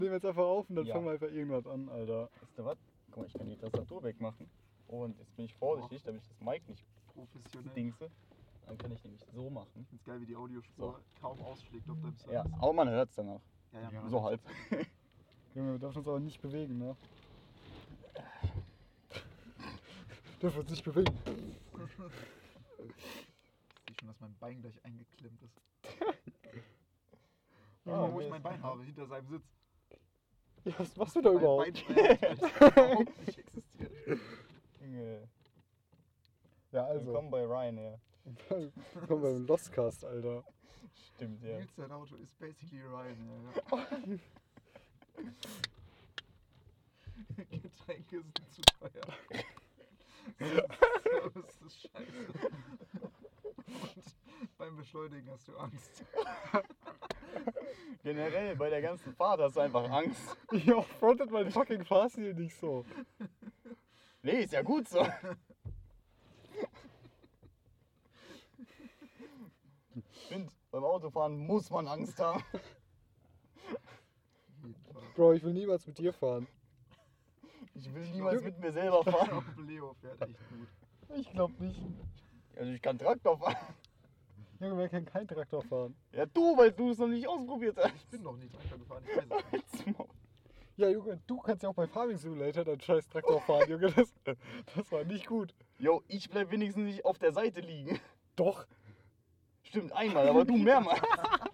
Nehmen wir jetzt einfach auf und dann Ja. fangen wir einfach irgendwas an, Alter. Weißt du was? Guck mal, ich kann die Tastatur wegmachen. Und jetzt bin ich vorsichtig, damit ich das Mic nicht Professionell. dingse. Dann kann ich nämlich so machen. Ich find's geil, wie die Audiospur kaum ausschlägt auf deinem Service. Ja, aber man hört es danach. Ja. So halt. Junge, wir dürfen uns aber nicht bewegen, ne? Dürfen uns nicht bewegen. Ich sehe schon, dass mein Bein gleich eingeklemmt ist. Ah, Wo ich mein Bein habe, hinter seinem Sitz. Ja, was machst du da überhaupt? Mein Bein überhaupt nicht existiert. Ja, also. Willkommen bei Ryanair. Komm beim Lostcast, Alter. Stimmt, ja. Nils, sein Auto ist basically Ryan. Ja. Getränke sind zu teuer. Service ist scheiße. Und beim Beschleunigen hast du Angst. Generell bei der ganzen Fahrt hast du einfach Angst. Ja, frontet mein fucking Fahrstil nicht so. Nee, ist ja gut so. Ich finde, beim Autofahren muss man Angst haben. Bro, ich will niemals mit dir fahren. Ich will niemals mit mir selber fahren. Auch Leo fährt echt gut. Ich glaub nicht. Also ich kann Traktor fahren. Junge, wer kann kein Traktor fahren? Ja du, weil du es noch nicht ausprobiert hast. Ich bin noch nicht Traktor gefahren, ich weiß es nicht. Ja, Junge, du kannst ja auch bei Farming Simulator deinen scheiß Traktor fahren, Junge. Das war nicht gut. Jo, ich bleib wenigstens nicht auf der Seite liegen. Doch. Stimmt, einmal, aber du mehrmals.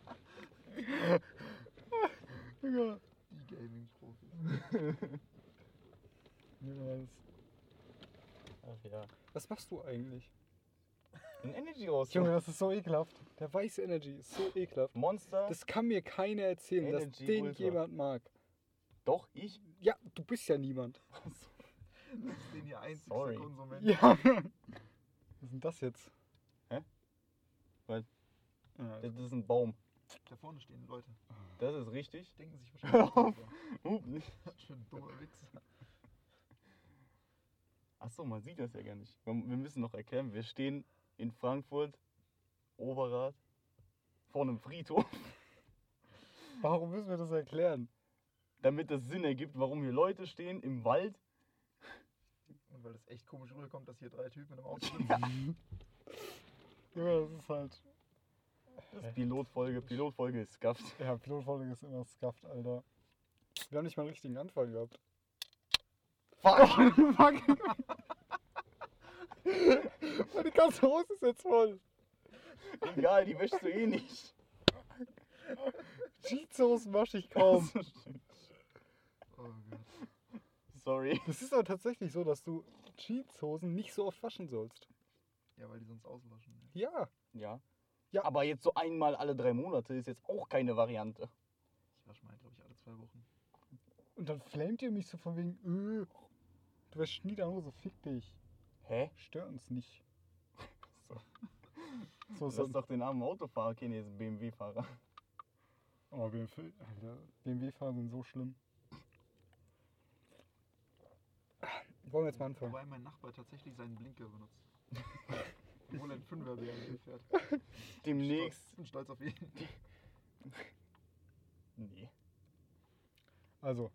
Junge. Die Gaming-Profis. Niemals. Ach ja. Was machst du eigentlich? Ein Energy raus. Junge, das ist so ekelhaft. Der weiße Energy ist so ekelhaft. Monster. Das kann mir keiner erzählen, dass Energy den Ultra. jemand mag. Doch, ich. Ja, du bist ja niemand. Das ist den hier einzigster Sorry. Konsument. Ja. Was ist denn das jetzt? Hä? Was? Ja, Das ist ein Baum. Da vorne stehen Leute. Das ist richtig. Denken sich wahrscheinlich. Nicht. Schön dummer Wichser. Achso, man sieht das ja gar nicht. Wir müssen noch erklären, wir stehen in Frankfurt, Overath, vor einem Friedhof, warum müssen wir das erklären? damit es Sinn ergibt, warum hier Leute stehen im Wald. Und weil es echt komisch rüberkommt, dass hier 3 Typen in einem Auto sitzen. Ja, das ist halt. Das ist Pilotfolge ist scuffed. Ja, Pilotfolge ist immer scuffed, Alter. Wir haben nicht mal einen richtigen Anfang gehabt. Fuck! Fuck! Die ganze Hose ist jetzt voll. Egal, die wäschst du eh nicht. Cheetos wasche ich kaum. Oh Gott. Sorry. Das ist aber tatsächlich so, dass du Cheetos-Hosen nicht so oft waschen sollst. Ja, weil die sonst auslöschen. Ja. Ja. Ja. Aber jetzt so einmal alle 3 Monate ist jetzt auch keine Variante. Ich wasche meinen, glaube ich, alle 2 Wochen. Und dann flamet ihr mich so von wegen, du wäschst nie deine Hose, fick dich. Hä? Stör uns nicht. So, lass doch den armen Autofahrer kennen, der ist ein BMW-Fahrer. Oh, BMW-Fahrer sind so schlimm. Wollen wir jetzt mal anfangen? Wobei mein Nachbar tatsächlich seinen Blinker benutzt. Obwohl er ein 5er BMW fährt. Demnächst. Ich bin stolz auf ihn. Nee. Also,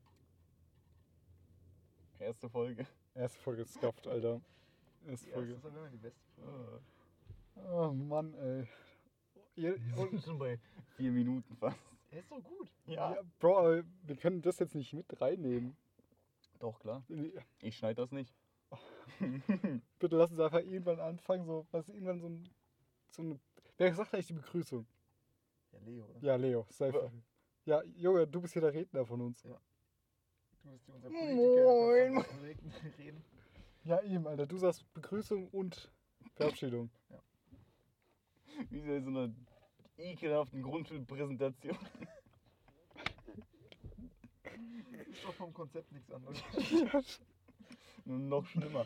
Erste Folge. erste Folge ist scuffed, Alter. Erste Ja, Folge. das ist aber immer die beste Folge. Oh Mann, ey. Ihr, Wir sind schon bei 4 Minuten fast. Er ist so gut. Ja. ja, Bro, aber wir können das jetzt nicht mit reinnehmen. Doch, klar. Ich schneide das nicht. Bitte lass uns einfach irgendwann anfangen, so, was irgendwann so eine. Wer sagt eigentlich die Begrüßung? Ja, Leo, oder? Ja, Leo, sei Ja, Junge, du bist hier der Redner von uns. Du bist hier unser Politiker. Moin. Du kannst reden. Ja, eben, Alter. Du sagst Begrüßung und Verabschiedung. Wie in so einer ekelhaften Grundschulpräsentation. Ist doch vom Konzept nichts anderes. Nur noch schlimmer.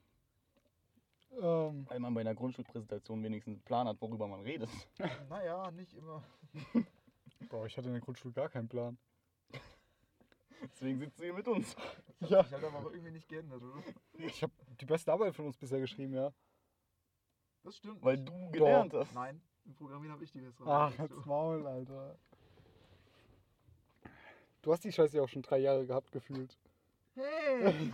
Weil man bei einer Grundschulpräsentation wenigstens einen Plan hat, worüber man redet. Naja, nicht immer. Bro, ich hatte in der Grundschule gar keinen Plan. Deswegen sitzt du hier mit uns. Das Ja. hat sich halt aber irgendwie nicht geändert, oder? Ich habe die beste Arbeit von uns bisher geschrieben, ja. Das stimmt. Weil nicht. du gelernt hast. Nein, im Programmieren habe ich die bessere. Ach, als du. jetzt Maul, Alter. Du hast die Scheiße ja auch schon 3 Jahre gehabt, gefühlt. Hey!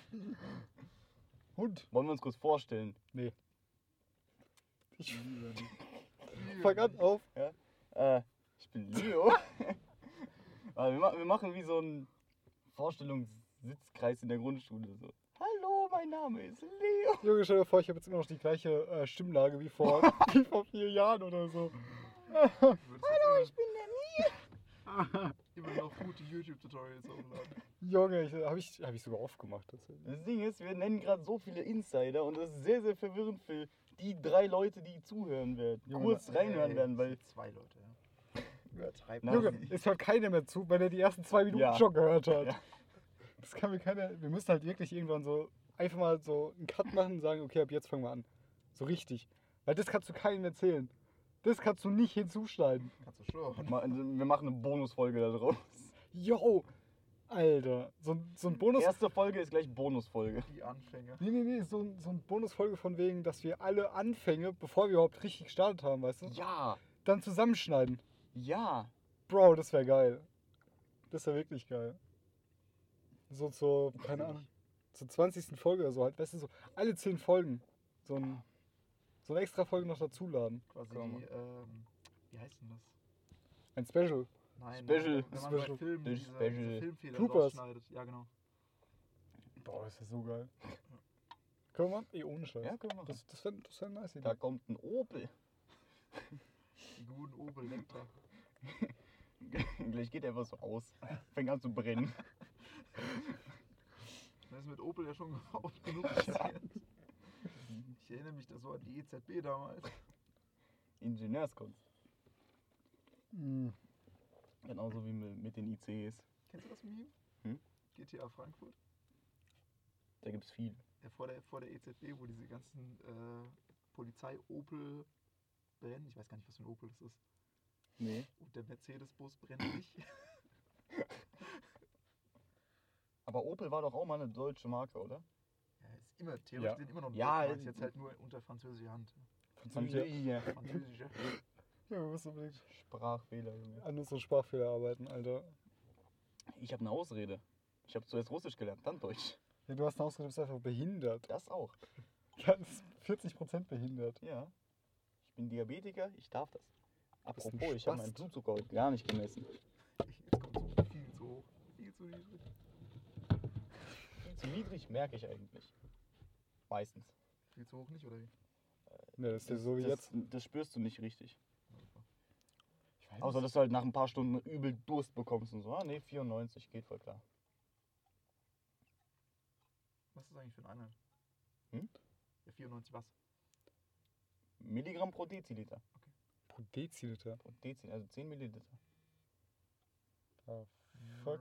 Und? Wollen wir uns kurz vorstellen? Nee. Ich fang an auf. Ich bin Leo. Aber wir machen wie so einen Vorstellungssitzkreis in der Grundschule. So. Hallo, mein Name ist Leo. Junge, stell dir vor, ich habe jetzt immer noch die gleiche Stimmlage wie vor 4 Jahren oder so. Hallo, ich bin der Mia. Immer noch gute YouTube-Tutorials hochladen. Junge, hab ich sogar aufgemacht. Tatsächlich. Das Ding ist, wir nennen gerade so viele Insider und das ist sehr, sehr verwirrend für die 3 Leute, die zuhören werden. Junge, Kurz reinhören werden, weil... 2 Leute, ja. Übertreibt. Na, Junge, es hört keiner mehr zu, wenn er die ersten 2 Minuten Ja. schon gehört hat. Ja. Das kann mir keiner. Wir müssen halt wirklich irgendwann so einfach mal so einen Cut machen und sagen, okay, ab jetzt fangen wir an. So richtig. Weil das kannst du keinem erzählen. Das kannst du nicht hinzuschneiden. Kannst du schon. Wir machen eine Bonusfolge da draus. Yo! Alter, so ein Bonus. Erste Folge ist gleich Bonusfolge. Die Anfänger. Nee, so ein Bonusfolge von wegen, dass wir alle Anfänge, bevor wir überhaupt richtig gestartet haben, weißt du? Ja, Dann zusammenschneiden. ja. Bro, das wäre geil. Das wäre wirklich geil. So zur, keine Ahnung, zur 20. Folge oder so halt, weißt du, so alle 10 Folgen. So eine extra Folge noch dazuladen. Quasi Komm. die, wie heißt denn das? Ein Special. Nein, Special. wenn man Special. bei Filmen Das diese Special. Filmfehler Bloopers. rausschneidet. Ja, genau. Boah, das ist so geil. Können wir machen? Ohne Scheiß. Ja, können wir machen. Das wär eine nice Idee. Da kommt ein Opel. Die guten Opel Lektra. Gleich geht er einfach so aus. Fängt an zu brennen. Das ist mit Opel ja schon oft genug passiert. Ich erinnere mich da so an die EZB damals. Ingenieurskunst. Mhm. Genauso wie mit den ICs. Kennst du das Meme? Hm? GTA Frankfurt? Da gibt es viele. Ja, vor der EZB, wo diese ganzen Polizei-Opel brennen. Ich weiß gar nicht, was für ein Opel das ist. Nee. Und der Mercedes-Bus brennt nicht. Aber Opel war doch auch mal eine deutsche Marke, oder? Ja, ist immer, theoretisch sind immer noch Ja, Deutschmarkt, jetzt halt nur unter französischer Hand. Ja. Französische. Ja, wir müssen unbedingt Sprachfehler, Junge. an unseren Sprachfehler arbeiten, Alter. Ich habe eine Ausrede. Ich habe zuerst Russisch gelernt, dann Deutsch. Ja, du hast eine Ausrede, du bist einfach behindert. Das auch. Ja, das ist 40% behindert. Ja. Ich bin Diabetiker, ich darf das. bist ein Apropos, ich habe meinen Spast. Blutzucker heute gar nicht gemessen. Jetzt kommt so viel zu hoch. Viel zu niedrig. Viel zu niedrig merke ich eigentlich. Meistens. Viel zu hoch nicht, oder wie? Ne, das ist ja so wie jetzt. Das spürst du nicht richtig. Ich weiß Außer, dass du halt nach ein paar Stunden übel Durst bekommst und so. Ah, nee, 94, geht voll klar. Was ist das eigentlich für ein Einheit? Hm? Ja, 94 was? Milligramm pro Deziliter. pro Deziliter. Pro Deziliter, also 10 Milliliter. Ah, fuck.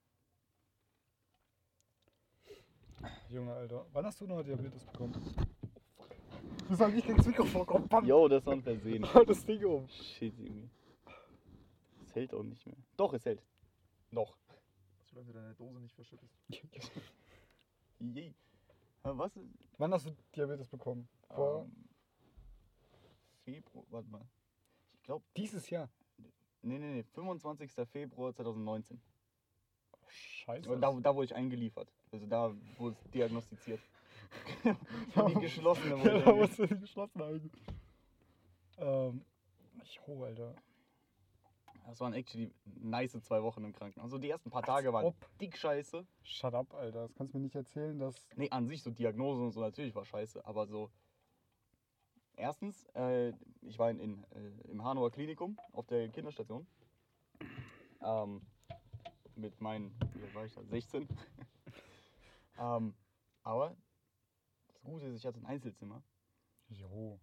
Junge, Alter. Wann hast du noch Diabetes bekommen? Du sollst nicht gegen das Mikrofon kommen. Bam. Jo, das war ein Versehen. Hau das Ding um. Shit, Junge. Es hält auch nicht mehr. Doch, es hält. Noch. Solange du deine Dose nicht verschüttest. Je. Was? Wann hast du Diabetes bekommen? Vor Februar, warte mal. Ich glaube, dieses Jahr. nee, 25. Februar 2019. Scheiße. Und da wurde ich eingeliefert. Also da wurde es diagnostiziert. Die geschlossene Ja, wurde da musst du nicht geschlossen halten. Jo, Alter. Das waren actually nice 2 Wochen im Krankenhaus. Also die ersten paar Tage waren dick scheiße. Shut up, Alter. Das kannst du mir nicht erzählen, dass... Nee, an sich so Diagnose und so natürlich war scheiße, aber so. Erstens, ich war im Hanauer Klinikum auf der Kinderstation. Mit meinen, wie alt war ich da? 16. Aber das Gute ist, ich hatte ein Einzelzimmer. Jo.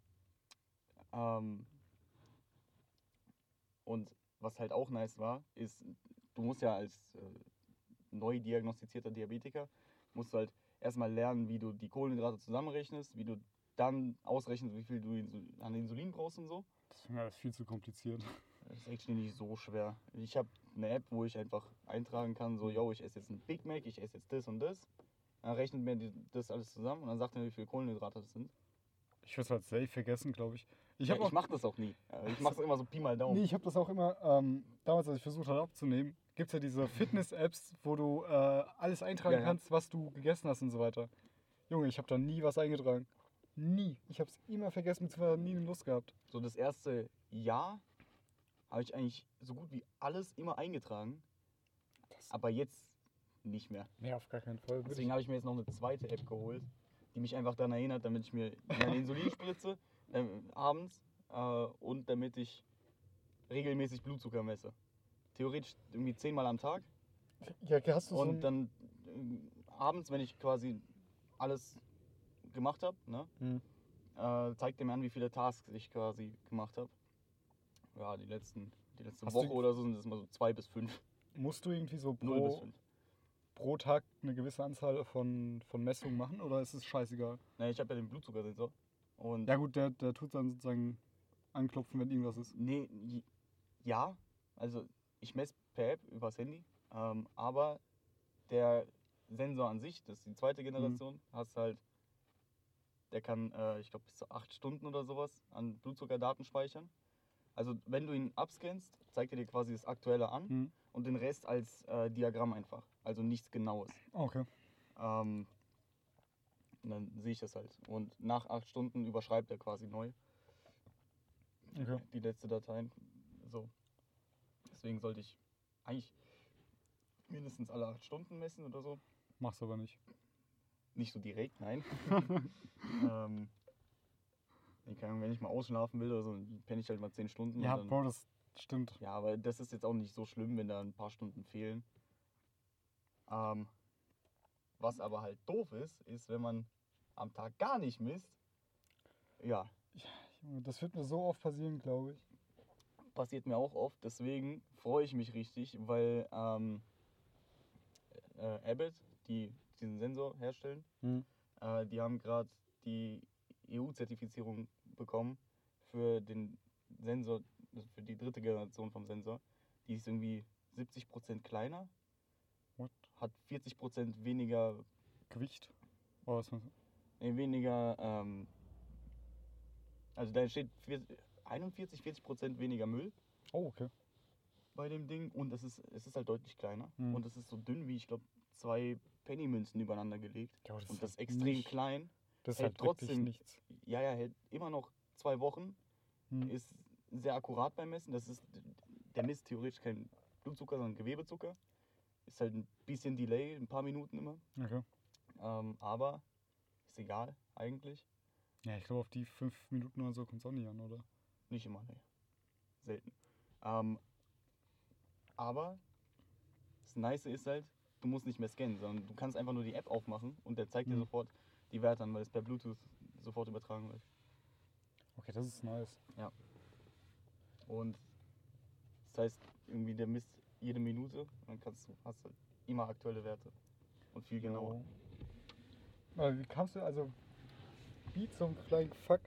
Und was halt auch nice war, ist, du musst ja als neu diagnostizierter Diabetiker, musst du halt erstmal lernen, wie du die Kohlenhydrate zusammenrechnest, wie du dann ausrechnest, wie viel du an Insulin brauchst und so. Das ist mir alles viel zu kompliziert. Das ist actually nicht so schwer. Ich habe eine App, wo ich einfach eintragen kann, so, yo, ich esse jetzt ein Big Mac, ich esse jetzt das und das. Dann rechnet mir das alles zusammen und dann sagt er mir, wie viele Kohlenhydrate das sind. Ich würde es halt safe vergessen, glaube ich. Ich Ich mache das auch nie. Ich mache es immer so Pi mal Daumen. Nee, ich habe das auch immer, damals, als ich versucht habe abzunehmen, gibt es ja diese Fitness-Apps, wo du alles eintragen Ja, ja. kannst, was du gegessen hast und so weiter. Junge, ich habe da nie was eingetragen. Nie. Ich habe es immer vergessen, beziehungsweise nie eine Lust gehabt. So das erste Jahr habe ich eigentlich so gut wie alles immer eingetragen. Aber jetzt nicht mehr. Nee, auf gar keinen Fall. Deswegen habe ich mir jetzt noch eine zweite App geholt, die mich einfach daran erinnert, damit ich mir meine Insulin spritze abends und damit ich regelmäßig Blutzucker messe. Theoretisch irgendwie 10-mal am Tag. Ja, hast du so Und dann abends, wenn ich quasi alles gemacht habe, ne, zeigt er mir an, wie viele Tasks ich quasi gemacht habe. Ja, die letzte Hast Woche du- oder so sind es mal so 2 bis 5. musst du irgendwie so 0 bis 5. pro Tag eine gewisse Anzahl von Messungen machen oder ist es scheißegal? Ne, ich habe ja den Blutzuckersensor. Und Ja gut, der tut dann sozusagen anklopfen, wenn irgendwas ist. nee, ja, also ich messe per App übers Handy, aber der Sensor an sich, das ist die zweite Generation, hast halt, der kann, ich glaube, bis zu 8 Stunden oder sowas an Blutzuckerdaten speichern. Also wenn du ihn abscannst, zeigt er dir quasi das Aktuelle an und den Rest als Diagramm einfach, also nichts Genaues. Okay. Und dann sehe ich das halt. Und nach 8 Stunden überschreibt er quasi neu Okay. die letzte Datei. So. Deswegen sollte ich eigentlich mindestens alle 8 Stunden messen oder so. Mach's aber nicht. Nicht so direkt, nein. Wenn ich mal ausschlafen will oder so, dann penne ich halt mal 10 Stunden. Ja, und dann, Bro, das stimmt. ja, aber das ist jetzt auch nicht so schlimm, wenn da ein paar Stunden fehlen. Was aber halt doof ist, wenn man am Tag gar nicht misst. Ja, Junge, das wird mir so oft passieren, glaube ich. passiert mir auch oft. Deswegen freue ich mich richtig, weil Abbott, die diesen Sensor herstellen, die haben gerade die EU-Zertifizierung bekommen für den Sensor, also für die dritte Generation vom Sensor. Die ist irgendwie 70% kleiner, What? hat 40% weniger, Gewicht? Oh, was weniger, also da entsteht 40% weniger Müll Oh, okay. bei dem Ding und es ist halt deutlich kleiner Mhm. und es ist so dünn wie, ich glaube, 2 Pennymünzen übereinander gelegt Ja, aber das und ist das ist halt extrem nicht- klein. Das ist hält halt wirklich trotzdem- nichts. Ja, hält immer noch 2 Wochen, ist sehr akkurat beim Messen. Der misst theoretisch kein Blutzucker, sondern Gewebezucker. Ist halt ein bisschen Delay, ein paar Minuten immer. Okay. Aber ist egal eigentlich. Ja, ich glaube, auf die 5 Minuten oder so kommt es auch nicht an, oder? Nicht immer, ne. Selten. Aber das Nice ist halt, du musst nicht mehr scannen, sondern du kannst einfach nur die App aufmachen und der zeigt dir sofort die Werte an, weil es per Bluetooth sofort übertragen wird. Okay, das ist nice. Und das heißt, irgendwie der misst jede Minute und dann hast du immer aktuelle Werte und viel genauer. Aber wie kamst du, also, wie zum Flying Fuck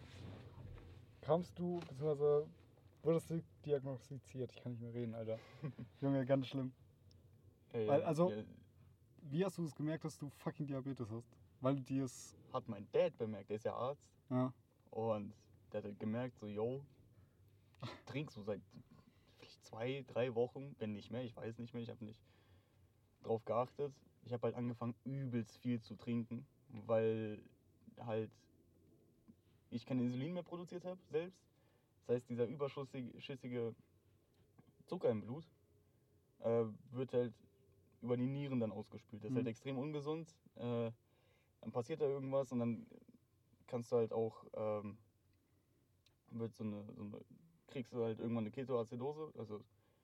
kamst du, beziehungsweise wurdest du diagnostiziert? Ich kann nicht mehr reden, Alter. Junge, ganz schlimm. Also- Wie hast du es gemerkt, dass du fucking Diabetes hast? Weil du dir es. hat mein Dad bemerkt, der ist ja Arzt Ja. und der hat halt gemerkt, so, yo, ich trinke so seit vielleicht 2-3 Wochen, wenn nicht mehr, ich weiß nicht mehr, ich habe nicht drauf geachtet. Ich habe halt angefangen, übelst viel zu trinken, weil halt ich kein Insulin mehr produziert habe selbst. Das heißt, dieser überschüssige Zucker im Blut wird halt über die Nieren dann ausgespült. Das ist halt extrem ungesund. Dann passiert da irgendwas und dann kannst du halt auch, kriegst du halt irgendwann eine Ketoazidose, also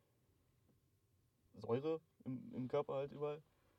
Säure im Körper halt überall.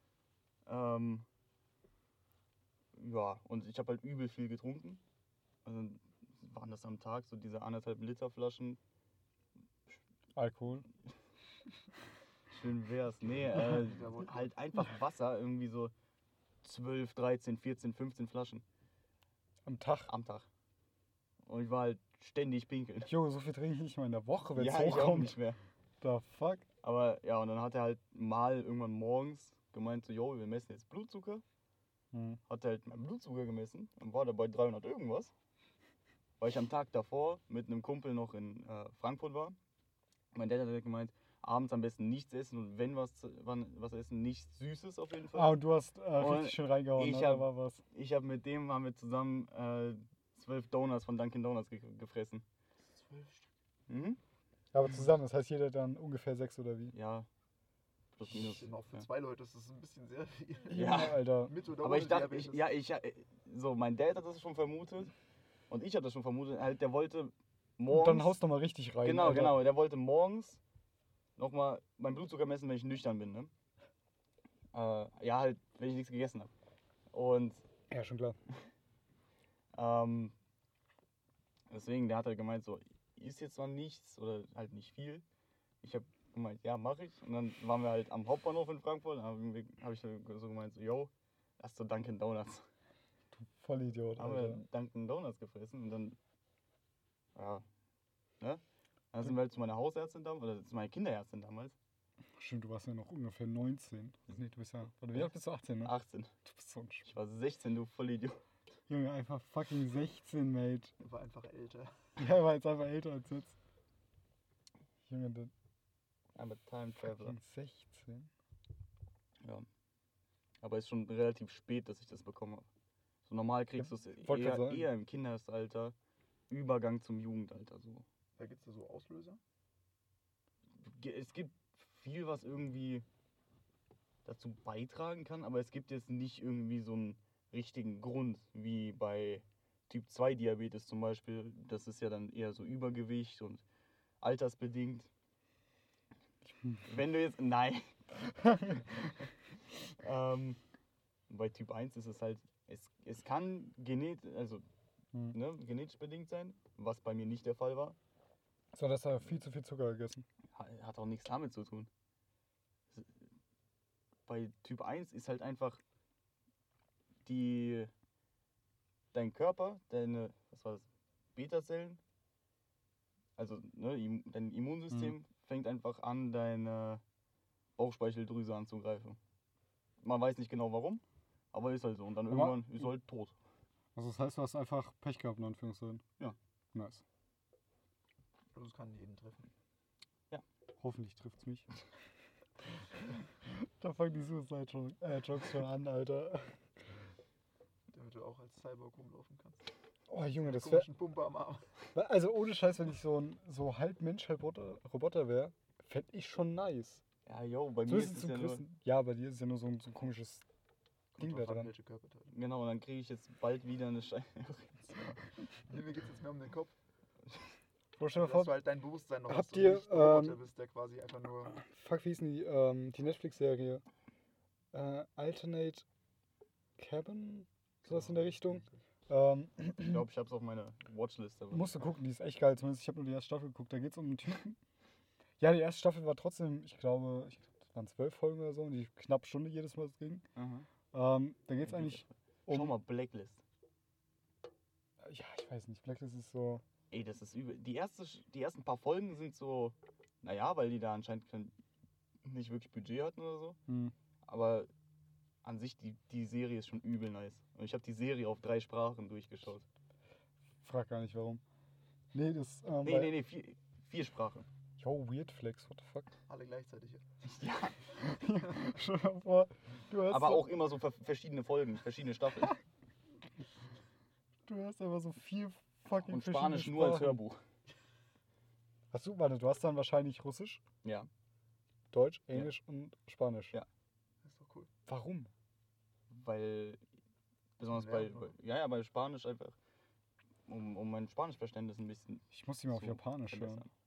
Ja, und ich habe halt übel viel getrunken. Also waren das am Tag so diese 1,5 Liter Flaschen. Alkohol. Schön wär's. Nee, halt einfach Wasser, irgendwie so 12, 13, 14, 15 Flaschen Am Tag. am Tag. Und ich war halt ständig pinkeln. Jo, so viel trinke ich nicht mal in der Woche, wenn es Ja, ich auch hochkommt. nicht mehr. The fuck? Aber ja, und dann hat er halt mal irgendwann morgens gemeint so, jo, wir messen jetzt Blutzucker. Hat er halt meinen Blutzucker gemessen und war dabei 300 irgendwas. Weil ich am Tag davor mit einem Kumpel noch in Frankfurt war. Mein Dad hat halt gemeint, abends am besten nichts essen und wenn was essen, nichts Süßes auf jeden Fall. Ah, und du hast Und richtig schön reingehauen, ich oder? hab- War was? Mit dem haben wir zusammen 12 Donuts von Dunkin' Donuts gefressen. 12 Stück. Mhm. Aber zusammen, das heißt jeder dann ungefähr 6 oder wie? Ja. Plus minus. Genau, für Ja. 2 Leute ist das ein bisschen sehr viel. Ja. Alter. Mit oder Aber ohne ich dachte, Diabetes. so, mein Dad hat das schon vermutet und ich habe das schon vermutet. Halt, der wollte Und morgens. dann haust du mal richtig rein. Genau, Alter. genau. Der wollte morgens nochmal meinen Blutzucker messen, wenn ich nüchtern bin, ne? Ja, halt, wenn ich nichts gegessen habe. Und Ja, schon klar. deswegen, der hat halt gemeint, so, isst jetzt zwar nichts oder halt nicht viel. Ich habe gemeint, ja, mache ich. Und dann waren wir halt am Hauptbahnhof in Frankfurt. Dann habe ich so gemeint, so, yo, lass zu Dunkin' Donuts. Vollidiot, Haben wir Alter. Dunkin' Donuts gefressen und dann, ja, ne? Dann sind wir halt zu meiner Hausärztin damals, oder zu meiner Kinderärztin damals. Stimmt, du warst ja noch ungefähr 19. Nee, du bist ja. Warte, wie alt bist du? 18, ne? 18. Du bist so ein Ich war 16, du Vollidiot. Junge, einfach fucking 16, Mate. War einfach älter. Ja, er war jetzt einfach älter als jetzt. Junge, der I'm a time traveler. fucking 16. Ja. Aber ist schon relativ spät, dass ich das bekommen habe. So normal kriegst du es wollte grad sagen. eher im Kindesalter, Übergang zum Jugendalter. So. Da gibt es da so Auslöser. Es gibt viel, was irgendwie dazu beitragen kann, aber es gibt jetzt nicht irgendwie so einen richtigen Grund, wie bei Typ 2 Diabetes zum Beispiel. Das ist ja dann eher so Übergewicht und altersbedingt. Wenn du jetzt. Nein. Bei Typ 1 ist es halt. Es kann genetisch bedingt sein, was bei mir nicht der Fall war. So, dass er viel zu viel Zucker gegessen. Hat auch nichts damit zu tun. Bei Typ 1 ist halt einfach dein Körper, deine, was war das, Beta-Zellen, also ne, dein Immunsystem fängt einfach an, deine Bauchspeicheldrüse anzugreifen. Man weiß nicht genau warum, aber ist halt so. Und dann Aber- irgendwann ist er halt tot. Also das heißt, du hast einfach Pech gehabt, in Anführungszeichen. Ja. Nice. Also es kann jeden treffen. Hoffentlich trifft's mich. Da fangen die Suicide-Jokes schon an, Alter. Damit du auch als Cyborg rumlaufen kannst. Oh Junge, das wäre... Komischen Pumpe am Arm. Also ohne Scheiß, wenn ich so halb Mensch, halb Roboter wäre, fände ich schon nice. Ja, yo, bei mir So ist ist es es zum ja nur. Größten. Ja, bei dir ist es ja nur so ein komisches Ding Kommt da drauf an, dran. welche Körperteile. Genau, und dann kriege ich jetzt bald wieder eine Scheibe. Nee, mir geht es jetzt mehr um den Kopf. Bro, stell dir Dass vor, du halt dein Bewusstsein noch habt hast und ihr, nicht ein Roboter bist, der quasi einfach nur... fuck, wie hieß denn die Netflix-Serie? Alternate Cabin? Sowas in der Richtung. Ich glaube, ich habe es auf meiner Watchlist. Aber Musst du gucken, die ist echt geil. Zumindest ich habe nur die erste Staffel geguckt. Da geht es um einen Typen. Ja, die erste Staffel war trotzdem, ich glaube, das waren 12 Folgen oder so und die knapp Stunde jedes Mal ging. Da geht es eigentlich Schau um... mal, Blacklist. Ja, ich weiß nicht. Blacklist ist so... Ey, das ist übel. Die ersten paar Folgen sind so, naja, weil die da anscheinend nicht wirklich Budget hatten oder so. Aber an sich, die Serie ist schon übel nice. Und ich habe die Serie auf 3 Sprachen durchgeschaut. Frag gar nicht warum. Nee, das... Nee, 4 Sprachen. Yo, Weird Flex, what the fuck? Alle gleichzeitig. Ja, Stell dir vor, du hast aber so, auch immer so verschiedene Folgen, verschiedene Staffeln. du hast einfach so 4 fucking Und verschiedene Spanisch nur als Sprachen. Hörbuch. Warte, du hast dann wahrscheinlich Russisch, Ja. Deutsch, Englisch und Spanisch. Ja. Das ist doch cool. Warum? Weil, besonders bei Spanisch einfach, um mein Spanischverständnis ein bisschen Ich muss die mal auf so Japanisch hören. verbessern.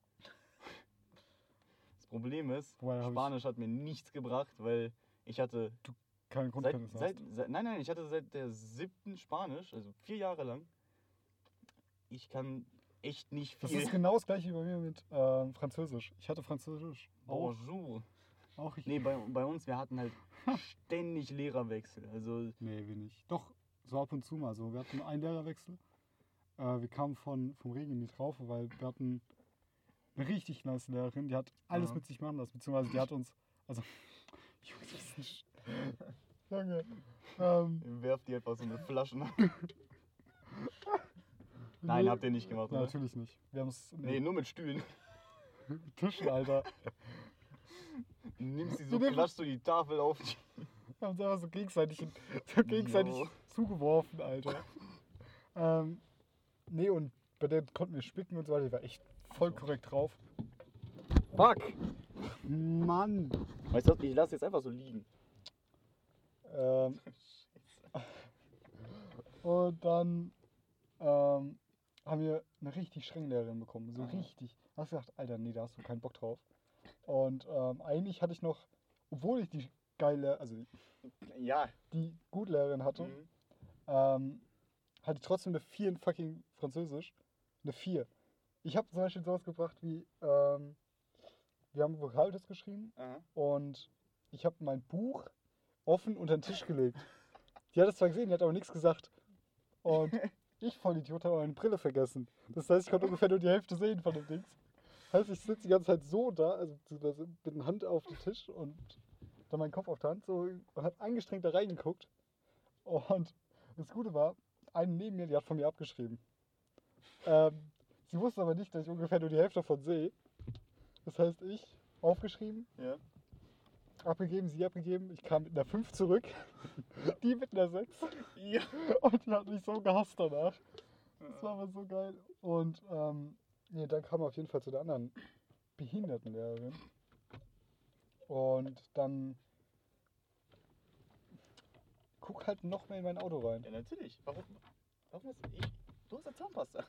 Das Problem ist, Woher hab ich- Spanisch hat mir nichts gebracht, weil ich hatte Keine Grundkenntnis hast. nein, ich hatte seit der 7. Spanisch, also 4 Jahre lang. Ich kann echt nicht Das viel. ist genau das gleiche wie bei mir mit Französisch. Ich hatte Französisch auch. Bonjour. Auch ich. Nee, bei uns, wir hatten halt ständig Lehrerwechsel. Also, Nee, wenig. Doch, so ab und zu mal so. Wir hatten einen Lehrerwechsel. Wir kamen vom Regen in die Traufe, weil wir hatten eine richtig nice Lehrerin, die hat alles Ja. mit sich machen lassen, beziehungsweise die hat uns, also, Junge, das ist nicht... Junge, werft die einfach so eine Flaschen. Nein, nee, habt ihr nicht gemacht, oder? Natürlich nicht. Wir haben es Nee, nur mit Stühlen. Tischen, Alter. Nimmst die so, nehmen- klatschst du die Tafel auf. Wir haben uns einfach so gegenseitig Jo. zugeworfen, Alter. Nee, und bei der konnten wir spicken und so weiter. Die war echt voll korrekt drauf. Fuck! Mann! Weißt du was, ich lasse jetzt einfach so liegen. Und dann haben wir eine richtig strenge Lehrerin bekommen. So richtig. Da hast du gedacht, Alter, nee, da hast du keinen Bock drauf. Und eigentlich hatte ich noch, obwohl ich die geile, also Ja. die Gutlehrerin hatte, Mhm. hatte ich trotzdem eine 4 in fucking Französisch. Eine 4. Ich habe zum Beispiel sowas gebracht wie, wir haben einen Vokaltest geschrieben Aha. und ich habe mein Buch offen unter den Tisch gelegt. Die hat es zwar gesehen, die hat aber nichts gesagt. Und ich, Vollidiot, habe meine Brille vergessen. Das heißt, ich konnte ungefähr nur die Hälfte sehen von dem Dings. Heißt, ich sitze die ganze Zeit so da, also mit der Hand auf dem Tisch und dann meinen Kopf auf der Hand so und habe angestrengt da reingeguckt. Und das Gute war, eine neben mir, die hat von mir abgeschrieben. Sie wusste aber nicht, dass ich ungefähr nur die Hälfte davon sehe. Das heißt, ich aufgeschrieben, Ja. abgegeben, sie abgegeben. Ich kam mit einer 5 zurück, die mit einer 6. Ja. Und die hat mich so gehasst danach. Das war aber so geil. Und nee, dann kam er auf jeden Fall zu der anderen Behindertenlehrerin. Und dann guck halt noch mehr in mein Auto rein. Ja, natürlich. Warum hast du... Du hast ja Zahnpasta.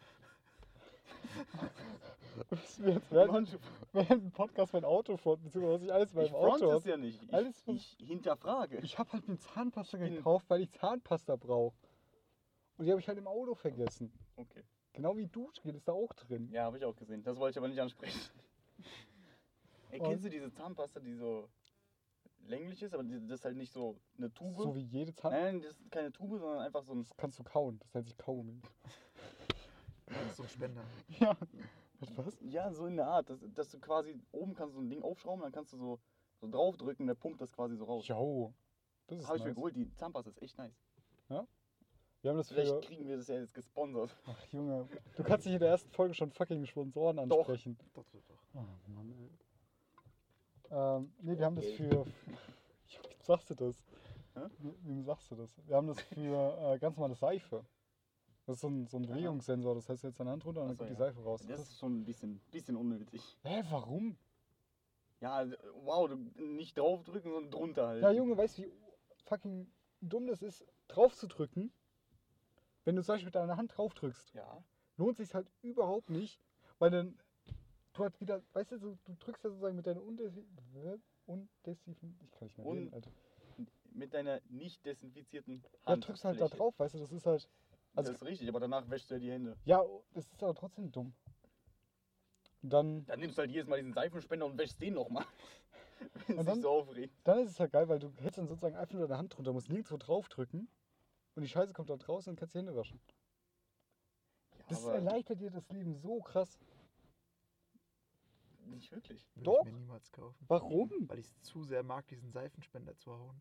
Müssen wir jetzt während dem Podcast mein Auto fronten, beziehungsweise was ich alles in Ich meinem Auto front es habe. ja nicht. Alles, Ich hinterfrage. Ich habe halt mir Zahnpasta Ich bin- gekauft, weil ich Zahnpasta brauche. Und die habe ich halt im Auto vergessen. Okay. Genau wie Duschgel ist da auch drin. Ja, habe ich auch gesehen. Das wollte ich aber nicht ansprechen. Ey, Und- kennst du diese Zahnpasta, die so länglich ist, aber das ist halt nicht so eine Tube? So wie jede Zahnpasta. Nein, das ist keine Tube, sondern einfach so ein... Das kannst du kauen. Das nennt sich Kaugummi. Das ist so ein Spender. Ja. Was? Ja, so in der Art, dass du quasi... Oben kannst du so ein Ding aufschrauben, dann kannst du so draufdrücken, der pumpt das quasi so raus. Jo. Das ist Habe ich mir nice. geholt, die Zahnpasta ist echt nice. Wir haben das Vielleicht für... kriegen wir das ja jetzt gesponsert. Ach Junge, du kannst dich in der ersten Folge schon fucking Sponsoren Doch. ansprechen. Doch. Oh Mann, ey. Nee, wir haben das für... Wie sagst du das? Hä? Wie sagst du das? Wir haben das für ganz normale Seife. Das ist so ein Bewegungssensor, das heißt jetzt deine Hand runter und dann Ach so, kommt die ja. Seife raus. Das ist schon ein bisschen unnötig. Hä, warum? Ja, wow, du nicht draufdrücken, sondern drunter halt. Ja, Junge, weißt du, wie fucking dumm das ist, drauf zu drücken? Wenn du zum Beispiel mit deiner Hand drauf drückst, Ja. lohnt sich halt überhaupt nicht, weil dann du halt wieder, weißt du, du drückst ja sozusagen mit deiner ich kann nicht mehr reden, Alter. Mit deiner nicht desinfizierten Ja, Hand. drückst halt da drauf, weißt du, das ist halt, also Das ist richtig, aber danach wäschst du ja die Hände. ja, das ist aber trotzdem dumm. Und dann Dann nimmst du halt jedes Mal diesen Seifenspender und wäschst den nochmal. Wenn Und es dann- sich so aufregt. Dann ist es halt geil, weil du hältst dann sozusagen einfach nur deine Hand drunter, musst nirgendwo drauf drücken und die Scheiße kommt da draußen und kannst die Hände waschen. Ja, Das aber erleichtert dir das Leben so krass. nicht wirklich. Würde Doch. ich mir niemals kaufen. Warum? Weil ich es zu sehr mag, diesen Seifenspender zu hauen.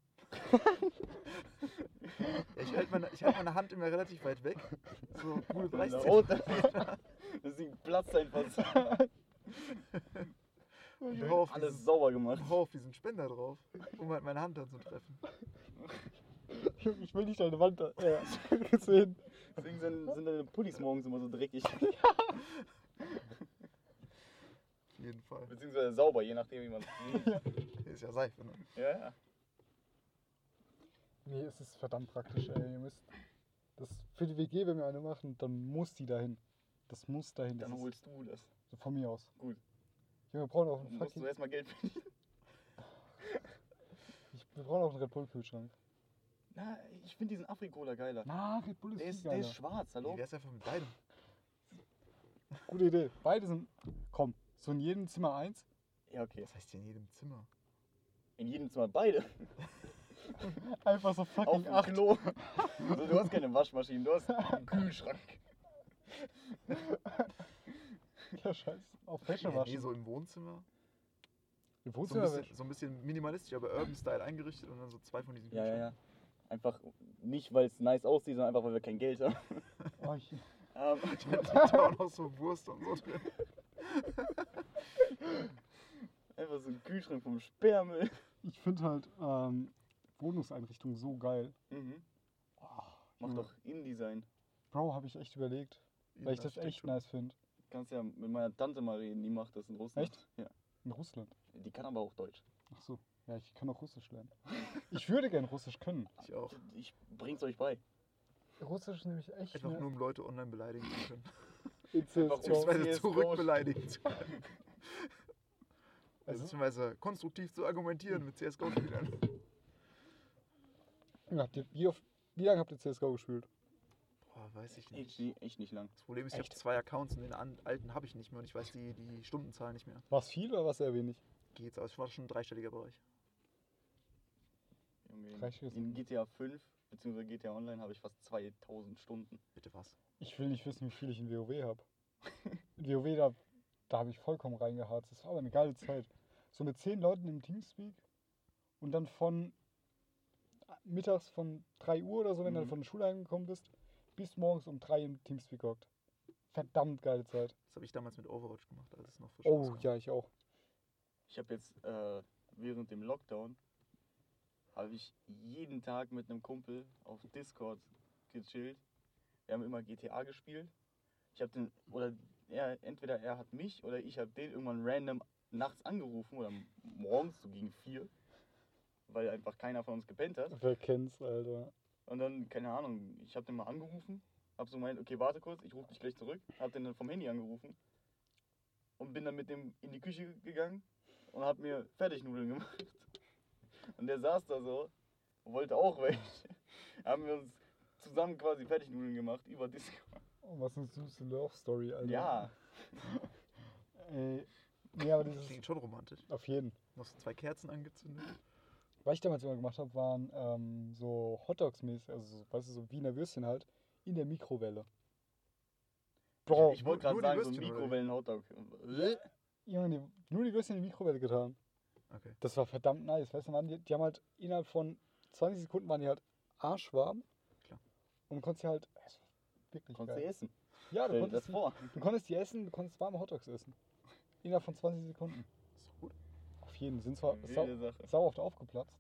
Ich halte meine Hand immer relativ weit weg. So gute 30 Laut. Das Ding platzt einfach. Ich hau auf Alles diesen- sauber gemacht. hau auf diesen Spender drauf, um halt meine Hand dann zu treffen. Ich will nicht deine Wand sehen. Deswegen sind deine Pullis morgens immer so dreckig. Auf jeden Fall. Beziehungsweise sauber, je nachdem wie man es sieht. Ist ja Seife, ne? Ja, ja. Nee, es ist verdammt praktisch, ey. Ihr müsst das für die WG, wenn wir eine machen, dann muss die dahin. Das muss dahin. Das Dann ist holst du das. so von mir aus. Gut. Wir brauchen auch einen Dann musst du fucking, erstmal Geld verdienen. wir brauchen auch einen Red Bull Kühlschrank. Na, ich finde diesen Afrikola geiler. Na, Red Bull ist Der viel ist, der geiler. ist schwarz, Wie hallo? wär's einfach mit beidem? Gute Idee. Beide sind, komm, so in jedem Zimmer eins. Ja, okay. Was heißt hier in jedem Zimmer? In jedem Zimmer beide. Einfach so Auf fucking dem 8. Klo. Also, du hast keine Waschmaschine, du hast einen Kühlschrank. Ja, scheiße. Auf Wäsche Nee, waschen. so im Wohnzimmer. Im So Wohnzimmer ein bisschen minimalistisch, aber Urban Style eingerichtet und dann so zwei von diesen Ja, ja, ja. Einfach nicht, weil es nice aussieht, sondern einfach, weil wir kein Geld haben. Oh, ich, Da auch noch so Wurst und so drin. Einfach so ein Kühlschrank vom Sperrmüll. Ich finde halt Wohnungseinrichtungen so geil. Mhm. Oh, Mach Junge. doch Innendesign. Bro, habe ich echt überlegt, weil ich das echt nice finde. Kannst ja mit meiner Tante mal reden, die macht das in Russland. Echt? Ja. In Russland. Die kann aber auch Deutsch. Ach so. Ja, ich kann auch Russisch lernen. Ich würde gern Russisch können. Ich auch. Ich bring's euch bei. Russisch ist nämlich echt Einfach nur, um Leute online beleidigen zu können. Einfach Beziehungsweise CS:GO. zurück beleidigen zu können. Also, Beziehungsweise konstruktiv zu argumentieren mit CSGO-Spielern. wie lange habt ihr CSGO gespielt? Boah, weiß ich nicht. Echt nicht lang. Das Problem ist, ich habe Echt? 2 Accounts und den alten habe ich nicht mehr und ich weiß die Stundenzahl nicht mehr. War es viel oder war es eher wenig? Geht's, aber es war schon ein dreistelliger Bereich. Junge, Reicht in GTA 5 bzw. GTA Online habe ich fast 2000 Stunden. Bitte was? Ich will nicht wissen, wie viel ich in WoW habe. In WoW, da habe ich vollkommen reingeharzt. Das war aber eine geile Zeit. So mit 10 Leuten im Teamspeak und dann von mittags von 3 Uhr oder so, wenn du dann von der Schule heimgekommen bist, bis morgens um 3 im Teamspeak gehockt. Verdammt geile Zeit. Das habe ich damals mit Overwatch gemacht, als es noch frisch Oh, rauskam. ja, ich auch. Ich habe jetzt während dem Lockdown habe ich jeden Tag mit einem Kumpel auf Discord gechillt. Wir haben immer GTA gespielt. Ich habe den, oder entweder er hat mich oder ich habe den irgendwann random nachts angerufen oder morgens, so gegen 4, weil einfach keiner von uns gepennt hat. Wer kennt's, Alter? Und dann, keine Ahnung, ich habe den mal angerufen, hab so gemeint, okay, warte kurz, ich rufe dich gleich zurück. Hab den dann vom Handy angerufen und bin dann mit dem in die Küche gegangen und hab mir Fertignudeln gemacht. Und der saß da so und wollte auch welche. Haben wir uns zusammen quasi Fertignudeln gemacht über Discord. Oh, was eine süße Love Story, Alter. Ja, Ey, nee, aber dieses. Klingt schon romantisch. Auf jeden. Noch so 2 Kerzen angezündet. Was ich damals immer gemacht habe, waren so Hotdogs-mäßig, also so, weißt du, so Wiener Würstchen halt, in der Mikrowelle. Bro, ich wollte gerade nur die sagen, so ein Würstchen, oder wie? Mikrowellen-Hotdog. Junge, nur die Würstchen in die Mikrowelle getan. Okay. Das war verdammt nice, weißt du, die haben halt innerhalb von 20 Sekunden waren die halt arschwarm. Klar. Und du konntest sie halt, es war wirklich Konntest du geil. essen. Ja, Stell dir das vor. du konntest die essen, du konntest warme Hotdogs essen. Innerhalb von 20 Sekunden. Ist doch gut. Auf jeden, sind zwar Wilde Sache. sau oft aufgeplatzt.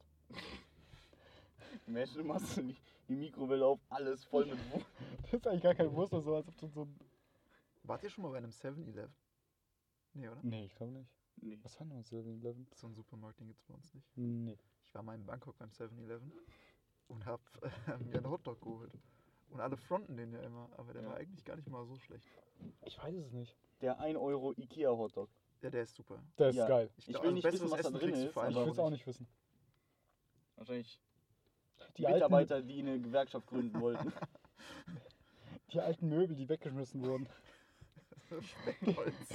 Imagine, du machst die Mikrowelle auf, alles voll mit Wurst. Das ist eigentlich gar kein Wurst, so als ob du so ein... Wart ihr schon mal bei einem 7-Eleven? Nee, oder? Nee, ich glaube nicht. Nee. Was war denn 7-Eleven? So ein Supermarkt, den gibt's bei uns nicht. Nee. Ich war mal in Bangkok beim 7-Eleven und hab mir einen Hotdog geholt. Und alle fronten den ja immer, aber der Ja. war eigentlich gar nicht mal so schlecht. Ich weiß es nicht. Der 1 Euro Ikea Hotdog. Ja, der ist super. Der ist Ja. geil. Ich glaub, will nicht besseres wissen, was da Essen drin kriegst du ist, für aber Ich einen will Euro es auch nicht. nicht wissen. Wahrscheinlich Die alten, Mitarbeiter, die eine Gewerkschaft gründen wollten. die alten Möbel, die weggeschmissen wurden. Speckholz.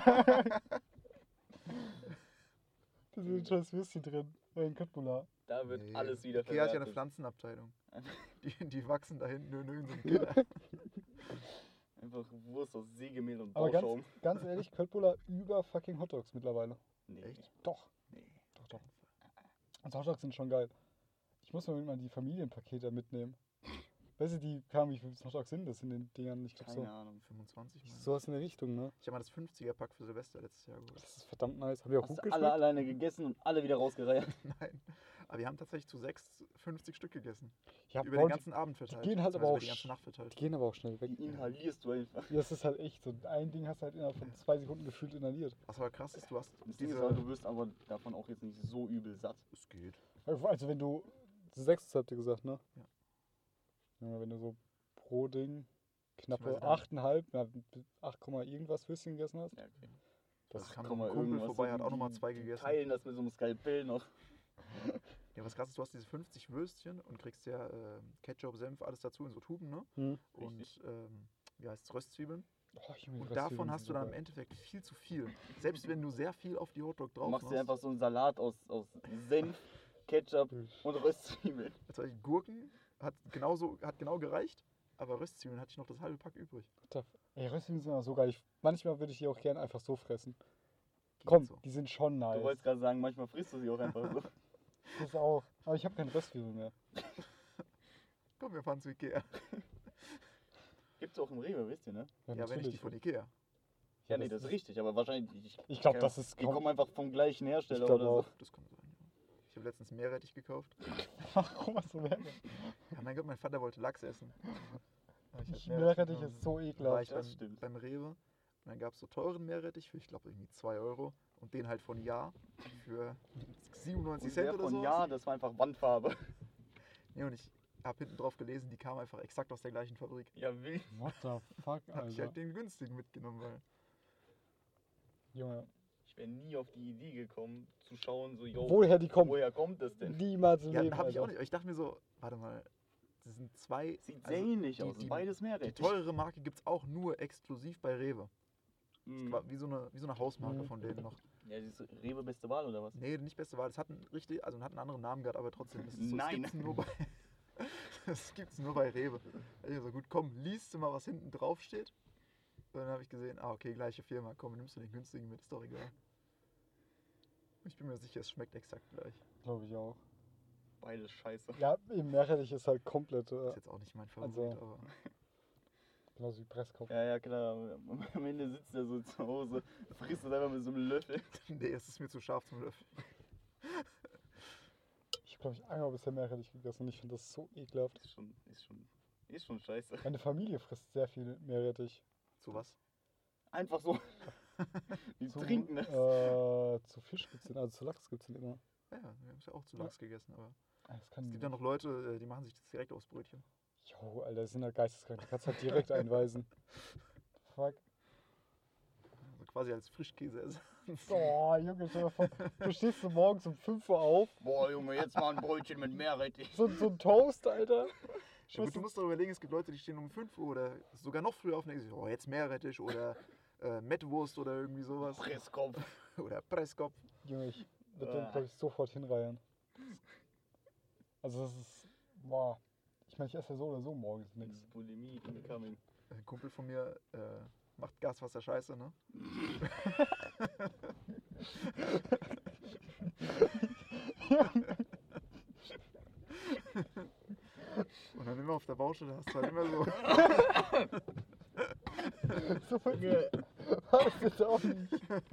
Da sind ein scheiß Würstchen drin. In Köttbullar. Da wird Nee. alles wieder Ikea hat ja eine verwertet. Pflanzenabteilung. Die wachsen da hinten in irgendeinem Keller. Einfach Wurst aus Sägemehl und Aber Bauschaum. ganz ehrlich, Köttbullar über fucking Hotdogs mittlerweile. Nee. Echt? Doch. Nee. Doch. Also Hotdogs sind schon geil. Ich muss mal die Familienpakete mitnehmen. Weißt du, die kamen, wie viele Hotdogs sind das in den Dingern? Ich glaube Keine so. Ahnung. 25 Mal. Sowas in der Richtung, ne? Ich habe mal das 50er-Pack für Silvester letztes Jahr geholt. Das ist verdammt nice. Haben die auch Hast gut du geschmeckt? alle alleine gegessen und alle wieder rausgereiert? Nein. Aber wir haben tatsächlich zu 6 50 Stück gegessen. Ja, Über Bro, den ganzen Abend verteilt. gehen halt aber beziehungsweise auch über die ganze Nacht die verteilt. gehen aber auch schnell weg. Die inhalierst du einfach. Ja, das ist halt echt so. Ein Ding hast du halt innerhalb von 2 Sekunden gefühlt inhaliert. Was aber krass ist, du hast Das Ding ist diese... aber, du wirst aber davon auch jetzt nicht so übel satt. Es geht. Also wenn du 6 habt ihr gesagt, ne? Ja. Ja, wenn du so pro Ding knappe Beziehungsweise dann- 8,5, ja, 8, irgendwas Würstchen gegessen hast. Ja, okay. Das Also kam Komm noch ein mal Kumpel irgendwas, vorbei, so hat auch die- nochmal 2 die gegessen. Teilen das mit so einem Skalpell noch. Ja, was krass ist, du hast diese 50 Würstchen und kriegst ja Ketchup, Senf, alles dazu in so Tuben, ne? Hm. Und wie heißt es, Röstzwiebeln. Oh, Junge, die Und Röstzwiebeln davon sind hast so du dann im geil. Endeffekt viel zu viel. Selbst wenn du sehr viel auf die Hotdog Du drauf machst machst. dir einfach so einen Salat aus Senf, Ketchup und Röstzwiebeln. Jetzt habe ich Gurken, hat genau gereicht, aber Röstzwiebeln hatte ich noch das halbe Pack übrig. Ey, Röstzwiebeln sind auch so geil. Manchmal würde ich die auch gerne einfach so fressen. Geht Komm, so. die sind schon Du nice. wolltest gerade sagen, manchmal frisst du sie auch einfach so. Das auch. Aber ich habe keine Röstzwiebeln mehr. Komm, wir fahren zu Ikea. Gibt's auch im Rewe, wisst ihr, ne? Ja, wenn nicht die von Ikea. Ja, nee, das ist richtig, aber wahrscheinlich. Ich glaube, das ist Die kommen einfach vom gleichen Hersteller Ich glaub oder auch. so. Das kann sein, ja. Ich habe letztens Meerrettich gekauft. Warum hast du Meerrettich? Ja, mein Gott, mein Vater wollte Lachs essen. Aber ich hab Meerrettich genommen. ist so War ekelhaft. ich Das stimmt. beim Rewe. Und dann gab es so teuren Meerrettich für, ich glaube, irgendwie 2 Euro. Und den halt von Ja für 97 Und Cent der oder von so. ja, das war einfach Wandfarbe. Nee, und ich habe hinten drauf gelesen, die kamen einfach exakt aus der gleichen Fabrik. Ja, wild. What the fuck, Hab ich Alter. halt den günstigen mitgenommen, weil. Junge. Ich wäre nie auf die Idee gekommen, zu schauen, so, yo, Woher die kommen? woher kommt das denn? Niemals im Ja, Leben, habe ich auch Alter. nicht. Aber ich dachte mir so, warte mal, das sind zwei. Sieht also sehr ähnlich aus, die, beides die Meerrettich. teurere Marke gibt es auch nur exklusiv bei Rewe. Mhm. War wie so eine Hausmarke Mhm. von denen noch. Ja, das ist Rewe beste Wahl oder was? Nee, nicht beste Wahl. Das hat einen anderen Namen gehabt, aber trotzdem. Das ist so, Nein. Das gibt's nur bei, das gibt's nur bei Rewe. Da hab ich so, gut, komm, liest du mal, was hinten drauf steht. Und dann habe ich gesehen, okay, gleiche Firma, komm, nimmst du den günstigen mit, ist doch egal. Ich bin mir sicher, es schmeckt exakt gleich. Glaube ich auch. Beides scheiße. Ja, eben Meerrettich ist halt komplett, Ist jetzt auch nicht mein Favorit, Also- aber genauso wie Presskopf. Ja, ja, klar. Am Ende sitzt er so zu Hause, frisst das einfach mit so einem Löffel. nee, es ist mir zu scharf zum Löffel. Ich habe, glaube ich, einmal bisher Meerrettich gegessen und ich finde das so ekelhaft. Ist schon scheiße. Meine Familie frisst sehr viel Meerrettich. Zu was? Einfach so. Die Zu, trinken das. zu Fisch gibt's den, also zu Lachs gibt's den immer. Ja, wir haben es ja auch zu Ja. Lachs gegessen, aber Das kann es gibt ja noch Leute, die machen sich das direkt aufs Brötchen. Jo, Alter, das sind ja geisteskrank. Du kannst halt direkt einweisen. Fuck. Also quasi als Frischkäse. Oh, Junge, stell dir vor, du stehst so morgens um 5 Uhr auf, Boah, Junge, jetzt mal ein Brötchen mit Meerrettich. so ein Toast, Alter. Ja, gut, du musst doch überlegen, es gibt Leute, die stehen um 5 Uhr oder sogar noch früher auf und denken sich, oh, jetzt Meerrettich oder Mettwurst oder irgendwie sowas. Presskopf. Oder Presskopf. Junge, ich würde den, glaube ich, sofort hinreihen. Also das ist, boah. Ich meine, ich esse ja so oder so morgens nichts. Bulimie incoming. Ein Kumpel von mir macht Gaswasser scheiße, ne? Und dann immer auf der Baustelle hast du halt immer so. So war das jetzt auch nicht.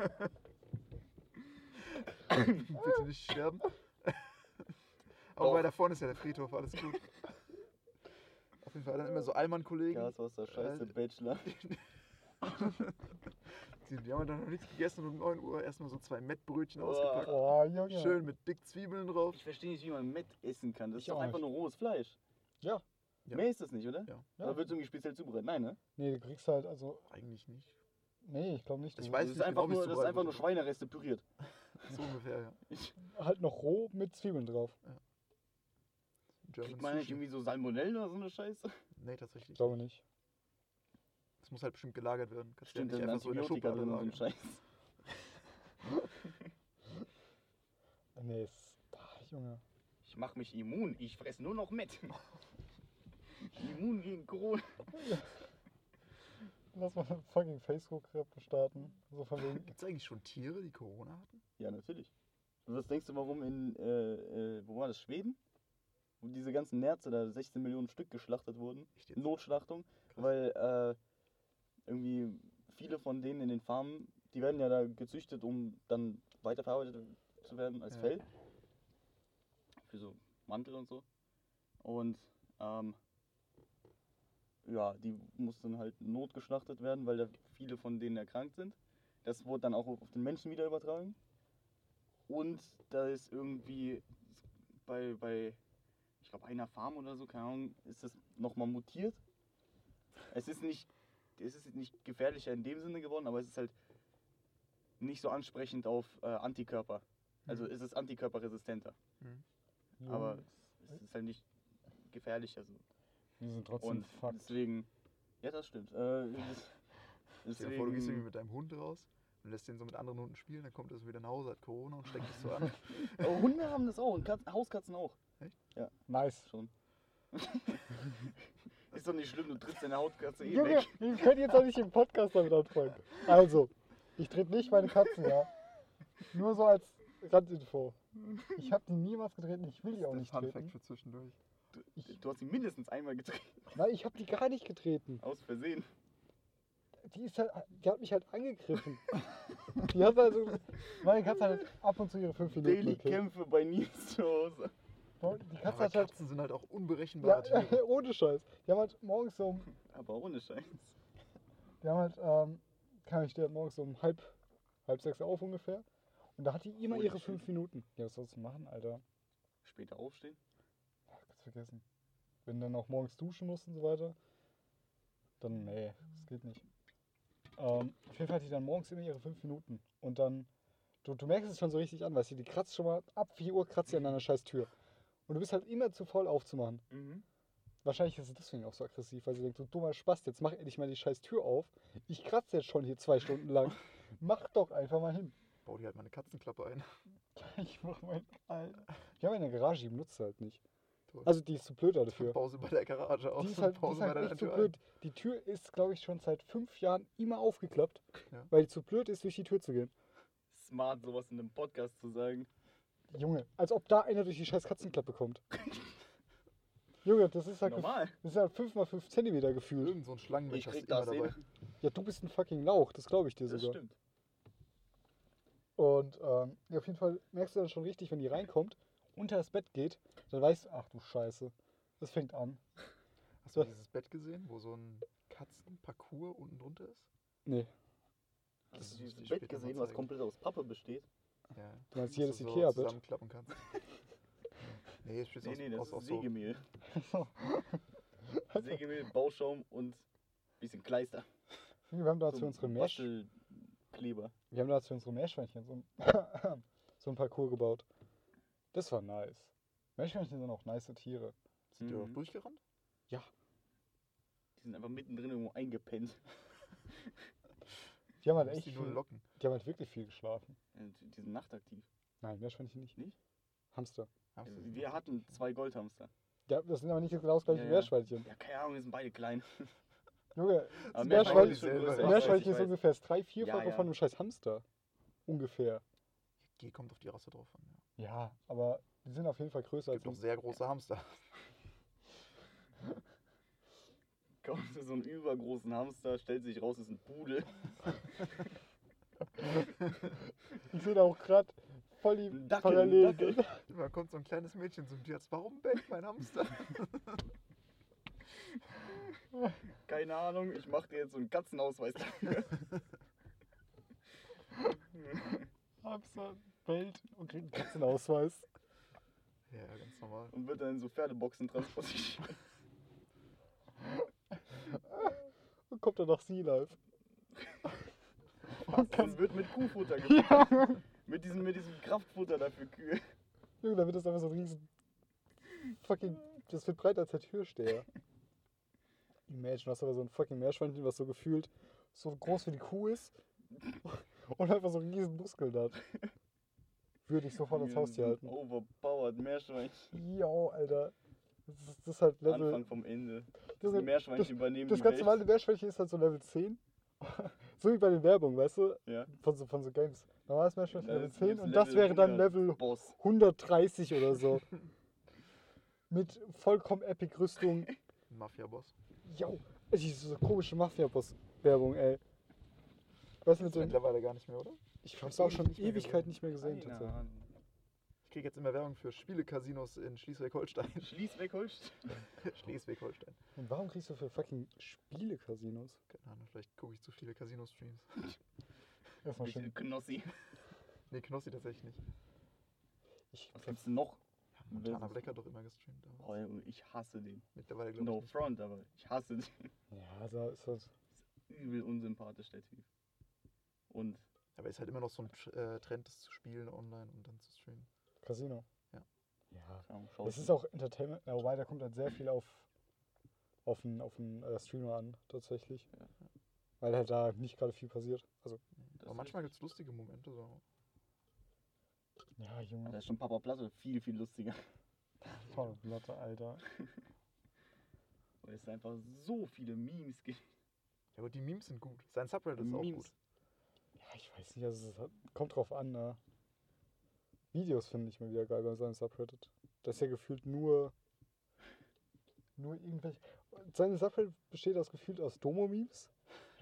Bitte nicht sterben. Aber Doch. weil da vorne ist ja der Friedhof, alles gut. Auf jeden Fall dann immer so Allmann-Kollegen. Gaswasser, scheiße, Bachelor. Die haben dann noch nichts gegessen und um 9 Uhr erstmal so 2 Mettbrötchen ausgepackt. Oh, Junge. Schön mit dick Zwiebeln drauf. Ich verstehe nicht, wie man Mett essen kann. Das Ich ist doch auch einfach nicht. nur rohes Fleisch. Ja. Ja. Mehr ist das nicht, oder? Ja. Ja. Oder wird es irgendwie speziell zubereitet? Nein, ne? Nee, du kriegst halt, also, Eigentlich nicht. nee, ich glaube nicht. Ich Du- weiß Das ist nicht einfach genau, wie es nur, das ist zubereitet einfach nur wird. Schweinereste püriert. So ungefähr, ja. Halt noch roh mit Zwiebeln drauf. German Kriegt man nicht Sushi. irgendwie so Salmonellen oder so eine Scheiße? Nee, tatsächlich. Ich glaube nicht. Das muss halt bestimmt gelagert werden. Kannst Stimmt, ja da nicht sind einfach so in der Antibiotika Schublade drin und so ein lagern. Scheiß. Nee, Junge. Ich mach mich immun, ich fress nur noch Mett. Immun gegen Corona. Lass mal eine fucking Facebook-Rap starten. So von wegen. Gibt es eigentlich schon Tiere, die Corona hatten? Ja, natürlich. Und was denkst du, warum in, wo war das, Schweden? Wo diese ganzen Nerze da 16 Millionen Stück geschlachtet wurden. Echt jetzt? Notschlachtung. Krass. Weil irgendwie viele von denen in den Farmen, die werden ja da gezüchtet, um dann weiterverarbeitet zu werden als Ja. Fell. Für so Mantel und so. Und ja, die mussten halt notgeschlachtet werden, weil da viele von denen erkrankt sind. Das wurde dann auch auf den Menschen wieder übertragen. Und da ist irgendwie bei ich glaube, einer Farm oder so, keine Ahnung, ist das nochmal mutiert. Es ist nicht gefährlicher in dem Sinne geworden, aber es ist halt nicht so ansprechend auf Antikörper. Also es ist antikörperresistenter. Aber es ist halt nicht gefährlich. Also. Die sind trotzdem Und fucked. deswegen, ja, das stimmt. Stell dir vor, du gehst irgendwie mit deinem Hund raus und lässt den so mit anderen Hunden spielen, dann kommt er so wieder nach Hause, hat Corona und steckt dich so an. Aber Hunde haben das auch und Hauskatzen auch. Nice. Schon. Ist doch nicht schlimm, du trittst deine Hautkatze eh Junge, weg. wir können jetzt auch nicht im Podcast damit anfangen. Also, ich trete nicht meine Katzen, ja. Nur so als Randinfo. Ich habe die niemals getreten, ich will die auch nicht treten. für zwischendurch. Du hast sie mindestens einmal getreten. Nein, ich habe die gar nicht getreten. Aus Versehen. die hat mich halt angegriffen. Die hat also, meine Katze hat halt ab und zu ihre 5 Minuten. Daily Okay? Kämpfe bei Nils zu Hause. Die Katze Aber hat halt, Katzen sind halt auch ja, unberechenbare Tiere. ohne Scheiß. Die haben halt morgens so, Aber ohne Scheiß. die haben halt, stehe halt morgens um halb 6 auf ungefähr. Und da hat die immer Holy ihre shit. 5 Minuten. Ja, was sollst du machen, Alter? Später aufstehen. Kannst vergessen. Wenn du dann auch morgens duschen musst und so weiter, dann, nee, das geht nicht. Auf jeden Fall hat die dann morgens immer ihre 5 Minuten. Und dann, du merkst es schon so richtig an, weißt du, die kratzt schon mal, ab 4 Uhr kratzt sie an deiner scheiß Tür. Und du bist halt immer zu voll aufzumachen. Wahrscheinlich ist sie deswegen auch so aggressiv, weil sie denkt, so dummer Spast, jetzt mach endlich mal die scheiß Tür auf. Ich kratze jetzt schon hier 2 Stunden lang. Mach doch einfach mal hin. Bau dir halt mal eine Katzenklappe ein. Ich mach mein Alter. Ich habe eine Garage, die benutzt sie halt nicht. Toll. Also die ist zu blöd dafür. Bau sie bei der Garage aus Die ist und halt, bau die sie ist bei halt deiner echt zu Tür blöd. Die Tür ist, glaube ich, schon seit 5 Jahren immer aufgeklappt, Ja. weil die zu blöd ist, durch die Tür zu gehen. Smart, sowas in einem Podcast zu sagen. Junge, als ob da einer durch die scheiß Katzenklappe kommt. Junge, das ist halt, Normal. das ist halt 5 mal 5 Zentimeter ein. gefühlt. Irgend so ein Schlangenmensch Ich hast du krieg immer das dabei. hin. Ja, du bist ein fucking Lauch, das glaube ich dir Das sogar. stimmt. Und ja, auf jeden Fall merkst du dann schon richtig, wenn die reinkommt, unter das Bett geht, dann weißt du, ach du Scheiße, das fängt an. Hast du dieses Bett gesehen, wo so ein Katzenparcours unten drunter ist? Nee, Hast Das du muss dieses ich Bett später mal gesehen, was zeigen. komplett aus Pappe besteht? Ja. Du meinst dass jedes du Ikea-Bett? zusammenklappen kannst. Nee, es steht Nee, das aus ist so. Sägemehl. Sägemehl, Bauschaum und bisschen Kleister. wir haben da für unsere Bastelkleber. Wir haben da für unsere Meerschweinchen so ein, so ein Parcours gebaut. Das war nice. Meerschweinchen sind auch nice Tiere. Sind die auch Mhm. durchgerannt? Die sind einfach mittendrin irgendwo eingepennt. Die haben halt Musst echt die nur viel, locken. die haben halt wirklich viel geschlafen. Die sind nachtaktiv. Nein, Meerschweinchen nicht. Nicht? Hamster. Hamster sind Wir auch- hatten 2 Goldhamster. Ja, das sind aber nicht genau das gleiche Ja, wie ja. Meerschweinchen. Ja, keine Ahnung, die sind beide klein. Junge, Aber Meerschweinchen ist schon dieselbe. größer. Ja, Meerschweinchen Ich ist weiß. ungefähr das 3-4-fache Ja, ja. von einem scheiß Hamster. Ungefähr. Die kommt auf die Rasse drauf an. Ja. Ja, aber die sind auf jeden Fall größer Es als gibt auch ein... sehr große Hamster. Kommt so einen übergroßen Hamster, stellt sich raus, ist ein Pudel. Ich sehe da auch gerade voll die Ein Dackel, Parallelen. ein Dackel. Da kommt so ein kleines Mädchen zum Tierarzt. Warum bellt mein Hamster? Keine Ahnung, ich mach dir jetzt so einen Katzenausweis dafür. Hamster bellt und kriegt einen Katzenausweis. Ja, ganz normal. Und wird dann in so Pferdeboxen transportiert. Und kommt dann nach Sea Life. Und wird mit Kuhfutter gefüllt. Ja. Mit diesem Kraftfutter dafür Kühe. Junge, da wird das einfach so ein riesen... Fucking... Das wird breiter als der Türsteher. Imagine, hast aber so ein fucking Meerschweinchen, was so gefühlt so groß wie die Kuh ist. Und einfach so riesen Muskeln hat. Würde ich sofort als Haustier halten. Overpowered Meerschweinchen. Jo, Alter. Das ist halt Level... Anfang vom Ende. Das, Die Meerschweinchen übernehmen das die ganz Welt. normale Meerschweinchen ist halt so Level 10. So wie bei den Werbungen, weißt du? Ja. Von so Games. Normales Meerschweinchen Da Level ist 10 jetzt und das Level wäre dann 100 Level Boss. 130 oder so. Mit vollkommen epic Rüstung. Ein Mafia-Boss. Jo, diese komische Mafia-Boss-Werbung, ey. Weißt du, mit Gibt's dem. mittlerweile gar nicht mehr, oder? Ich hab's auch schon nicht mehr Ewigkeit nicht mehr gesehen, Keine tatsächlich. Ahnung. Ich kriege jetzt immer Werbung für Spiele-Casinos in Schleswig-Holstein. Schleswig-Holstein. Schleswig-Holstein. Und warum kriegst du für fucking Spiele-Casinos? Keine Ahnung, vielleicht gucke ich zu viele Casino-Streams. Erstmal Bisschen schön. Knossi. Nee, Knossi tatsächlich nicht. Was gibt's denn noch? Ja, Montana Black hat doch immer gestreamt. Aber Oh, Junge, ich hasse den. mittlerweile glaube No ich nicht. front, aber ich hasse den. Ja, also ist das. Übel unsympathisch, der Typ. Und Aber ist halt immer noch so ein Trend, das zu spielen online und dann zu streamen. Casino. Ja. Ja. schau Es ist auch Entertainment, ja, wobei da kommt halt sehr viel auf den Streamer an, tatsächlich. Ja. Weil halt da nicht gerade viel passiert. Also, Das Aber ist manchmal gibt richtig. es lustige Momente. So. ja, Junge. Da ist schon Papa Platte viel, viel lustiger. Voll Blatte, Alter. Weil es einfach so viele Memes gibt. Ja, aber die Memes sind gut. Sein Subreddit ist auch Memes. gut. Ja, ich weiß nicht, also kommt drauf an, ne? Videos finde ich mal wieder geil bei seinem Subreddit. Das ist ja gefühlt nur irgendwelche. Seine Subreddit besteht aus gefühlt aus Domo-Memes.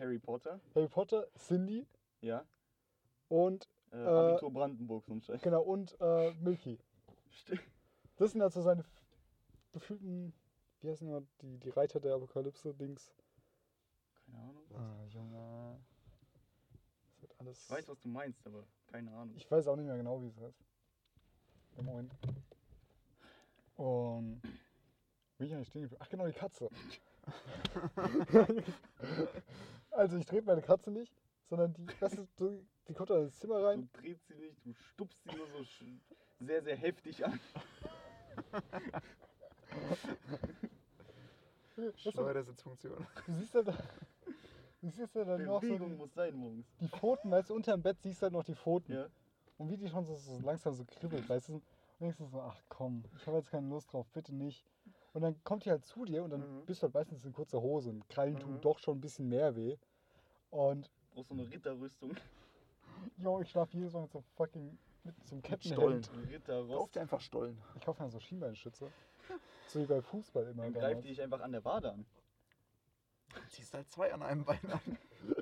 Harry Potter. Harry Potter, Cindy Ja. und Abitur Brandenburg, so ein Scheiß. genau und Milky. Stimmt. Das sind halt so seine gefühlten, wie heißen immer die Reiter der Apokalypse-Dings. Keine Ahnung. Junge. Das wird alles. Ich weiß, was du meinst, aber keine Ahnung. Ich weiß auch nicht mehr genau, wie es heißt. Ja, moin. Und. Wie ich eigentlich stehen geblieben? Ach genau, die Katze. Also ich trete meine Katze nicht, sondern die, die kommt da ins Zimmer Du rein. drehst sie nicht, du stupst sie nur so sehr, sehr heftig an. Schleudersitzfunktion. Du siehst ja dann noch so Bewegung muss sein morgens. die Pfoten, weißt du, unterm Bett siehst du halt noch die Pfoten. Ja. Und wie die schon so langsam so kribbelt, weißt du. Und denkst du so, ach komm, ich habe jetzt keine Lust drauf, bitte nicht. Und dann kommt die halt zu dir und dann bist du halt meistens in kurzer Hose und Krallen tun doch schon ein bisschen mehr weh. Und Brauchst so eine Ritterrüstung. jo, ich schlafe jedes Mal mit so fucking, mit so einem Stollen. Kettenhemd. Ritterrost. Kauf dir einfach Stollen. Ich kaufe dann so Schienbeinschützer. So wie bei Fußball immer. Dann damals. greift die dich einfach an der Wade an. Ziehst halt 2 an einem Bein an.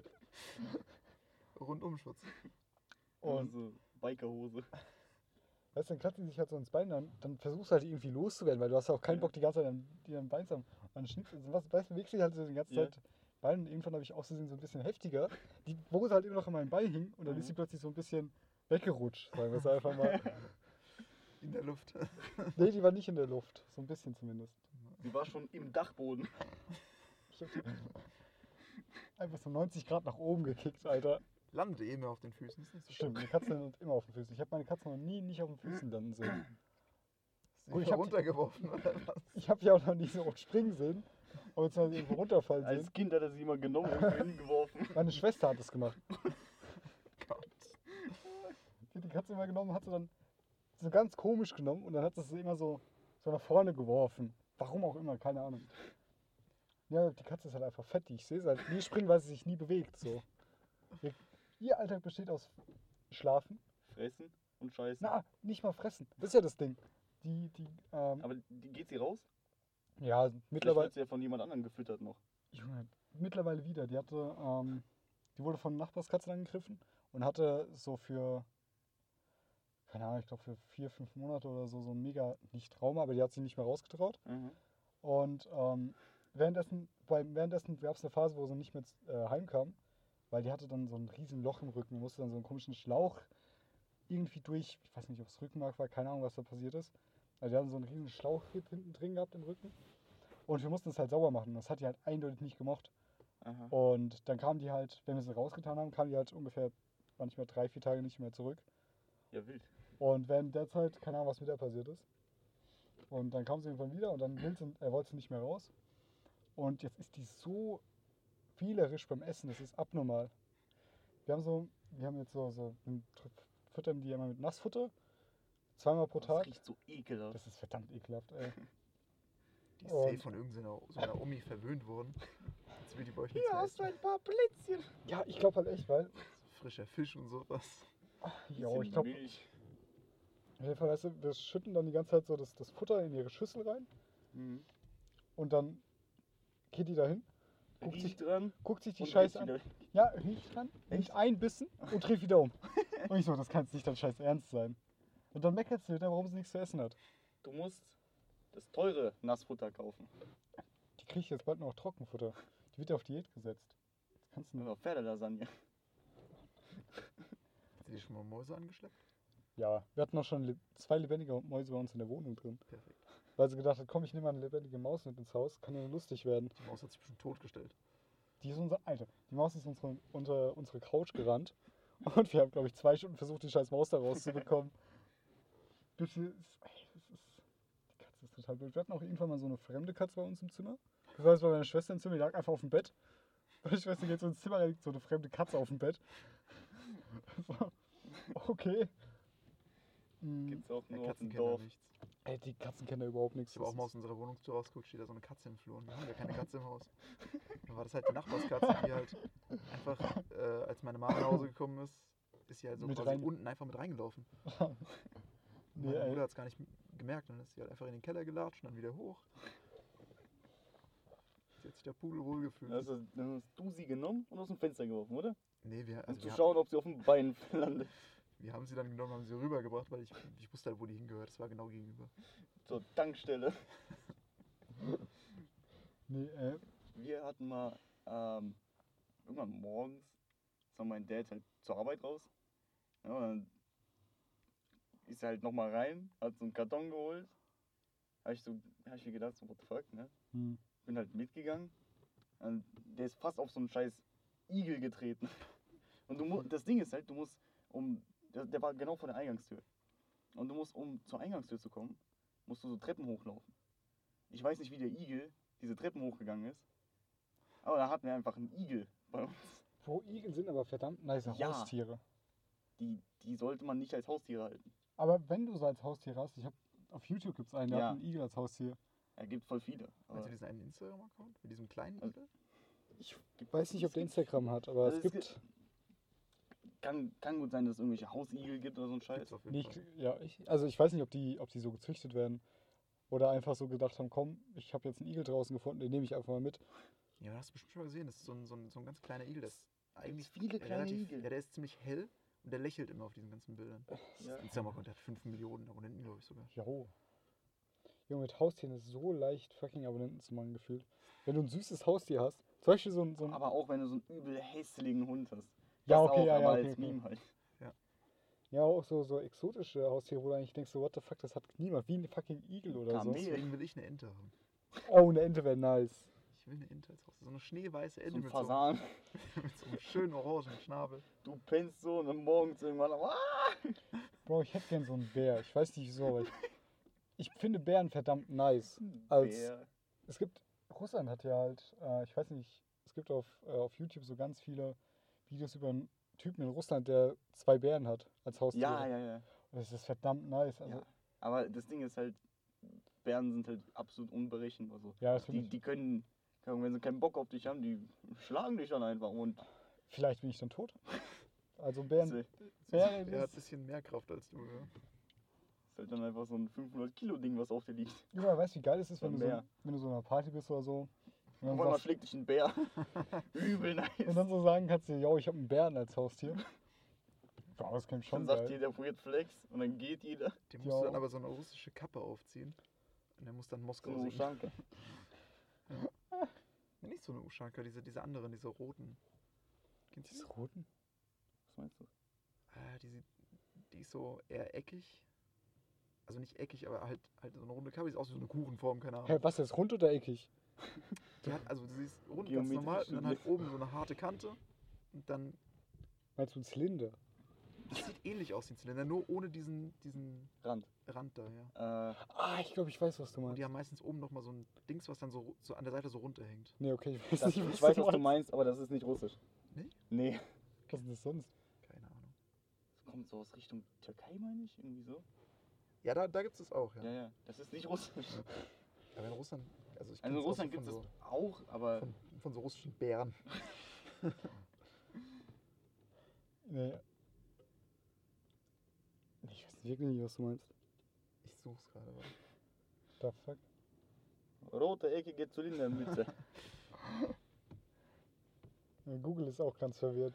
Rundumschutz. Und so Bikerhose. weißt du, dann kratzt die sich halt so ins Bein an, dann versuchst du halt irgendwie loszuwerden, weil du hast ja auch keinen Bock die ganze Zeit an dir am Bein zu haben. Und dann schnippst du, weißt du, wechselst dich halt so die ganze Ja. Zeit Bein und irgendwann habe ich auch so ein bisschen heftiger. Die Hose halt immer noch an meinem Bein hing und dann ist sie plötzlich so ein bisschen weggerutscht, sagen wir es einfach mal. In der Luft. Nee, die war nicht in der Luft, so ein bisschen zumindest. Sie war schon im Dachboden. Ich hab die einfach so 90 Grad nach oben gekickt, Alter. Landet eh mehr auf den Füßen. Ist nicht so Stimmt, die Katze landet immer auf den Füßen. Ich habe meine Katze noch nie nicht auf den Füßen landen sehen. Hast du Gut, die ich hab die- runtergeworfen oder was? Ich habe die auch noch nie so oft springen sehen, aber jetzt mal irgendwo runterfallen sehen. Als Kind hat er sie immer genommen und hingeworfen. Meine Schwester hat das gemacht. Gott. Die hat die Katze immer genommen, hat sie dann so ganz komisch genommen und dann hat sie sie immer so nach vorne geworfen. Warum auch immer, keine Ahnung. Ja, die Katze ist halt einfach fett, ich sehe sie halt nie springen, weil sie sich nie bewegt. So. Ihr Alltag besteht aus Schlafen. Fressen und scheißen. Na, nicht mal fressen. Das ist ja das Ding. Aber geht sie raus? Ja, Vielleicht mittlerweile. wird sie ja von jemand anderem gefüttert noch. Junge, mittlerweile wieder. Die wurde von Nachbarskatze angegriffen und hatte so für, keine Ahnung, ich glaube für 4-5 Monate oder so ein mega, nicht Trauma, aber die hat sich nicht mehr rausgetraut. Mhm. Und währenddessen gab es eine Phase, wo sie nicht mehr heimkam, weil die hatte dann so ein riesen Loch im Rücken und musste dann so einen komischen Schlauch irgendwie durch, ich weiß nicht, ob es Rückenmark war, keine Ahnung, was da passiert ist. Also die hatten so einen riesen Schlauch hinten drin gehabt im Rücken. Und wir mussten es halt sauber machen. Das hat die halt eindeutig nicht gemocht. Aha. Und dann kam die halt, wenn wir sie rausgetan haben, kam die halt ungefähr manchmal 3-4 Tage nicht mehr zurück. Ja, wild. Und während der Zeit, keine Ahnung, was mit der passiert ist. Und dann kam sie irgendwann wieder und dann wollte sie nicht mehr raus. Und jetzt ist die so wählerisch beim Essen, das ist abnormal. Wir haben jetzt füttern die immer mit Nassfutter, 2-mal pro Das Tag. riecht so ekelhaft. Das ist verdammt ekelhaft, ey. Die ist safe Und- von irgendeiner so einer Omi verwöhnt worden. Jetzt will die bei euch nichts mehr essen. ein paar Plätzchen. Ja, ich glaube halt echt, weil, Frischer Fisch und sowas. ja, ich glaube, Milch. auf jeden Fall, weißt du, wir schütten dann die ganze Zeit so das Futter in ihre Schüssel rein Mhm. und dann geht die dahin, guckt sich, Riecht dran. guckt sich die und Scheiße riecht an. wieder. Ja, riecht dran, nimmt ein Bissen und dreht wieder um. Und ich so, das kann jetzt nicht dein Scheiß Ernst sein. Und dann meckert sie wieder, warum sie nichts zu essen hat. Du musst das teure Nassfutter kaufen. Die kriegt jetzt bald noch Trockenfutter. Die wird ja auf Diät gesetzt. Das kannst du nicht. Oder Pferdelasagne. Hat sie dir schon mal Mäuse angeschleppt? Ja, wir hatten noch schon 2 lebendige Mäuse bei uns in der Wohnung drin. Perfekt. Weil sie gedacht hat, komm, ich nehme mal eine lebendige Maus mit ins Haus, kann ja lustig werden. Die Maus hat sich bestimmt totgestellt. Die ist die Maus ist unter unsere Couch gerannt und wir haben, glaube ich, 2 Stunden versucht, die scheiß Maus da rauszubekommen. Die Katze ist total blöd. Wir hatten auch irgendwann mal so eine fremde Katze bei uns im Zimmer. Das heißt, bei meiner Schwester im Zimmer, die lag einfach auf dem Bett. Meine Schwester geht so ins Zimmer, da liegt so eine fremde Katze auf dem Bett. So, okay. Gibt's auch Der nur auf dem Katzenkenner Dorf. nichts. Ey, die Katzen kennen da überhaupt nichts. Ich habe auch mal aus unserer Wohnungstür rausgeguckt, steht da so eine Katze im Flur. Und wir haben ja keine Katze im Haus. Dann war das halt die Nachbarskatze, die halt einfach, als meine Mama nach Hause gekommen ist, ist sie halt so Mit quasi rein- unten einfach mit reingelaufen. Nee, Mein ey. Bruder hat es gar nicht gemerkt. Dann ist sie halt einfach in den Keller gelatscht und dann wieder hoch. Die hat sich der Pudel wohlgefühlt. Dann hast du sie genommen und aus dem Fenster geworfen, oder? Nee, Um zu schauen, ob sie auf dem Bein landet. wir haben sie dann genommen, haben sie rübergebracht, weil ich wusste halt, wo die hingehört. Das war genau gegenüber. Zur Tankstelle. Nee, Wir hatten mal irgendwann morgens, ist dann mein Dad halt zur Arbeit raus. Ja, und dann ist er halt nochmal rein, hat so einen Karton geholt. Hab ich mir gedacht, so, what the fuck, ne? Bin halt mitgegangen. Und der ist fast auf so einen scheiß Igel getreten. Und das Ding ist halt, der war genau vor der Eingangstür. Und du musst, um zur Eingangstür zu kommen, musst du so Treppen hochlaufen. Ich weiß nicht, wie der Igel diese Treppen hochgegangen ist. Aber da hatten wir einfach einen Igel bei uns. Wo Igel sind aber verdammt nice Ja. Haustiere. Die sollte man nicht als Haustiere halten. Aber wenn du so als Haustier hast, auf YouTube gibt es einen, der Ja. hat einen Igel als Haustier. Er gibt voll viele. Meinst Aber du diesen einen Instagram-Account? Mit diesem kleinen Also, Igel? Ich weiß nicht, ob der Instagram hat, aber Also es es gibt. kann gut sein, dass es irgendwelche Hausigel gibt oder so ein Scheiß. Gibt's auf jeden Nee, Fall. ich weiß nicht, ob die so gezüchtet werden. Oder einfach so gedacht haben, komm, ich habe jetzt einen Igel draußen gefunden, den nehme ich einfach mal mit. Ja, hast du bestimmt schon mal gesehen. Das ist so ein ganz kleiner Igel. Das ist eigentlich viele kleine Igel. Ja, der ist ziemlich hell und der lächelt immer auf diesen ganzen Bildern. Ja. Instagram-Account, der hat 5 Millionen Abonnenten, glaube ich sogar. Jo. Junge, mit Haustieren ist so leicht, fucking Abonnenten zu machen gefühlt. Wenn du ein süßes Haustier hast, zum Beispiel so ein Aber auch wenn du so einen übel hässlichen Hund hast. Ja, Das okay, auch, ja, aber ja, als okay, okay. Meme halt. ja, auch so exotische Haustiere, wo du eigentlich denkst, so, what the fuck, das hat niemand, wie ein fucking Igel oder so. Kamel. Deswegen will ich eine Ente haben. Oh, eine Ente wäre nice. Ich will eine Ente als Haustier. So eine schneeweiße So Ente ein mit Fasan. mit so einem schönen orangen Schnabel. Du pennst so und dann morgens irgendwann. Bro, ich hätte gern so einen Bär. Ich weiß nicht wieso, aber ich finde Bären verdammt nice. Als, Bär. es gibt, Russland hat ja halt, ich weiß nicht, es gibt auf YouTube so ganz viele Videos über einen Typen in Russland, der 2 Bären hat als Haustier. Ja. Und das ist verdammt nice. Also, Ja. Aber das Ding ist halt, Bären sind halt absolut unberechenbar. So. ja, natürlich. Die können, wenn sie keinen Bock auf dich haben, die schlagen dich dann einfach. Und Vielleicht bin ich dann tot. Also Bären. ist Bären Er hat ein ist, bisschen mehr Kraft als du, ja. halt dann einfach so ein 500-Kilo-Ding, was auf dir liegt. Junge, weißt du, wie geil es ist, wenn Ein du, Bär. wenn du so in einer Party bist oder so. Und Auf dann, einmal sagst, schlägt dich ein Bär. Übel nice. und dann so sagen kannst du, yo, ich habe einen Bären als Haustier. Boah, das klingt schon Dann sagt geil. jeder Weird Flex und dann geht jeder. Dem Ja. musst du dann aber so eine russische Kappe aufziehen. Und der muss dann Moskau So singen. Ushanka. Ja, nicht so eine Ushanka, diese anderen, diese roten. Kennst du die? Diese roten? Was meinst du? Die ist so eher eckig. Also nicht eckig, aber halt so eine runde Kappe. Die ist auch so eine Kuchenform, keine Ahnung. Hä, was ist rund oder eckig? Die hat, also sie ist rund, ganz Geometrische normal. Und dann halt Studies. oben so eine harte Kante. Und dann, Meinst du einen Zylinder? das sieht ähnlich aus wie ein Zylinder, nur ohne diesen Rand. Rand da, ja. Ah, ich glaube, ich weiß, was du Und meinst. die haben meistens oben nochmal so ein Dings, was dann so an der Seite so runterhängt. Nee, okay, ich weiß Das, nicht, ich weiß, was du meinst, aber das ist nicht russisch. Nee? Nee. Was ist das sonst? Keine Ahnung. Das kommt so aus Richtung Türkei, meine ich, irgendwie so. Ja, da gibt es das auch, ja. Ja. Das ist nicht russisch. Aber in Russland, also ich Also in kenn's auch so Russland gibt es von das auch, aber von so russischen Bären. Nee. Ich weiß wirklich nicht, was du meinst. Ich such's gerade. warte. Da fuck. rote, eckige Zylindermütze. Ja, Google ist auch ganz verwirrt.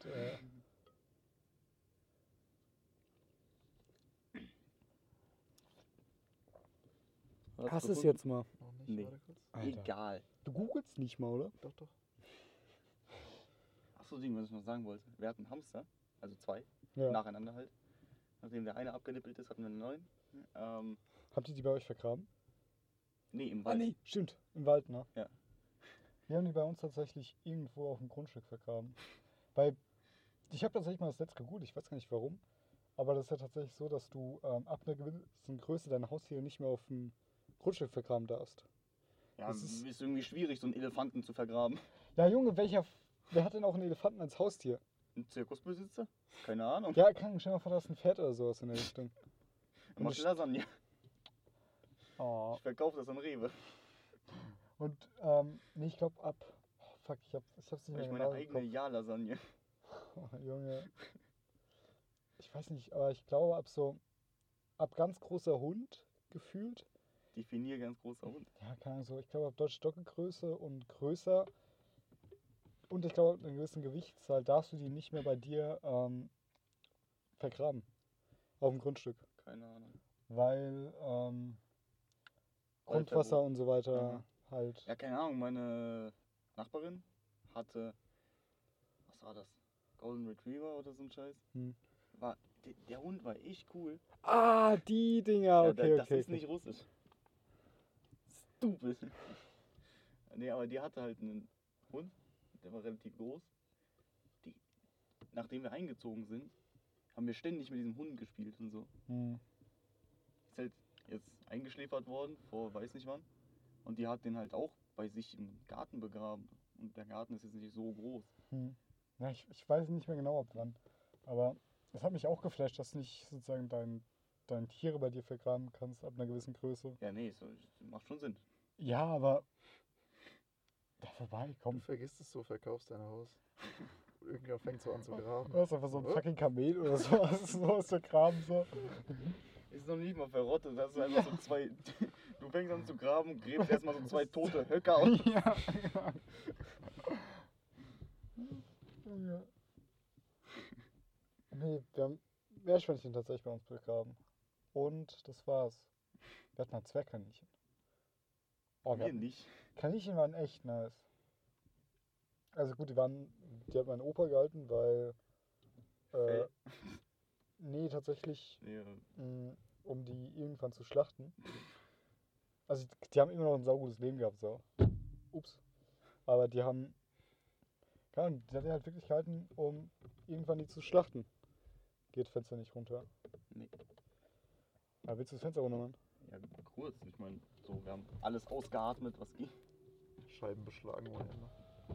Hast es gefunden? jetzt mal. Noch nicht, Nee. warte kurz. Alter. Egal. Du googelst nicht mal, oder? Doch, doch. Achso, Ding, was ich noch sagen wollte. Wir hatten Hamster, also 2, Ja. nacheinander halt. Nachdem der eine abgenippelt ist, hatten wir einen neuen. Habt ihr die bei euch vergraben? Nee, im Ah, Wald. nee, stimmt. Im Wald, ne? Ja. Wir haben die bei uns tatsächlich irgendwo auf dem Grundstück vergraben. Weil ich habe tatsächlich mal das Netz gegoogelt, ich weiß gar nicht warum. Aber das ist ja tatsächlich so, dass du ab einer gewissen Größe deine Haustiere nicht mehr auf dem Grundstück vergraben darfst. Ja, Das ist, ist- irgendwie schwierig, so einen Elefanten zu vergraben. Ja, Junge, wer hat denn auch einen Elefanten als Haustier? Ein Zirkusbesitzer? Keine Ahnung. Ja, kann stell dir mal vor, da ist ein Pferd oder sowas in der Richtung. Mach Lasagne. Oh. Ich verkaufe das an Rewe. Und, nee, ich glaube ab. Oh, fuck, ich hab's nicht Weil mehr ich genau meine im eigene Kopf. Ja-Lasagne. Oh, Junge. Ich weiß nicht, aber ich glaube ab ganz großer Hund gefühlt Definier ganz großer Hund. Ja, keine Ahnung, so, ich glaube, ab deutsche Dockegröße und größer und ich glaube, ab einer gewissen Gewichtszahl darfst du die nicht mehr bei dir vergraben. Auf dem Grundstück. Keine Ahnung. Weil Grundwasser und so weiter halt. Ja, keine Ahnung. Meine Nachbarin hatte, was war das? Golden Retriever oder so ein Scheiß. Der Hund war echt cool. Ah, die Dinger, Ja, okay, das okay. ist nicht russisch. Stupid. Nee, aber die hatte halt einen Hund, der war relativ groß. Nachdem wir eingezogen sind, haben wir ständig mit diesem Hund gespielt und so. Ist halt jetzt eingeschläfert worden, vor weiß nicht wann. Und die hat den halt auch bei sich im Garten begraben. Und der Garten ist jetzt nicht so groß. Ja, ich weiß nicht mehr genau ab wann. Aber es hat mich auch geflasht, dass du nicht sozusagen dein Tiere bei dir vergraben kannst ab einer gewissen Größe. Ja, nee, macht schon Sinn. Ja, aber da vorbei, Du komm. vergisst es so, verkaufst dein Haus. Irgendwer fängt so an zu graben. Du hast einfach so ein fucking Kamel oder so, so aus der Graben so. Ist noch nicht mal verrottet, das ist einfach so zwei. Du fängst an zu graben, gräbst erstmal so zwei tote Höcker aus. Ja, ja. Nee, wir haben Meerschweinchen tatsächlich bei uns begraben. Und das war's. Wir hatten halt Zwergkaninchen. Oh, Wir nicht. Kaninchen waren echt nice. Also gut, die hat mein Opa gehalten, weil Fell? nee, tatsächlich Ja. um die irgendwann zu schlachten. Also die haben immer noch ein saugutes Leben gehabt, so. Ups. Aber die haben, keine Ahnung, die hat er halt wirklich gehalten, um irgendwann die zu schlachten. Geht Fenster nicht runter. Nee. Aber willst du das Fenster runter machen? Ja, kurz. Ich meine, so, wir haben alles ausgeatmet, was ging. Scheiben beschlagen ohne Ende.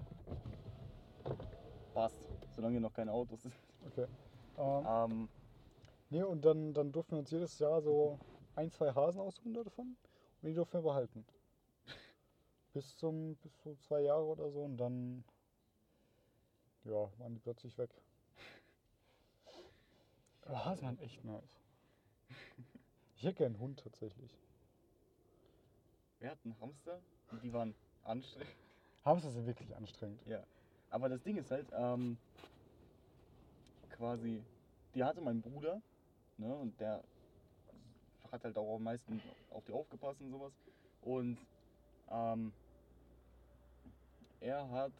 Passt. Solange hier noch keine Autos sind. Okay. Ähm, Nee, und dann durften wir uns jedes Jahr so 2 Hasen aussuchen davon. Und die durften wir behalten. Bis so 2 Jahre oder so. Und dann, ja, waren die plötzlich weg. Aber Hasen waren echt nice. Ich hätte gerne einen Hund tatsächlich. wir hatten Hamster und die waren anstrengend. Hamster sind wirklich anstrengend. Ja. Aber das Ding ist halt, quasi, die hatte mein Bruder, ne, und der hat halt auch am meisten auf die aufgepasst und sowas. Und er hat,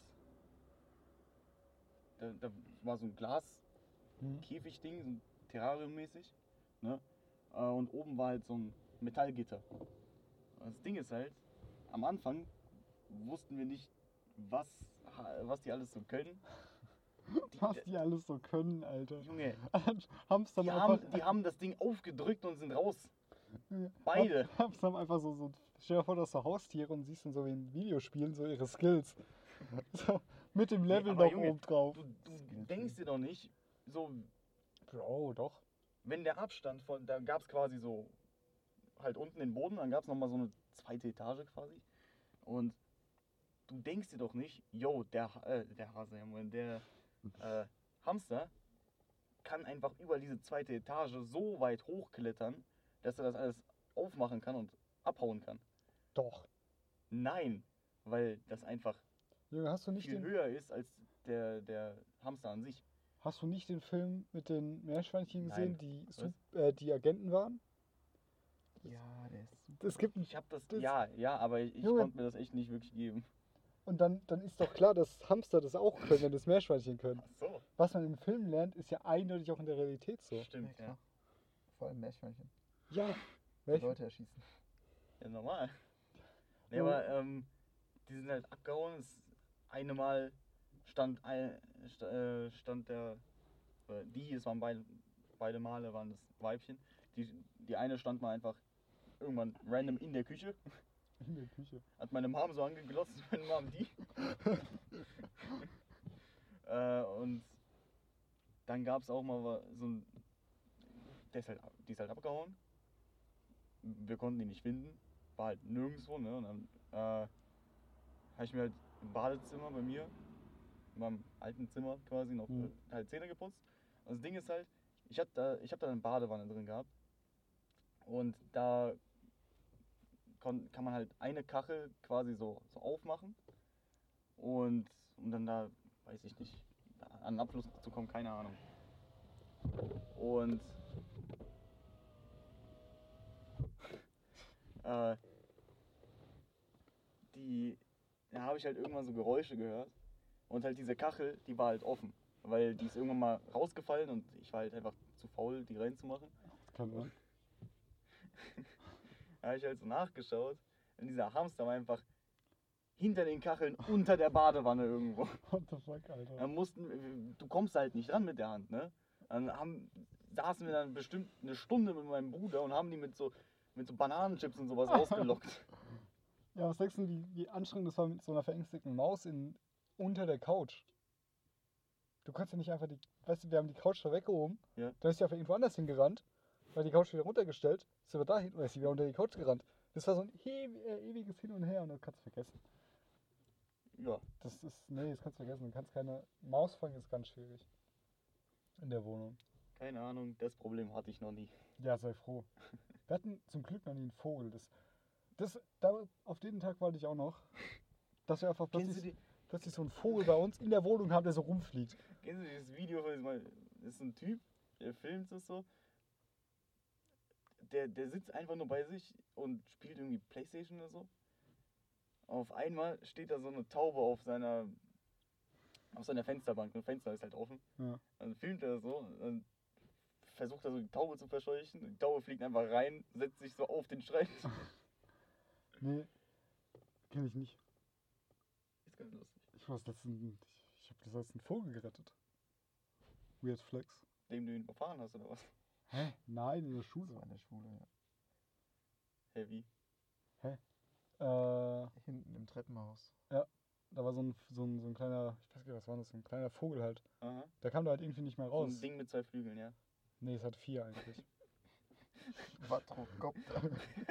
da war so ein Glas-Käfig-Ding, so ein Terrarium-mäßig, ne, und oben war halt so ein Metallgitter. Das Ding ist halt, am Anfang wussten wir nicht, was die alles so können. Was die alles so können, Alter. Junge, Hamster die haben einfach, haben das Ding aufgedrückt und sind raus. Beide. Hamster haben einfach so, stell dir vor, dass du Haustiere und siehst dann so wie in Videospielen so ihre Skills. So, mit dem Level aber noch Junge, oben drauf. Du denkst dir doch nicht, so, Bro, doch. wenn der Abstand von, da gab es quasi so, halt unten den Boden, dann gab es nochmal so eine zweite Etage quasi. Und du denkst dir doch nicht, yo, der Hase, ja, Mann, der Hamster kann einfach über diese zweite Etage so weit hochklettern, dass er das alles aufmachen kann und abhauen kann. Doch. Nein, weil das einfach Junge, hast du nicht viel höher ist als der Hamster an sich. Hast du nicht den Film mit den Meerschweinchen gesehen, Nein. die Agenten waren? Ja, der ist super. Es gibt Ich hab das, ja, aber ich Junge. konnte mir das echt nicht wirklich geben. und dann ist doch klar, dass Hamster das auch können, wenn das Meerschweinchen können. Ach so. Was man im Film lernt, ist ja eindeutig auch in der Realität so. Stimmt, ja. klar. Vor allem Meerschweinchen. Ja. Die Welch, Leute erschießen. Ja, normal. Nee, Ja. aber die sind halt abgehauen. Das eine Mal stand der, es waren beide Male waren das Weibchen. Die eine stand mal einfach irgendwann random in der Küche. in der Küche. Hat meine Mom so angeglotzt, meine Mom die. Und dann gab es auch mal so ein. Die ist halt abgehauen. Wir konnten die nicht finden. War halt nirgendwo, ne? Und dann habe ich mir halt im Badezimmer bei mir, in meinem alten Zimmer quasi, noch halt Zähne geputzt. Und das Ding ist halt, ich hab da eine Badewanne drin gehabt. Und da kann man halt eine Kachel quasi so aufmachen und um dann da, weiß ich nicht, an den Abfluss zu kommen, keine Ahnung. Und da habe ich halt irgendwann so Geräusche gehört und halt diese Kachel, die war halt offen, weil die ist irgendwann mal rausgefallen und ich war halt einfach zu faul, die reinzumachen. Das kann man. Da habe ich halt so nachgeschaut und dieser Hamster war einfach hinter den Kacheln unter der Badewanne irgendwo. What the fuck, Alter. Du kommst halt nicht ran mit der Hand, ne? Saßen wir dann bestimmt eine Stunde mit meinem Bruder und haben die mit so Bananenchips und sowas ausgelockt. Ja, was denkst du, wie anstrengend das war mit so einer verängstigten Maus unter der Couch? Du kannst ja nicht einfach weißt du, wir haben die Couch da weggehoben, Ja. dann ist sie einfach irgendwo anders hingerannt, weil die Couch wieder runtergestellt, ist aber dahin oder ist sie wieder unter die Couch gerannt. Das war so ein ewiges Hin und Her und das kannst du vergessen. Ja. Das kannst du vergessen. Du kannst keine Maus fangen, ist ganz schwierig. In der Wohnung. Keine Ahnung, das Problem hatte ich noch nie. Ja, sei froh. Wir hatten zum Glück noch nie einen Vogel. Auf den Tag wollte ich auch noch, dass wir einfach plötzlich so einen Vogel bei uns in der Wohnung haben, der so rumfliegt. Kennst du dieses Video von das ist ein Typ, der filmt es so. Der sitzt einfach nur bei sich und spielt irgendwie Playstation oder so. Auf einmal steht da so eine Taube auf seiner Fensterbank. Das Fenster ist halt offen. Ja. Dann filmt er so und versucht er so die Taube zu verscheuchen. Die Taube fliegt einfach rein, setzt sich so auf den Schreibtisch. Nee, kenn ich nicht. Ist ganz lustig. Ich habe das als einen Vogel gerettet. Weird Flex. Dem du ihn überfahren hast oder was? Hä? Nein, in der Das Schule. war in der Schule, ja. Heavy. Hinten im Treppenhaus. Da war so ein kleiner, ich weiß gar nicht, was war das, so ein kleiner Vogel halt. Aha. Der kam da halt irgendwie nicht mehr So raus. ein Ding mit 2 Flügeln, ja. Nee, es hat 4 eigentlich. Quadrocopter.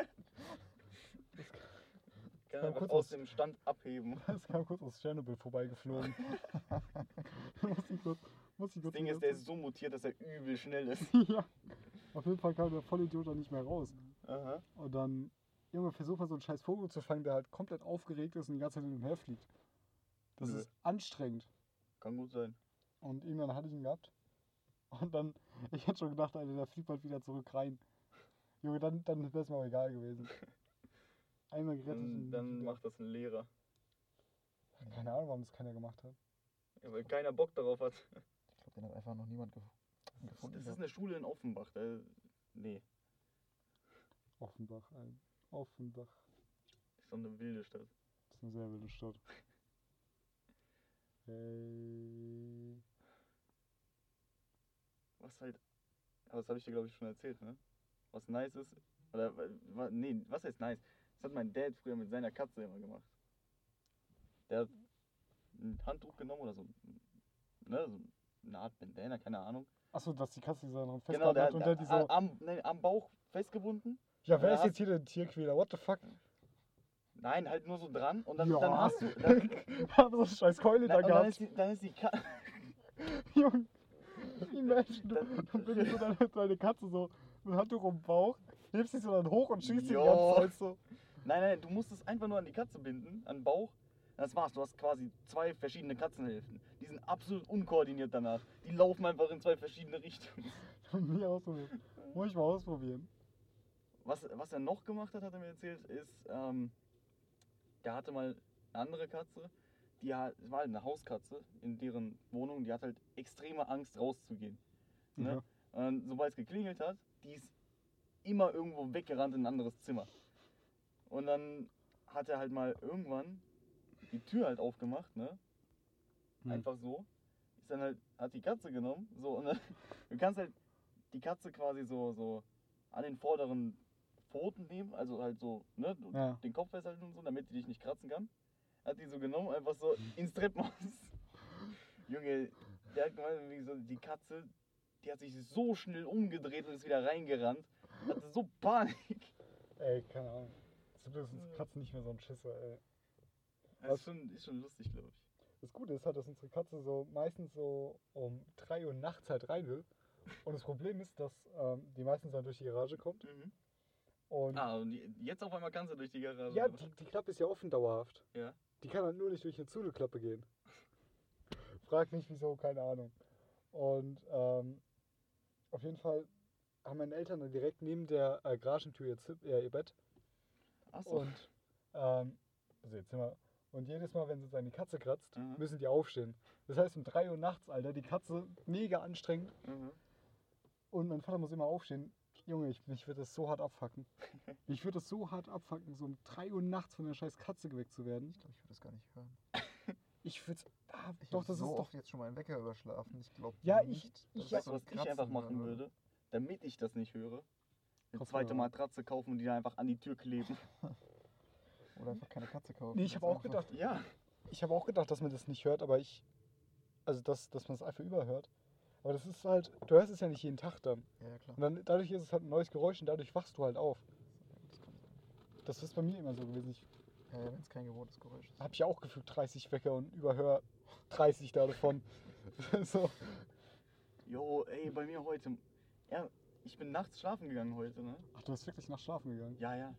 Kann kam einfach kurz aus aus- dem Stand abheben. Es kam kurz aus Tschernobyl vorbeigeflogen. muss ich kurz Das Ding ist, der ist so mutiert, dass er übel schnell ist. Ja. Auf jeden Fall kam der Vollidiot da nicht mehr raus. Aha. Und dann, Junge, versucht man so einen scheiß Vogel zu fangen, der halt komplett aufgeregt ist und die ganze Zeit hin und her fliegt. Das Nö. ist anstrengend. Kann gut sein. Und irgendwann hatte ich ihn gehabt. Und dann, ich hätte schon gedacht, Alter, der fliegt bald wieder zurück rein. Junge, dann wäre es mir auch egal gewesen. Einmal gerettet. und Dann wieder. macht das ein Lehrer. Keine Ahnung, warum das keiner gemacht hat. Ja, weil keiner Bock darauf hat. Ich glaube, den hat einfach noch niemand gefunden. Das ist eine Schule in Offenbach. Nee, Offenbach, Offenbach. ist doch eine wilde Stadt. Das ist eine sehr wilde Stadt. Hey. Aber das habe ich dir glaube ich schon erzählt, ne? Was nice ist, oder, nee, was heißt nice? Das hat mein Dad früher mit seiner Katze immer gemacht. Der hat ein Handtuch genommen oder so, ne, so eine Art Bandana, keine Ahnung. Achso, dass die Katze sich daran Genau, festgehalten hat und der die so. am Bauch festgebunden. Ja, wer Ja. ist jetzt hier der Tierquäler? What the fuck? Nein, halt nur so dran und dann, Ja. dann hast du. Dann, Haben so eine scheiß Keule da und dann gehabt. dann ist die Katze. Junge. Imagine, du bindest so deine Katze so mit Handtuch um den Bauch, hebst sie so dann hoch und schießt sie die Jo. ganze Zeit so. Nein, du musst es einfach nur an die Katze binden, an den Bauch. Das war's, du hast quasi 2 verschiedene Katzenhälften. Die sind absolut unkoordiniert danach. Die laufen einfach in 2 verschiedene Richtungen. Nie ausprobieren. Muss ich mal ausprobieren. Was er noch gemacht hat er mir erzählt, ist, der hatte mal eine andere Katze, es war halt eine Hauskatze in deren Wohnung, die hat halt extreme Angst rauszugehen. Ne? Und sobald es geklingelt hat, die ist immer irgendwo weggerannt in ein anderes Zimmer. Und dann hat er halt mal irgendwann die Tür halt aufgemacht, ne? Einfach so. Ist dann halt, hat die Katze genommen, so, und dann, du kannst halt die Katze quasi so an den vorderen Pfoten nehmen, also halt so, ne, Ja. den Kopf festhalten und so, damit die dich nicht kratzen kann. Hat die so genommen, einfach so ins Treppenhaus. Junge, der hat gemeint, wie so, die Katze, die hat sich so schnell umgedreht und ist wieder reingerannt. Hatte so Panik. Ey, keine Ahnung. Zum Glück sind Katzen nicht mehr so ein Schisser, ey. Das ist schon lustig, glaube ich. Das Gute ist halt, dass unsere Katze so meistens so um 3 Uhr nachts halt rein will. Und das Problem ist, dass die meistens dann durch die Garage kommt. Mhm. Und Und jetzt auf einmal kannst du durch die Garage. ja, die Klappe ist ja offen dauerhaft. Ja. Die kann halt nur nicht durch eine Zudeklappe gehen. Frag nicht wieso, keine Ahnung. Und auf jeden Fall haben meine Eltern dann direkt neben der Garagentür ihr Bett. Achso. Und also jetzt sind wir. Und jedes Mal, wenn sie seine Katze kratzt, Mhm. müssen die aufstehen. Das heißt um 3 Uhr nachts, Alter, die Katze mega anstrengend. Mhm. Und mein Vater muss immer aufstehen. Junge, mich würde das so hart abfacken. Mich würde das so hart abfacken, so um 3 Uhr nachts von der scheiß Katze geweckt zu werden. Ich glaube, ich würde das gar nicht hören. Ich würde Ich doch, hab das so ist doch. oft jetzt schon meinen Wecker überschlafen. Ich glaube Ja, nicht, dass ich- Weißt du, so was ich Kratzen einfach machen hören würde? Damit ich das nicht höre? Eine Kopfhörer. zweite Matratze kaufen und die dann einfach an die Tür kleben. Oder einfach keine Katze kaufen. Nee, ich habe Ganz auch einfach. gedacht, Ja. dass man das nicht hört, aber also dass man es einfach überhört. Aber das ist halt, du hörst es ja nicht jeden Tag dann. Ja, klar. Und dann dadurch ist es halt ein neues Geräusch und dadurch wachst du halt auf. Das kann sein. Das ist bei mir immer so gewesen. Ich Ja, wenn es kein gewohntes Geräusch ist. habe ja auch gefühlt 30 Wecker und überhör 30 davon. So. Jo, ey, bei mir heute. Ja, ich bin nachts schlafen gegangen heute, ne? Ach, du bist wirklich nach Schlafen gegangen. Ja, ja.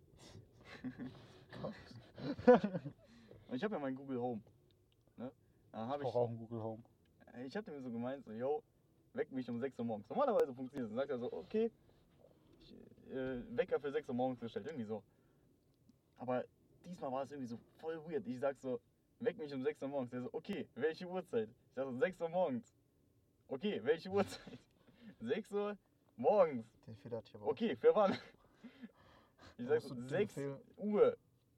Und ich habe ja mein Google Home. Ne? Da habe Ich brauche auch ein Google Home. ich hatte mir so gemeint, so, yo, weck mich um 6 Uhr morgens. Normalerweise funktioniert das. Dann sagt er so, okay, Wecker für 6 Uhr morgens gestellt, irgendwie so. Aber diesmal war es irgendwie so voll weird. Ich sag so, weck mich um 6 Uhr morgens. Der so, okay, welche Uhrzeit? Ich sag so, 6 Uhr morgens. Okay, welche Uhrzeit? 6 Uhr morgens. Den Fehler hatte ich aber auch. Okay, für wann? Ich sag Musst so, du den 6 Befehl- Uhr.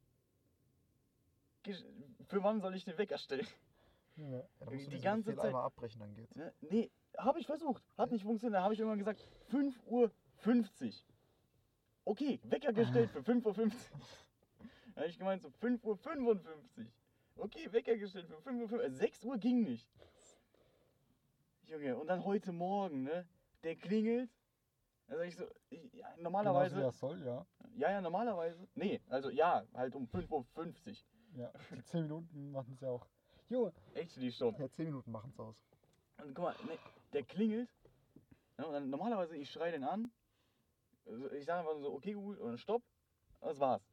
Für wann soll ich den Wecker stellen? Ja. Ja, dann musst du die diesen ganze Befehl Zeit- einmal abbrechen, dann geht's. Ne, nee, habe ich versucht. Hat nicht funktioniert. Da habe ich irgendwann gesagt, 5:50 Uhr. Okay, Wecker gestellt für 5:50 Uhr. Da habe ich gemeint, so 5:55 Uhr. Okay, Wecker gestellt für 5:55 Uhr. 6 Uhr ging nicht. Junge, und dann heute Morgen, ne? Der klingelt. Da sag ich so, ja, Genauso wie normalerweise. das soll, ja. Ja, normalerweise. Nee, also ja, halt um 5:50 Uhr. Ja, die 10 Minuten machen es ja auch. Junge, Actually schon. Ja, 10 Minuten machen's aus. Und guck mal, ne, der klingelt. Ja, und dann normalerweise, ich schreie den an. Also ich sage einfach so, okay, Google, und dann stopp. Und das war's.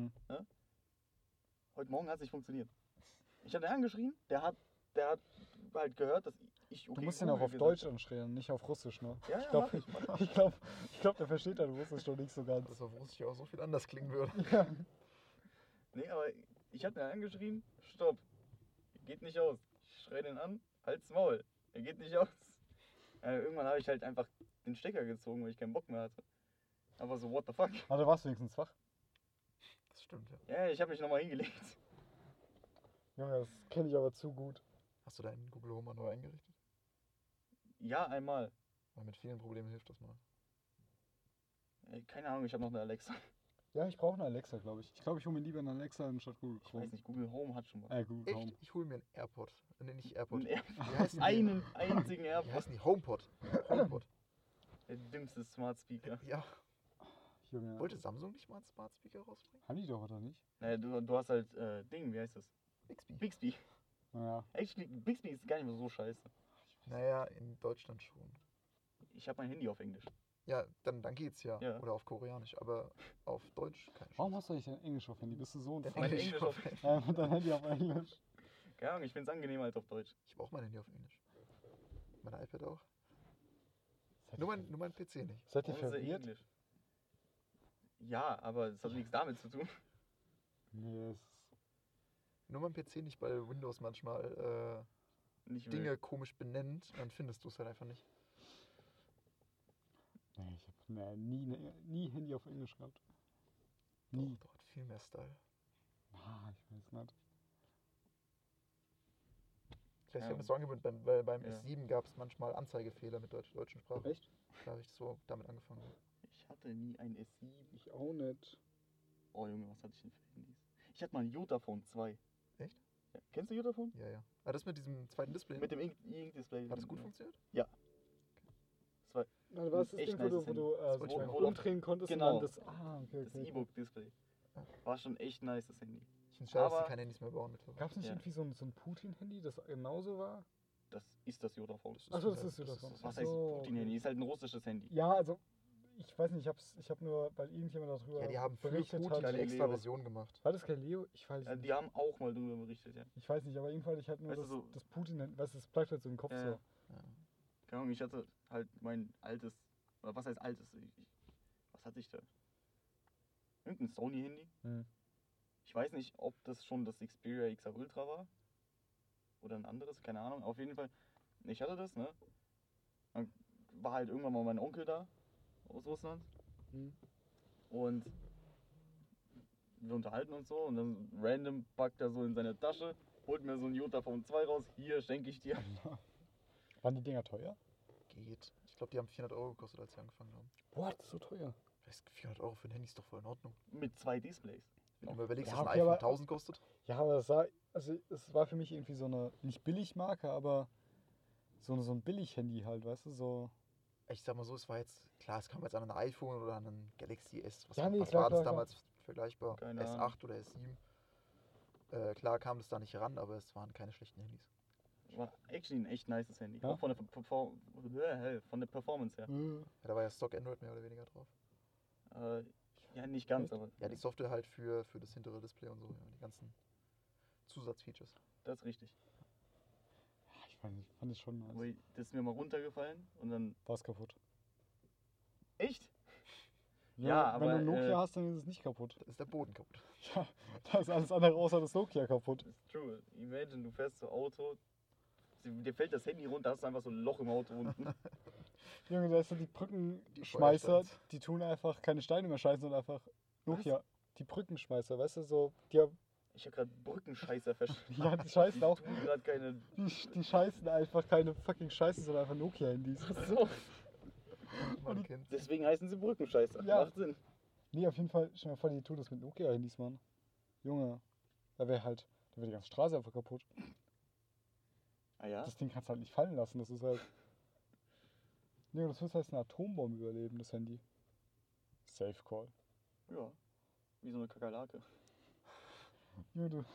Heute Morgen hat es nicht funktioniert. Ich habe den angeschrien, der hat halt gehört, dass ich okay du musst ihn auch Google auf gesagt Deutsch anschreien, nicht auf Russisch, ne? Ja, Ich ja, glaube, mach ich. ich glaub, der versteht dann Russisch noch nicht so ganz. Das auf Russisch auch so viel anders klingen würde. Ja. Nee, aber ich habe den angeschrien, stopp. Geht nicht aus. Ich schreie den an, halt's Maul. Er geht nicht aus. Irgendwann habe ich halt einfach den Stecker gezogen, weil ich keinen Bock mehr hatte. Aber so, what the fuck? Aber du warst wenigstens wach. Das stimmt, ja. Ja, ich habe mich nochmal hingelegt. Junge, das kenne ich aber zu gut. Hast du deinen Google Home mal neu eingerichtet? Ja, einmal. Weil mit vielen Problemen hilft das mal. Keine Ahnung, ich habe noch eine Alexa. Ja, ich brauche eine Alexa, glaube ich. Ich glaube, ich hole mir lieber eine Alexa anstatt Google Ich Chrome. weiß nicht, Google Home hat schon was. Google Echt? Home. Ich hole mir einen AirPod. Nee, nicht AirPod. Ein Wie heißen die? Einen einzigen Wie AirPod. heißen die? HomePod. HomePod. Der dümmste Smart Speaker. Ja. Junge. Wollte Samsung nicht mal einen Smart Speaker rausbringen? Haben die doch, oder nicht? Naja, du hast halt Ding, wie heißt das? Bixby. Bixby. Naja. Actually, Bixby ist gar nicht mehr so scheiße. Naja, in Deutschland schon. Ich habe mein Handy auf Englisch. Ja, dann geht's ja. Ja. Oder auf Koreanisch. Aber auf Deutsch keine Chance. Warum hast du eigentlich dein Englisch auf Handy? Bist du so ein Dein Mein Fan? Englisch auf- Mit dein Handy auf Englisch. Keine Ahnung, ich finde es angenehmer als auf Deutsch. Ich brauche mein Handy auf Englisch. Mein iPad auch. Nur mein PC nicht. Seid ihr Warum ist er verwirrt? Englisch? Ja, aber das hat nichts damit zu tun. Nee, es ist... Nur mein PC nicht, weil Windows manchmal Nicht Dinge wild. komisch benennt. Dann findest du es halt einfach nicht. Nee, ich habe nie Handy auf Englisch gehabt. Nie. Doch, hat viel mehr Style. Ah, ich weiß nicht. Ich weiß nicht, Ja. ob das so angewöhnt, weil beim Ja. S7 gab es manchmal Anzeigefehler mit deutschen Sprache. Echt? Da habe ich so damit angefangen. Ich hatte nie ein S7. Ich auch nicht. Oh Junge, was hatte ich denn für Handys? Ich hatte mal ein Jotaphone 2. Echt? Ja. Kennst du Jotaphone? Ja, ja. Aber das mit diesem zweiten Display, Mit dem E-Ink-Display. hat das gut funktioniert? Das war Dann war es das Echt Ding, wo nice du Das so wollte ich mir wo holen. umdrehen konntest Genau. und dann das... Ah, okay, das okay. E-Book-Display. Ja. War schon echt nice, das Handy. Ich finde es schade, dass Aber- sie keine Handys mehr bauen mittlerweile. Gab es nicht Ja. irgendwie so ein Putin-Handy, das genauso war? Das ist das Jotaphone. Achso, das ist so davon. Was heißt Putin-Handy? Ist halt ein russisches Handy. Ja, also ich weiß nicht, ich hab nur, weil irgendjemand darüber Ja, die haben für berichtet Putin hat. eine Galileo. extra Version gemacht. War das Galileo? Ich weiß Ja, nicht. die haben auch mal drüber berichtet, ja. Ich weiß nicht, aber irgendwann ich halt nur, Weißt du, dass, so- dass Putin, weißt du, das bleibt halt so im Kopf Ja, so. ja. Keine Ahnung, ich hatte halt mein altes, oder was heißt altes? Was hatte ich da? Irgendein Sony-Handy. Hm. Ich weiß nicht, ob das schon das Xperia XR Ultra war. Oder ein anderes, keine Ahnung. Auf jeden Fall, ich hatte das, ne? Dann war halt irgendwann mal mein Onkel da aus Russland. Hm. Und wir unterhalten uns so und dann random packt er so in seine Tasche, holt mir so ein Jota Phone 2 raus, hier schenke ich dir. Waren die Dinger teuer? Geht. Ich glaube, die haben 400 Euro gekostet, als sie angefangen haben. Boah, das ist so teuer. Weißt du, 400 Euro für ein Handy ist doch voll in Ordnung. Mit 2 Displays. Wenn du mal überlegst, Ja, dass ein okay, iPhone aber- 1000 kostet. Ja, aber es war für mich irgendwie so eine, nicht Billigmarke, aber so ein Billig-Handy halt, weißt du, so. Ich sag mal so, es war jetzt, klar, es kam jetzt an ein iPhone oder an ein Galaxy S. Was, Ja, nee, was klar, war das klar, damals vergleichbar? Keine S8 oder S7. Klar kam das da nicht ran, aber es waren keine schlechten Handys. War actually ein echt nices Handy. Ja? Auch von der Performance her. Ja, da war ja Stock Android mehr oder weniger drauf. Ja, nicht ganz, Echt? aber Ja, die Software halt für das hintere Display und so, ja, die ganzen Zusatzfeatures. das ist richtig. Ja, ich weiß nicht, fand ich schon Aber nice. das ist mir mal runtergefallen und dann. War es kaputt. Echt? Ja, Ja, wenn aber, du ein Nokia hast, dann ist es nicht kaputt. Da ist der Boden kaputt. Ja, da ist alles andere außer das Nokia kaputt. Das ist true. Imagine, du fährst so Auto, dir fällt das Handy runter, hast du einfach so ein Loch im Auto unten. Junge, da ist so die Brückenschmeißer, Feuersteins. die tun einfach keine Steine mehr scheißen, sondern einfach Nokia. Die Brückenschmeißer, weißt du, so, die, Ich hab grad Brückenscheißer verstanden. ja, die scheißen auch, tun grad keine. die scheißen einfach keine fucking Scheiße, sondern einfach Nokia-Handys. So, Man kennt deswegen heißen sie Brückenscheißer. Ja. Macht Sinn. Nee, auf jeden Fall, stell dir mal vor, die tun das mit Nokia-Handys, Mann. Junge, da wäre die ganze Straße einfach kaputt. Ah ja? Das Ding kannst du halt nicht fallen lassen, das ist halt. Junge, das wird halt eine Atombombe überleben, das Handy. Safe Call. Ja. Wie so eine Kakerlake. Junge, du.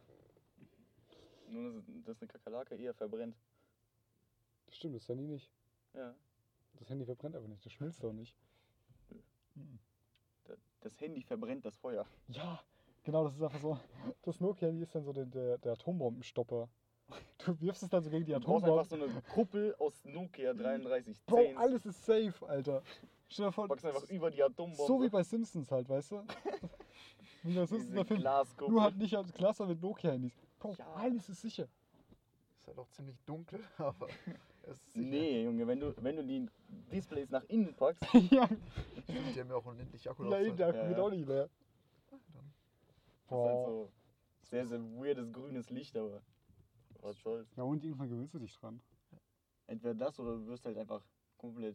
Nur, dass eine Kakerlake eher verbrennt. Stimmt, das Handy nicht. Ja. Das Handy verbrennt einfach nicht, das schmilzt auch nicht. Nö. Mhm. Das Handy verbrennt das Feuer. Ja, genau, das ist einfach so. Das Nokia-Handy ist dann so der Atombombenstopper. Du wirfst es dann so gegen die Du brauchst einfach Atombombe. so eine Kuppel aus Nokia 3310. Bro, alles ist safe, Alter. Stell dir vor, Packst einfach über die Atombombe. so wie bei Simpsons halt, weißt du? Wie bei Simpsons diese der Film. Glaskuppel. Nur halt nicht als Glas, sondern mit Nokia-Handys. Bro, Ja. alles ist sicher. ist halt auch ziemlich dunkel, aber es ist sicher. Nee, Junge, wenn du die Displays nach innen packst, Ja, Stimmt, die haben ja auch unendlich ja Akkulaufzeit. eben, der Akku Ja, wird ja. auch nicht leer. Dann das ist halt Boah. so sehr, sehr weirdes grünes Licht, aber was soll's. Ja, und irgendwann gewöhnst du dich dran. Entweder das oder du wirst halt einfach komplett.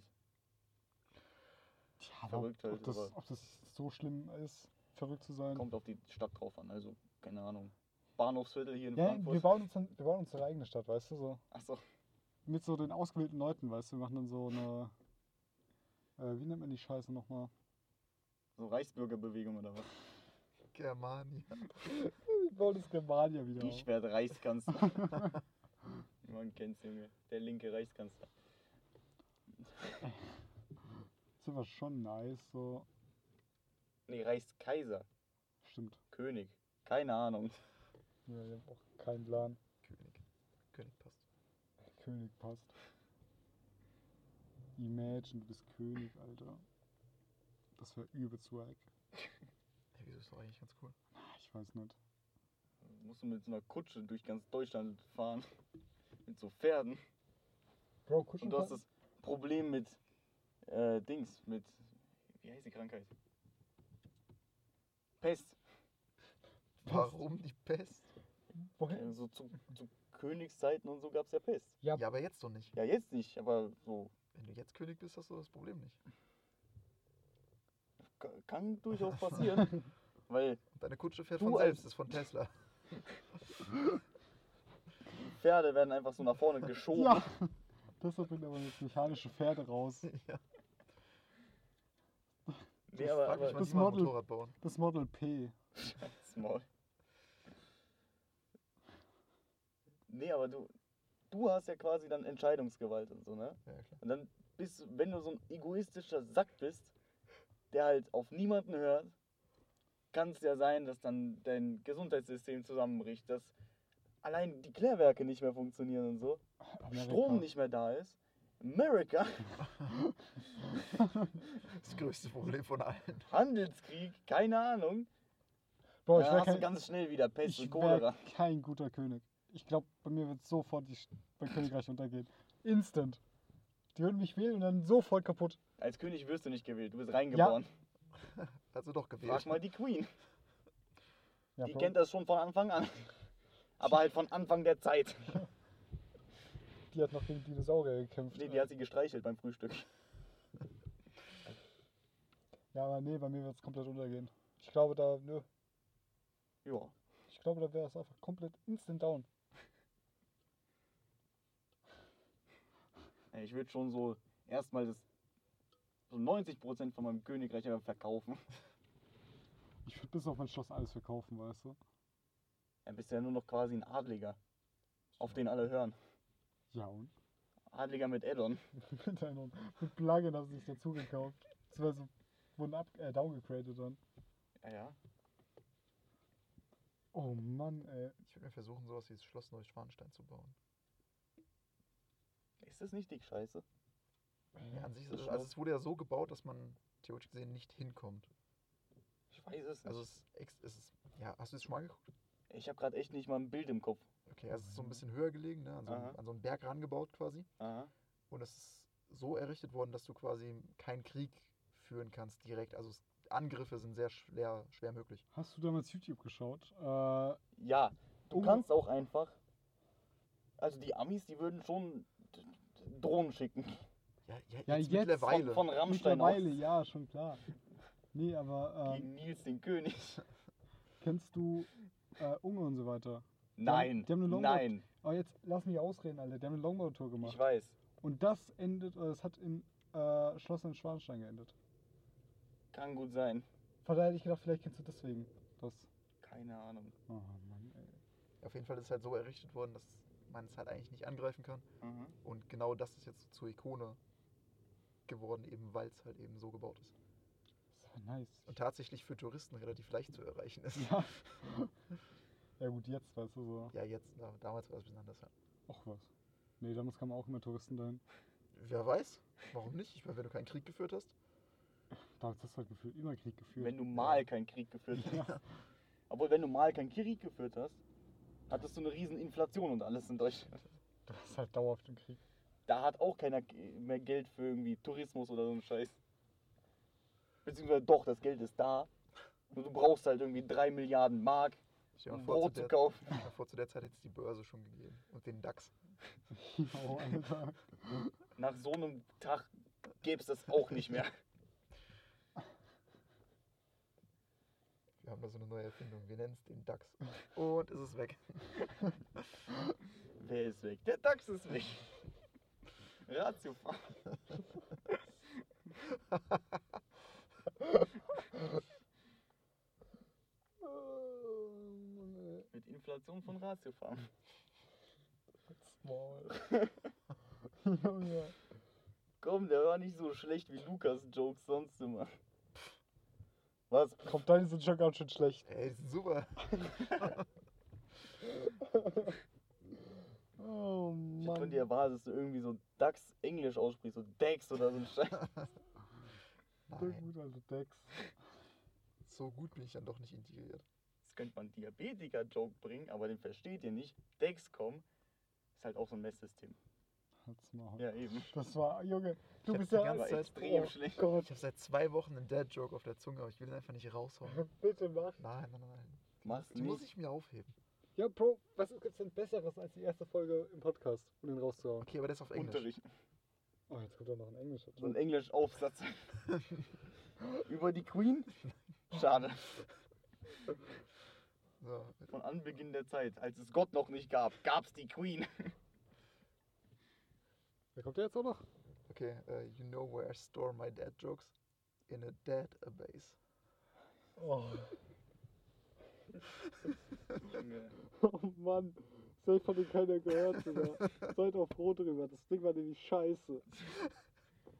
Tja, aber Verrückt halt, aber- ob das so schlimm ist, verrückt zu sein. Kommt auf die Stadt drauf an, also keine Ahnung. Bahnhofsviertel hier in Ja, Frankfurt. wir bauen unsere eigene Stadt, weißt du, so. Achso, Mit so den ausgewählten Leuten, weißt du, wir machen dann so eine. Wie nennt man die Scheiße nochmal? so Reichsbürgerbewegung oder was? Germania. Wir bauen das Germania wieder Ich werde Reichskanzler. Man kennt's, Junge. Der linke Reichskanzler. Das ist aber schon nice, so. Nee, Reichskaiser. Stimmt. König. Keine Ahnung. Ja, ich hab auch keinen Plan. König passt. König passt. Imagine, du bist König, Alter. Das wäre übel swag. Ja, wieso ist doch eigentlich ganz cool. Ich weiß nicht. Musst du mit so einer Kutsche durch ganz Deutschland fahren. Mit so Pferden. Bro, Und du hast das Problem mit Dings, mit. Wie heißt die Krankheit? Pest. Warum die Pest? Wohin? So zu Königszeiten und so gab's ja Pest. Ja, Ja, aber jetzt doch nicht. Ja, jetzt nicht, aber so. Wenn du jetzt König bist, hast du das Problem nicht. Kann durchaus passieren. Weil Und deine Kutsche fährt Du von als- selbst, ist von Tesla. Pferde werden einfach so nach vorne geschoben. ja. Deshalb bringt aber jetzt mechanische Pferde raus. ja. Nee, Frag aber mich, wann das die mal ein Model- Motorrad bauen. Das Model P. Small. Nee, aber du hast ja quasi dann Entscheidungsgewalt und so, ne? Ja, klar. Und dann wenn du so ein egoistischer Sack bist, der halt auf niemanden hört, kann es ja sein, dass dann dein Gesundheitssystem zusammenbricht, dass allein die Klärwerke nicht mehr funktionieren und so, Strom nicht mehr da ist. America, Das größte Problem von allen. Handelskrieg, keine Ahnung. Bro, Dann hast du ganz schnell wieder Pest und ich Cholera. wär kein guter König. Ich glaube, bei mir wird sofort mein Königreich untergehen. Instant. Die würden mich wählen und dann sofort kaputt. Als König wirst du nicht gewählt, du bist reingeboren. Also doch gewählt. Frag mal die Queen. Ja, Die Bro. kennt das schon von Anfang an. Aber halt von Anfang der Zeit. Die hat noch gegen Dinosaurier gekämpft. Nee, die hat sie gestreichelt beim Frühstück. Ja, aber nee, bei mir wird es komplett untergehen. Ich glaube, da Ja. wäre es einfach komplett instant down. Ich würde schon so erstmal so 90% von meinem Königreich einfach verkaufen. Ich würde bis auf mein Schloss alles verkaufen, weißt du? Dann bist du ja nur noch quasi ein Adliger, auf den alle hören. Ja und? Adliger mit Addon. mit Plugin hast du dich dazu gekauft. Beziehungsweise wurden downgegradet dann. Ja. Oh Mann, ey. Ich würde mir versuchen, sowas wie das Schloss Neuschwanstein zu bauen. Ist das nicht die Scheiße? Ja, an sich das ist ist also es wurde ja so gebaut, dass man theoretisch gesehen nicht hinkommt. Ich weiß es nicht. Also es ist, ja, hast du es schon mal geguckt? Ich habe gerade echt nicht mal ein Bild im Kopf. Okay, also es ist so ein bisschen höher gelegen, ne? Aha. An so einen Berg rangebaut quasi. Aha. Und es ist so errichtet worden, dass du quasi keinen Krieg führen kannst direkt. Also Angriffe sind sehr schwer möglich. Hast du damals YouTube geschaut? Ja, du Oh. kannst auch einfach. Also die Amis, die würden schon Drohnen schicken. Ja, jetzt mittlerweile. Von Rammstein aus. Mittlerweile, ja, schon klar. Nee, aber Gegen Nils den König. kennst du Unge und so weiter? Nein, die haben eine Longboard- nein, Aber jetzt lass mich ausreden, Alter. Die haben eine Longboard-Tour gemacht. ich weiß. Und das hat in Schloss Neuschwanstein geendet. Kann gut sein. Von daher hätte ich gedacht, vielleicht kennst du deswegen das. Keine Ahnung. Oh Mann, ey. Auf jeden Fall ist es halt so errichtet worden, dass man es halt eigentlich nicht angreifen kann. Mhm. Und genau das ist jetzt zur Ikone geworden, eben weil es halt eben so gebaut ist. Das war nice. Und tatsächlich für Touristen relativ leicht zu erreichen ist. Ja. Ja gut, jetzt, weißt du, so. Ja, jetzt, damals war es ein bisschen anders. Ja. Ach was. Nee, damals kamen auch immer Touristen dahin. Wer weiß? Warum nicht? Ich meine, wenn du keinen Krieg geführt hast. Damals hast du halt gefühlt immer Krieg geführt. Wenn du mal keinen Krieg geführt hast. Ja. Obwohl, wenn du mal keinen Krieg geführt hast, hattest du eine riesen Inflation und alles in Deutschland. Du hast halt dauerhaft im Krieg. Da hat auch keiner mehr Geld für irgendwie Tourismus oder so einen Scheiß. Beziehungsweise doch, das Geld ist da. Nur du brauchst halt irgendwie 3 Milliarden Mark, Stell dir um mal vor, Brot zu kaufen. Zu der Zeit hätte es die Börse schon gegeben. Und den DAX. Oh, Alter. Nach so einem Tag gäbe es das auch nicht mehr. Wir haben da so eine neue Erfindung. Wir nennen es den DAX. Und es ist weg. Wer ist weg? Der DAX ist weg. Ratiofarm. Mit Inflation von Ratiofarm. Small. Junge. Komm, der war nicht so schlecht wie Lukas Jokes sonst immer. Was? Komm, deine sind schon ganz schön schlecht. Ey, die sind super. Oh Ich hab von Mann. dir erwartet, dass du irgendwie so DAX Englisch aussprichst, so DAX oder so ein Scheiß. So Nein, gut, also Dex. so gut bin ich dann doch nicht integriert. Jetzt könnte man Diabetiker-Joke bringen, aber den versteht ihr nicht. Dexcom ist halt auch so ein Messsystem. Halt's mal. Ja, eben. Das war, Junge, du Ich bist hab ja die ganze Zeit extrem oh schlecht. Gott, Ich habe seit 2 Wochen einen Dad-Joke auf der Zunge, aber ich will ihn einfach nicht raushauen. bitte mach. Nein. Mach's Die muss nicht. ich mir aufheben. Ja, Bro, was gibt's denn Besseres als die erste Folge im Podcast, um den rauszuhauen? Okay, aber das ist auf Englisch. Unterricht. Oh, jetzt kommt da noch ein Englischer. So ein Englisch-Aufsatz. Über die Queen? Schade. So, Von Anbeginn der Zeit, als es Gott noch nicht gab, gab's die Queen. Wer kommt der jetzt auch noch? okay, you know where I store my dad jokes? In a database. Oh, Junge. oh Mann. Safe hat ihn keiner gehört sogar. Seid auch froh drüber. Das Ding war nämlich scheiße.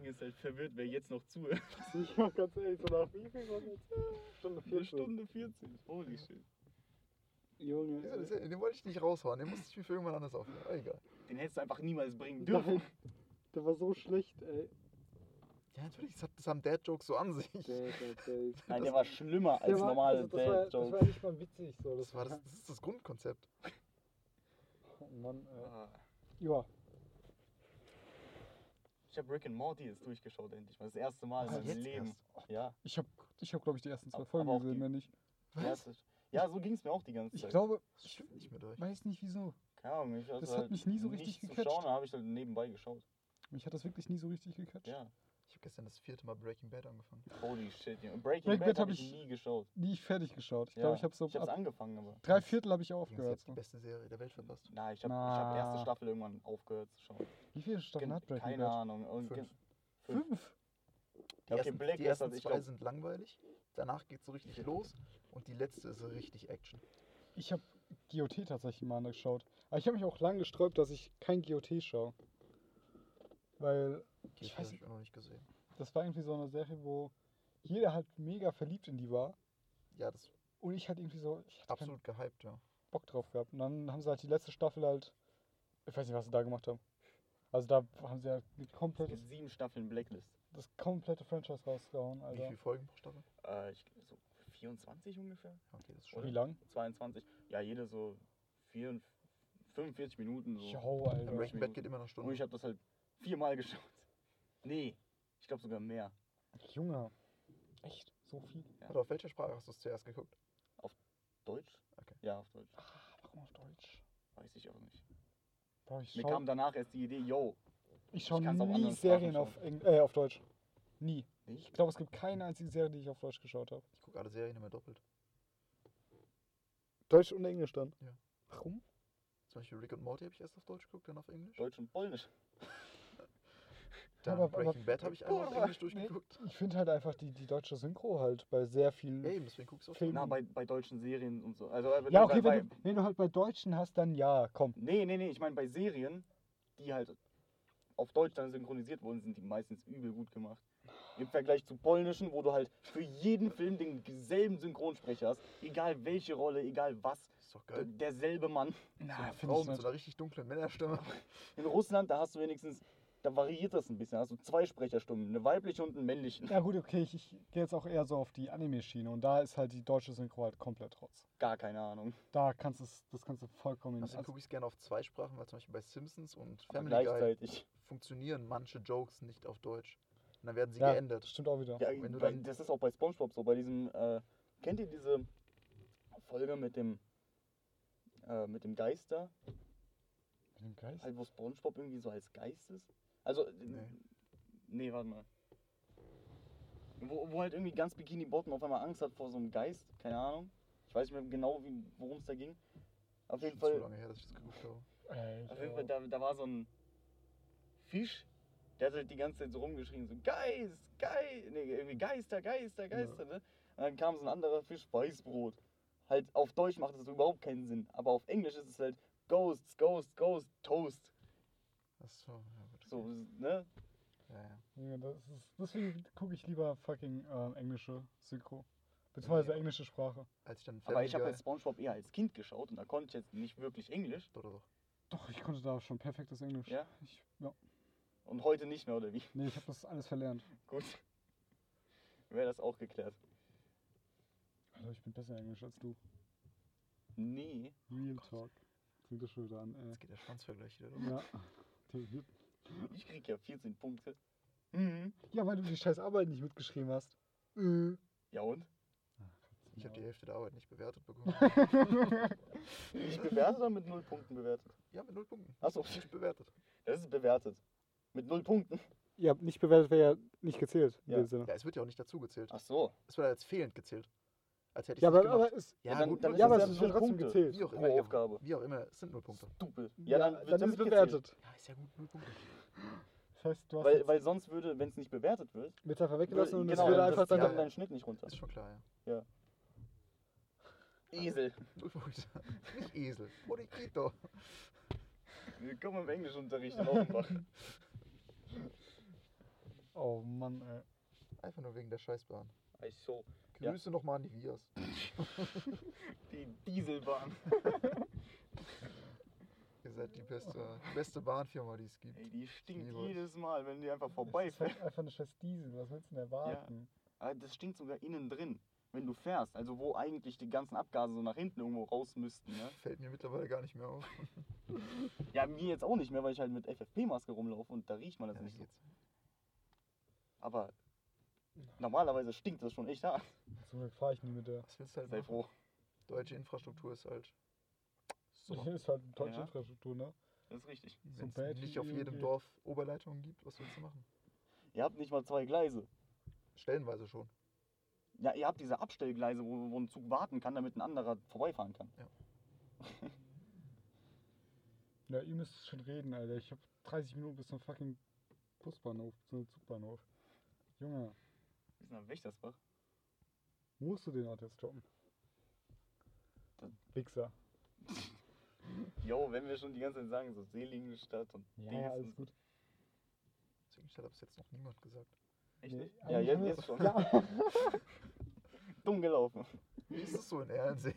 Ding ist halt verwirrt, wer jetzt noch zuhört. Ja, ganz ehrlich, so nach wie viel war jetzt? Stunde 40. Eine Stunde 40. Holy shit. Junge. Den wollte ich nicht raushauen, den musste ich mir für irgendwann anders aufnehmen. Aber egal. Den hättest du einfach niemals bringen dürfen. Nein, der war so schlecht, ey. Ja, natürlich, das haben Dad-Jokes so an sich. Nein, der war schlimmer als Der war- normale also das war Dad-Jokes. nicht mal witzig so. Das ist das Grundkonzept. Oh Mann, ey. Ah. Ja, Ich habe Rick and Morty jetzt durchgeschaut endlich. Das erste Mal in Was, meinem jetzt Leben. erst? Oh. Ja. ich hab glaube ich, die ersten 2 Aber Folgen auch gesehen, die- wenn nicht. Ja, so ging es mir auch die ganze Ich Zeit. glaube, Das ich stimmt nicht mehr durch. weiß nicht wieso. Keine Ahnung, ich hatte das hat halt mich nie so richtig nichts zu gecatcht. schauen, da habe ich halt nebenbei geschaut. Mich hat das wirklich nie so richtig gecatcht. Ja. Ich habe gestern das 4. Mal Breaking Bad angefangen. Holy shit, Junge. Breaking Breaking Bad Bad hab habe ich ich- nie geschaut. Nie fertig geschaut. Ich Ja, glaube, ich habe so ich hab's ab angefangen, aber. 3/4 habe ich Übrigens aufgehört. jetzt die So. beste Serie der Welt verpasst. Na, ich hab Na. erste Staffel irgendwann aufgehört zu schauen. Wie viele Staffeln hat Breaking Keine Bad? Ahnung. Und 5. 5? Ja, okay, Black die ist ersten halt, ich 2 glaub- sind langweilig, danach geht's so richtig los und die letzte ist so richtig Action. Ich habe GOT tatsächlich mal angeschaut. Aber ich habe mich auch lange gesträubt, dass ich kein GOT schaue. Weil Die Ich habe weiß ich auch noch nicht gesehen. das war irgendwie so eine Serie, wo jeder halt mega verliebt in die war. Ja, das ist Und ich halt irgendwie so, ich hatte keinen absolut gehypt, ja. Bock drauf gehabt. Und dann haben sie halt die letzte Staffel halt, ich weiß nicht, was sie da gemacht haben. Also da haben sie ja Es komplett, gibt 7 Staffeln Blacklist. das komplette Franchise rausgehauen, Wie Alter. viele Folgen pro Staffel? So 24 ungefähr? Okay, das ist Wie schon. lang? 22. Ja, jede so 45 Minuten. So. Jo, Ja, Alter. Breaking Bad geht immer noch Und Stunde. ich habe das halt 4-mal geschaut. Nee, ich glaube sogar mehr. Junge. Echt? So viel? Warte, auf welcher Sprache hast du es zuerst geguckt? Deutsch? Okay. Ja, auf Deutsch. Warum auf Deutsch? Weiß ich auch nicht. Bro, ich Mir schau, kam danach erst die Idee, yo. ich schau ich kann's auf nie anderen Serien Sprachen auf Deutsch. Nie. Nicht? Ich glaube, es gibt keine einzige Serie, die ich auf Deutsch geschaut habe. Ich gucke alle Serien immer doppelt. Deutsch und Englisch dann? Ja. Warum? Zum Beispiel Rick und Morty habe ich erst auf Deutsch geguckt, dann auf Englisch. Deutsch und Polnisch. Dann aber- Breaking Bad habe ich einmal auf Boah, Englisch nee. durchgeguckt. Ich finde halt einfach die deutsche Synchro halt bei sehr vielen Ja, eben, deswegen guckst du auf Filmen. Na, bei deutschen Serien und so. Also, Ja, okay, bei, wenn du halt bei Deutschen hast, dann ja, komm. Nee, ich meine bei Serien, die halt auf Deutsch dann synchronisiert wurden, sind die meistens übel gut gemacht. Im Vergleich zu polnischen, wo du halt für jeden Film denselben Synchronsprecher hast, egal welche Rolle, egal was, Ist doch geil. derselbe Mann. Na, So eine finde Frau ich mit so nicht. einer richtig dunklen Männerstimme. In Russland, da hast du wenigstens, da variiert das ein bisschen, da hast du 2 Sprecherstimmen, eine weibliche und einen männlichen. Ja gut, okay, ich gehe jetzt auch eher so auf die Anime-Schiene und da ist halt die deutsche Synchro halt komplett trotz. Gar keine Ahnung. Da kannst du das kannst du vollkommen Deswegen also, gucke ich es gerne auf 2 Sprachen, weil zum Beispiel bei Simpsons und Aber Family Guy gleichzeitig. funktionieren manche Jokes nicht auf Deutsch. Und dann werden sie ja, geändert. das stimmt auch wieder. Ja, Wenn du bei, dann- das ist auch bei SpongeBob so, bei diesem, kennt ihr diese Folge mit dem Geist da? Mit dem Geist? Halt, wo SpongeBob irgendwie so als Geist ist? Also, Nee. nee, warte mal. Wo halt irgendwie ganz Bikini Bottom auf einmal Angst hat vor so einem Geist, keine Ahnung. Ich weiß nicht mehr genau, worum es da ging. Auf jeden Schon zu Fall, lange her, dass ich das geguckt habe. auf jeden Fall da war so ein Fisch, der hat halt die ganze Zeit so rumgeschrien, so Geist, nee, irgendwie Geister, ne? Und dann kam so ein anderer Fisch, Weißbrot. Halt auf Deutsch macht das überhaupt keinen Sinn, aber auf Englisch ist es halt Ghosts, Toast. Achso, ja gut. So, okay. ne? Ja. Ja, deswegen gucke ich lieber fucking englische Synchro. Beziehungsweise Ja. englische Sprache. Als ich dann Aber Family ich habe Guy- jetzt SpongeBob eher als Kind geschaut und da konnte ich jetzt nicht wirklich Englisch. Doch. Doch, ich konnte da schon perfektes Englisch. Ja? Ja. Und heute nicht mehr, oder wie? Nee, ich habe das alles verlernt. Gut. Wäre das auch geklärt. Also ich bin besser in Englisch als du. Nee. Real Talk. Fängt das schon wieder an, ey. Jetzt geht der Schwanzvergleich wieder los. Ja. Der- Ich krieg ja 14 Punkte. Mhm. Ja, weil du die scheiß Arbeit nicht mitgeschrieben hast. Ja und? Ich habe die Hälfte der Arbeit nicht bewertet bekommen. Ich bewerte oder mit 0 Punkten bewertet? Ja, mit 0 Punkten. Achso, Nicht bewertet. das ist bewertet. Mit 0 Punkten. Ihr habt nicht bewertet, wäre ja nicht gezählt. In Ja. dem Sinne. Ja, es wird ja auch nicht dazu gezählt. Ach so. Es wird als fehlend gezählt. Als hätte ich Ja, nicht aber gemacht. es, Ja, Ja, dann- gut, dann null ist ja, das aber ja es Punkte. wird null trotzdem Punkte. gezählt. Wie auch Pro immer, Aufgabe. Wie auch immer, es sind 0 Punkte. Stupid. Ja, dann ist es damit bewertet. Ja, ist ja gut, 0 Punkte. Das heißt, du hast Weil, jetzt weil sonst würde, wenn es nicht bewertet wird, mit einfach weggelassen und genau, es würde dann einfach das, dann. dann dein Schnitt nicht runter. Ist schon klar, ja. Esel. 0 Punkte. Nicht Esel. Modiquito. Willkommen im Englischunterricht in Offenbach. Oh Oh Mann, ey. Einfach nur wegen der Scheißbahn. Also, Grüße nochmal an die Vias. die Dieselbahn. Ihr seid die beste Bahnfirma, die es gibt. Ey, die stinkt liebe euch. jedes Mal, wenn die einfach Das ist vorbeifährt. halt einfach eine scheiß Diesel, was willst du denn erwarten? Aber das stinkt sogar innen drin, wenn du fährst. Also wo eigentlich die ganzen Abgase so nach hinten irgendwo raus müssten. Ne? Fällt mir mittlerweile gar nicht mehr auf. Ja, mir jetzt auch nicht mehr, weil ich halt mit FFP-Maske rumlaufe und da riecht man das Ja, nicht so. geht's. Aber normalerweise stinkt das schon echt hart. Zum Glück fahre ich nie mit der. Was willst du halt Sei machen? froh. Deutsche Infrastruktur ist halt so. Hier ist halt deutsche Ja. Infrastruktur, ne? Das ist richtig. Wenn es bad nicht wie auf jedem irgendwie. Dorf Oberleitungen gibt, was willst du machen? Ihr habt nicht mal 2 Gleise. Stellenweise schon. Ja, ihr habt diese Abstellgleise, wo ein Zug warten kann, damit ein anderer vorbeifahren kann. Ja, ihr müsst schon reden, Alter. Ich habe 30 Minuten bis zum fucking Busbahnhof, zum Zugbahnhof. Junge, Wir sind am Wächtersbach. musst du den Ort jetzt stoppen? Dann- Wichser. Jo, wenn wir schon die ganze Zeit sagen, so Seligenstadt und Ja, Dings alles und- gut. Deswegen hat bis jetzt noch niemand gesagt. Echt Nee, nicht? Ja, eigentlich jetzt, haben wir- jetzt schon. Ja. Dumm gelaufen. Wie ist es so in Erlensee?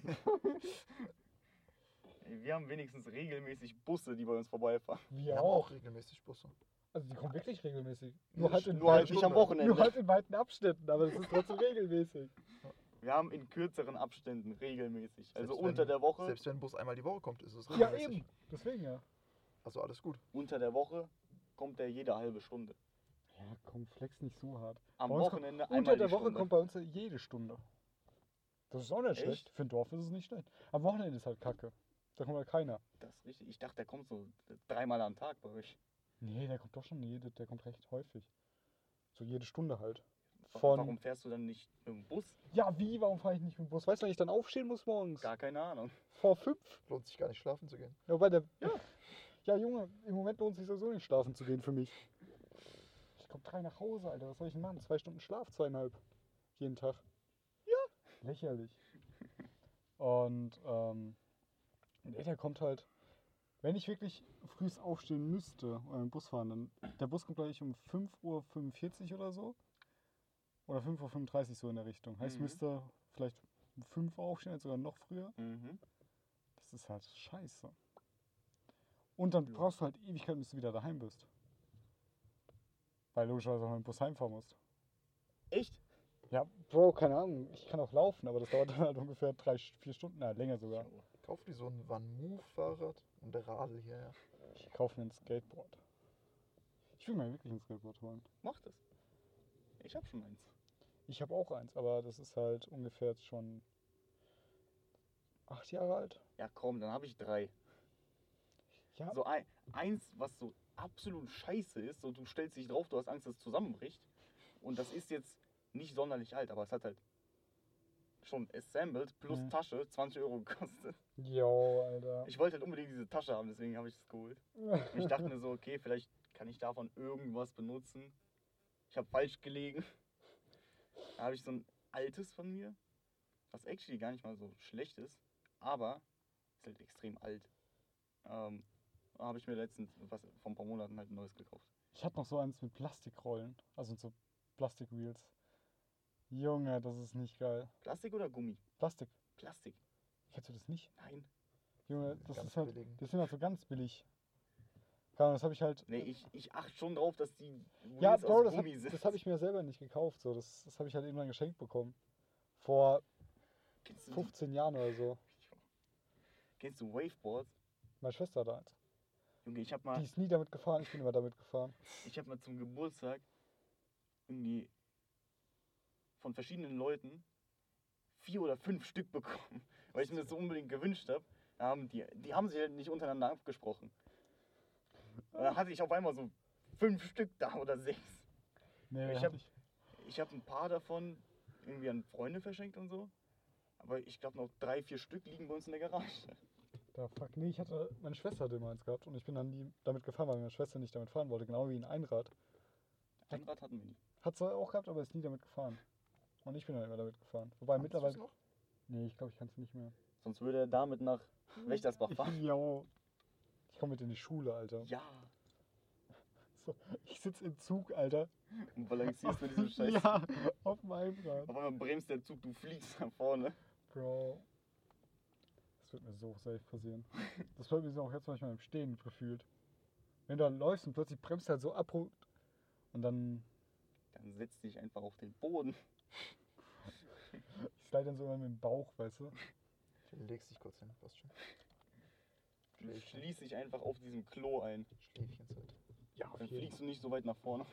Ey, wir haben wenigstens regelmäßig Busse, die bei uns vorbeifahren. Wir Wir haben auch. auch regelmäßig Busse. Also die kommen wirklich regelmäßig. Ja, Nur halt in Nur halt weiten- nicht am Stunde. Wochenende. Nur halt in weiten Abständen, aber das ist trotzdem regelmäßig. Wir haben in kürzeren Abständen regelmäßig. Also Selbst wenn- unter der Woche. Selbst wenn ein Bus einmal die Woche kommt, ist es Ja, regelmäßig. eben. Deswegen ja. Also alles gut. Unter der Woche kommt der jede halbe Stunde. Ja, komm, flex nicht so hart. Am Bei uns Wochenende kommt, einmal unter der die Woche Stunde. kommt bei uns jede Stunde. Das ist auch nicht Echt? schlecht. Für ein Dorf ist es nicht schlecht. Am Wochenende ist halt kacke. Da kommt halt keiner. Das ist richtig. Ich dachte, der kommt so 3-mal am Tag bei euch. Nee, der kommt doch schon der kommt recht häufig. So jede Stunde halt. Warum fährst du dann nicht mit dem Bus? Ja, wie? Warum fahre ich nicht mit dem Bus? Weißt du, wann ich dann aufstehen muss morgens? Gar keine Ahnung. Vor 5? Lohnt sich gar nicht schlafen zu gehen. Ja, bei der. Ja, Junge, im Moment lohnt es sich sowieso nicht schlafen zu gehen für mich. Ich komme 3 nach Hause, Alter. Was soll ich denn machen? 2 Stunden Schlaf, 2,5. Jeden Tag. Ja. Lächerlich. Und, der kommt halt. Wenn ich wirklich frühst aufstehen müsste oder mit dem Bus fahren, dann. Der Bus kommt gleich um 5:45 Uhr oder so. Oder 5:35 Uhr so in der Richtung. Heißt, ich Mhm. müsste vielleicht um 5 Uhr aufstehen, sogar noch früher. Mhm. Das ist halt scheiße. Und dann Ja. brauchst du halt Ewigkeit, bis du wieder daheim bist. Weil logischerweise auch mit dem Bus heimfahren musst. Echt? Ja, Bro, keine Ahnung. Ich kann auch laufen, aber das dauert dann halt ungefähr 3-4 Stunden, länger sogar. Kauf dir so ein Van-Move-Fahrrad und der Radl hierher. Ich kaufe mir ein Skateboard. Ich will mir wirklich ein Skateboard holen. Mach das. Ich hab schon eins. Ich habe auch eins, aber das ist halt ungefähr jetzt schon 8 Jahre alt. Ja komm, dann habe ich 3. Ja, So eins, was so absolut scheiße ist, so du stellst dich drauf, du hast Angst, dass es zusammenbricht. Und das ist jetzt nicht sonderlich alt, aber es hat halt schon assembled plus Mhm. Tasche 20 Euro gekostet. yo, Alter. Ich wollte halt unbedingt diese Tasche haben, deswegen habe ich es geholt. Und ich dachte mir so, okay, vielleicht kann ich davon irgendwas benutzen. Ich habe falsch gelegen. Da habe ich so ein altes von mir, was actually gar nicht mal so schlecht ist, aber ist halt extrem alt. Da habe ich mir letztens vor ein paar Monaten halt ein neues gekauft. Ich hatte noch so eins mit Plastikrollen, also so Plastik-Wheels. Junge, das ist nicht geil. Plastik oder Gummi? Plastik. Plastik. Kennst du das nicht? Nein. Junge, Diese das ganz ist halt, billigen. das sind halt so ganz billig. Keine Ahnung, das habe ich halt. Nee, ich achte schon drauf, dass die Ja, Wheels Bro, aus das, Gummi sind. das habe ich mir selber nicht gekauft. So. Das habe ich halt irgendwann geschenkt bekommen. Vor Kennst du, 15 Jahren oder so. kennst du Waveboards? Meine Schwester hat eins. Junge, ich habe Die mal, ist nie damit gefahren, ich bin immer damit gefahren. zum Geburtstag irgendwie von verschiedenen Leuten 4 oder 5 Stück bekommen, weil ich mir das so unbedingt gewünscht habe. Die haben sich halt nicht untereinander abgesprochen. Und dann hatte ich auf einmal so 5 Stück da oder 6. Nee, Ich hatte hab- Ich habe ein paar davon irgendwie an Freunde verschenkt und so. Aber ich glaube noch 3-4 Stück liegen bei uns in der Garage. Da fuck, nee, meine Schwester hatte immer eins gehabt und ich bin dann nie damit gefahren, weil meine Schwester nicht damit fahren wollte, genau wie ein Einrad. Einrad hatten wir nie. Hat sie auch gehabt, aber ist nie damit gefahren. Und ich bin dann immer damit gefahren. Wobei Kannst du's mittlerweile. noch? Nee, ich glaube, ich kann es nicht mehr. Sonst würde er damit nach Wächtersbach fahren. Jo. Ich komme mit in die Schule, Alter. Ja. So, ich sitze im Zug, Alter. Und balancierst mit diesem Scheiß. Ja, auf meinem Rad. Auf einmal bremst der Zug, du fliegst nach vorne. Bro. Das wird mir so safe passieren. Das wird mir so auch jetzt manchmal im Stehen gefühlt. Wenn du dann läufst und plötzlich bremst halt so abrupt und dann. Dann setz dich einfach auf den Boden. Ich slide dann so immer mit dem Bauch, weißt du? Legst dich kurz hin, passt schon. Du schließt dich einfach auf diesem Klo ein. Schläfchenzeit. Ja, Dann fliegst du nicht so weit nach vorne.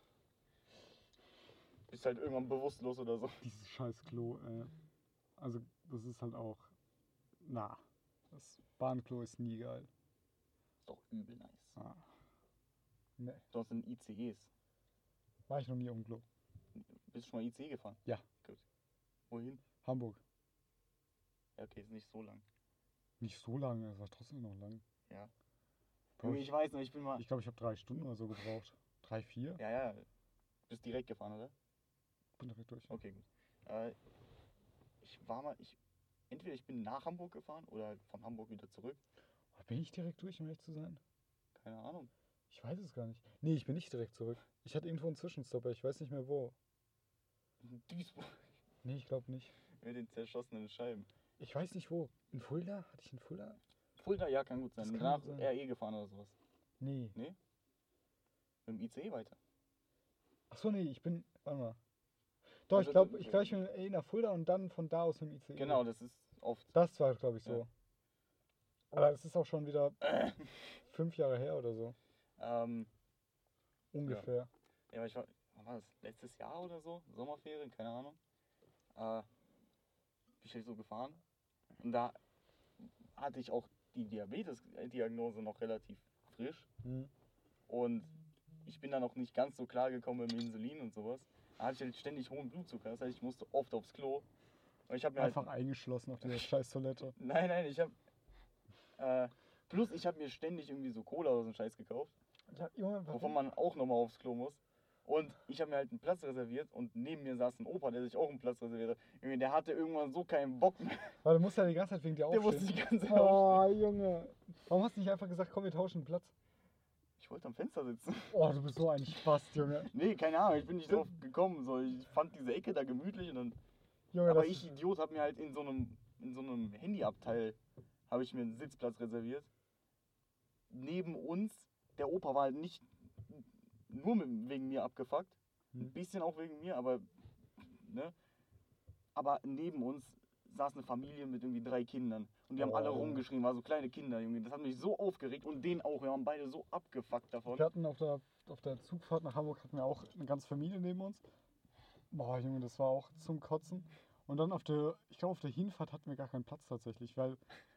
Bist halt irgendwann bewusstlos oder so. Dieses scheiß Klo, also, das ist halt auch. Na. Das Bahnklo ist nie geil. Ist doch übel nice. Ah. Ne, Du hast in ICEs. war ich noch nie auf dem Klo. Bist du schon mal ICE gefahren? Ja. Gut. Wohin? Hamburg. Ja, okay, ist nicht so lang. Nicht so lange, es war trotzdem noch lang. Ja. Bro, Junge, ich weiß noch, ich bin mal. Ich glaube, ich habe 3 Stunden oder so gebraucht. 3, 4? Ja, ja. Bist direkt gefahren, oder? Bin direkt durch. Okay, gut. Ich war mal. Entweder ich bin nach Hamburg gefahren oder halt von Hamburg wieder zurück. Bin ich direkt durch, um ehrlich zu sein? Keine Ahnung. Ich weiß es gar nicht. Nee, ich bin nicht direkt zurück. Ich hatte irgendwo einen Zwischenstopp, aber ich weiß nicht mehr wo. In Duisburg. Nee, ich glaube nicht. Mit den zerschossenen Scheiben. Ich weiß nicht wo. In Fulda? Hatte ich in Fulda? Fulda, ja, kann gut sein. Das kann Danach gut sein. RE gefahren oder sowas. Nee. Nee? Mit dem ICE weiter. Achso, nee, ich bin. Warte mal. Doch, Also, ich glaube, ich bin nach Fulda und dann von da aus mit dem ICE. Genau, das ist oft. Das war, glaube ich, so. Ja. Aber es ist auch schon wieder 5 Jahre her oder so. Ungefähr. Ja, aber wann war das? Letztes Jahr oder so? Sommerferien, keine Ahnung. Bin ich halt so gefahren. Und da hatte ich auch die Diabetes-Diagnose noch relativ frisch. Hm. Und ich bin dann auch nicht ganz so klar gekommen mit dem Insulin und sowas. Da hatte ich halt ständig hohen Blutzucker. Das heißt, ich musste oft aufs Klo. Und ich habe mir Einfach eingeschlossen auf dieser scheiß Toilette. Nein, ich habe. Plus, ich habe mir ständig irgendwie so Cola oder so einen Scheiß gekauft. Ja, Junge, Wovon man auch nochmal aufs Klo muss. Und ich habe mir halt einen Platz reserviert und neben mir saß ein Opa, der sich auch einen Platz reserviert hat. Irgendwie, der hatte irgendwann so keinen Bock mehr. Weil du musst ja die ganze Zeit wegen dir Der aufstehen. musste die ganze Zeit Oh, aufstehen. Junge. Warum hast du nicht einfach gesagt, komm, wir tauschen den Platz? Ich wollte am Fenster sitzen. Oh, du bist so ein Spast, Junge. Nee, keine Ahnung, ich bin nicht drauf gekommen. So, ich fand diese Ecke da gemütlich und dann. Junge, Aber das ich, Idiot, habe mir halt in so einem Handyabteil habe ich mir einen Sitzplatz reserviert. Neben uns, der Opa war halt nicht nur wegen mir abgefuckt. Ein bisschen auch wegen mir, aber. Ne? Aber neben uns saß eine Familie mit irgendwie 3 Kindern. Und die haben Oh, alle Junge. rumgeschrien, war so kleine Kinder, Junge. Das hat mich so aufgeregt und den auch. Wir waren beide so abgefuckt davon. Wir hatten auf der Zugfahrt nach Hamburg hatten wir auch eine ganze Familie neben uns. Boah, Junge, das war auch zum Kotzen. Und dann ich glaube auf der Hinfahrt hatten wir gar keinen Platz tatsächlich, weil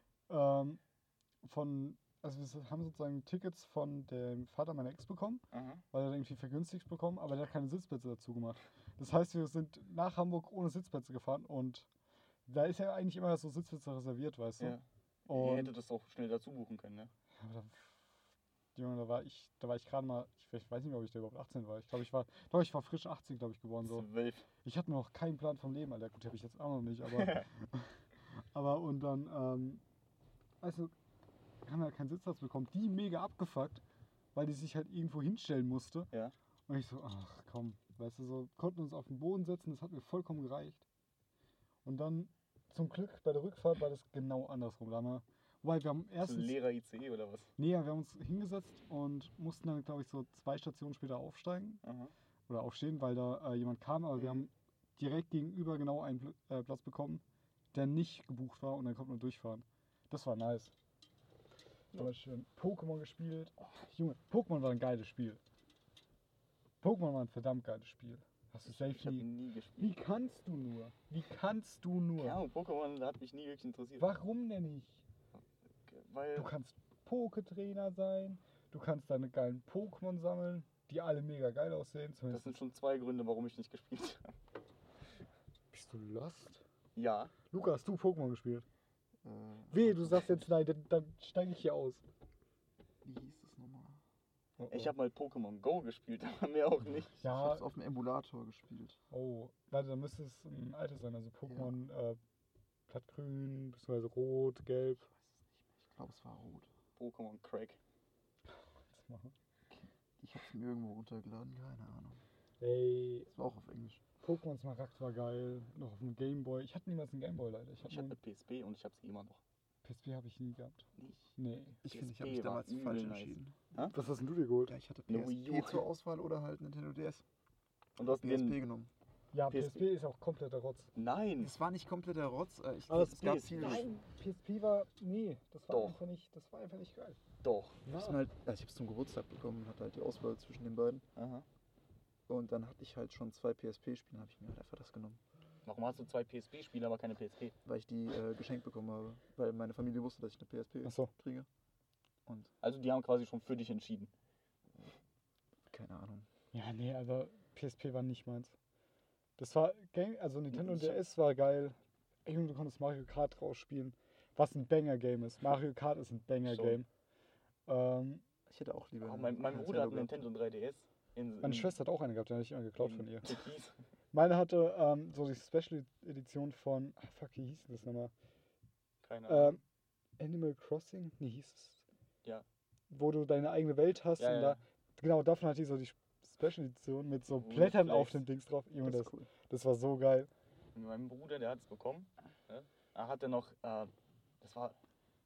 also wir haben sozusagen Tickets von dem Vater meiner Ex bekommen, Aha. weil er irgendwie vergünstigt bekommen, aber der hat keine Sitzplätze dazu gemacht. Das heißt, wir sind nach Hamburg ohne Sitzplätze gefahren und da ist ja eigentlich immer so Sitzplätze reserviert, weißt du? Ja. Ihr Und hättet das auch schnell dazu buchen können, ne? aber Junge, da war ich gerade mal, ich weiß nicht mehr, ob ich da überhaupt 18 war. Ich glaube, ich war frisch 18, glaube ich, geworden. So. 12. Ich hatte noch keinen Plan vom Leben, Alter. Gut, habe ich jetzt auch noch nicht, aber. aber und dann, also, haben wir keinen Sitzplatz bekommen. Die mega abgefuckt, weil die sich halt irgendwo hinstellen musste. Ja. Und ich so, ach komm, weißt du, so, konnten uns auf den Boden setzen, das hat mir vollkommen gereicht. Und dann, zum Glück, bei der Rückfahrt war das genau andersrum. Wobei wir haben So ein erstens. leerer ICE oder was? Nee, ja, wir haben uns hingesetzt und mussten dann, glaube ich, so 2 Stationen später aufsteigen Aha. oder aufstehen, weil da jemand kam. Aber wir haben direkt gegenüber genau einen Platz bekommen, der nicht gebucht war und dann konnte man durchfahren. Das war nice. Zum Beispiel Pokémon gespielt. Oh, Junge, Pokémon war ein geiles Spiel. Pokémon war ein verdammt geiles Spiel. Hast du safe Ich habe nie. nie gespielt. Wie kannst du nur? Wie kannst du nur? Ja, Pokémon hat mich nie wirklich interessiert. Warum denn nicht? Weil. Du kannst Pokétrainer sein, du kannst deine geilen Pokémon sammeln, die alle mega geil aussehen. Das Zumindest sind schon 2 Gründe, warum ich nicht gespielt habe. bist du lost? Ja. Luca, hast du Pokémon gespielt? Wehe, du sagst jetzt nein, dann steige ich hier aus. Wie hieß das nochmal? Oh, Ich habe mal Pokémon Go gespielt, aber mehr auch nicht. Ich Ja, hab's auf dem Emulator gespielt. oh, warte, dann müsste es ein altes sein. Also Pokémon Blattgrün, beziehungsweise Rot, Gelb. Ich weiß es nicht mehr. Ich glaube, es war rot. Pokémon Crack. Was machen? Ich hab's mir irgendwo runtergeladen, keine Ahnung. Ey, Das war auch auf Englisch. Pokémon Smaragd war geil. Noch auf dem Gameboy. Ich hatte niemals einen Gameboy leider. Ich Ich hatte hatte PSP und ich habe sie immer noch. PSP habe ich nie gehabt. Nicht. Nee. Ich finde, ich PSP habe mich war damals übel falsch nice. entschieden. Was hast denn du dir geholt? Ja, ich hatte Eine Wii PSP U. zur Auswahl oder halt Nintendo DS. Und du hast PSP den. genommen. Ja, PSP. PSP ist auch kompletter Rotz. Nein! Es war nicht kompletter Rotz. Aber Es gab PSP. viel. Nein, PSP war. Nee, das war Doch. einfach nicht. Das war einfach nicht geil. Doch. Ich hab's halt, also ich hab's zum Geburtstag bekommen und hatte halt die Auswahl zwischen den beiden. Aha. Und dann hatte ich halt schon 2 PSP-Spiele, habe ich mir halt einfach das genommen. Warum hast du 2 PSP-Spiele, aber keine PSP? Weil ich die geschenkt bekommen habe. Weil meine Familie wusste, dass ich eine PSP Achso. kriege. Und Also die haben quasi schon für dich entschieden. keine Ahnung. Ja, nee, also PSP war nicht meins. Das war, also Nintendo Ich hab- DS war geil. Ey, Junge, du konntest Mario Kart rausspielen. Was ein Banger-Game ist. Mario Kart ist ein Banger-Game. Ich hätte auch lieber. Oh, eine mein Bruder hat einen gehabt. Nintendo 3DS. Meine Schwester hat auch eine gehabt, die habe ich immer geklaut von ihr. Türkis. Meine hatte so die Special-Edition von, fuck, wie hieß denn das nochmal? Keine Ahnung. Animal Crossing? Nee, hieß es. Ja. Wo du deine eigene Welt hast Ja, und ja. da, genau, davon hatte ich so die Special-Edition mit so Oh, Blättern auf Flex. dem Dings drauf. Junge, Das das, ist cool. das war so geil. Mein Bruder, der hat es bekommen. Ne? Er hatte noch, das war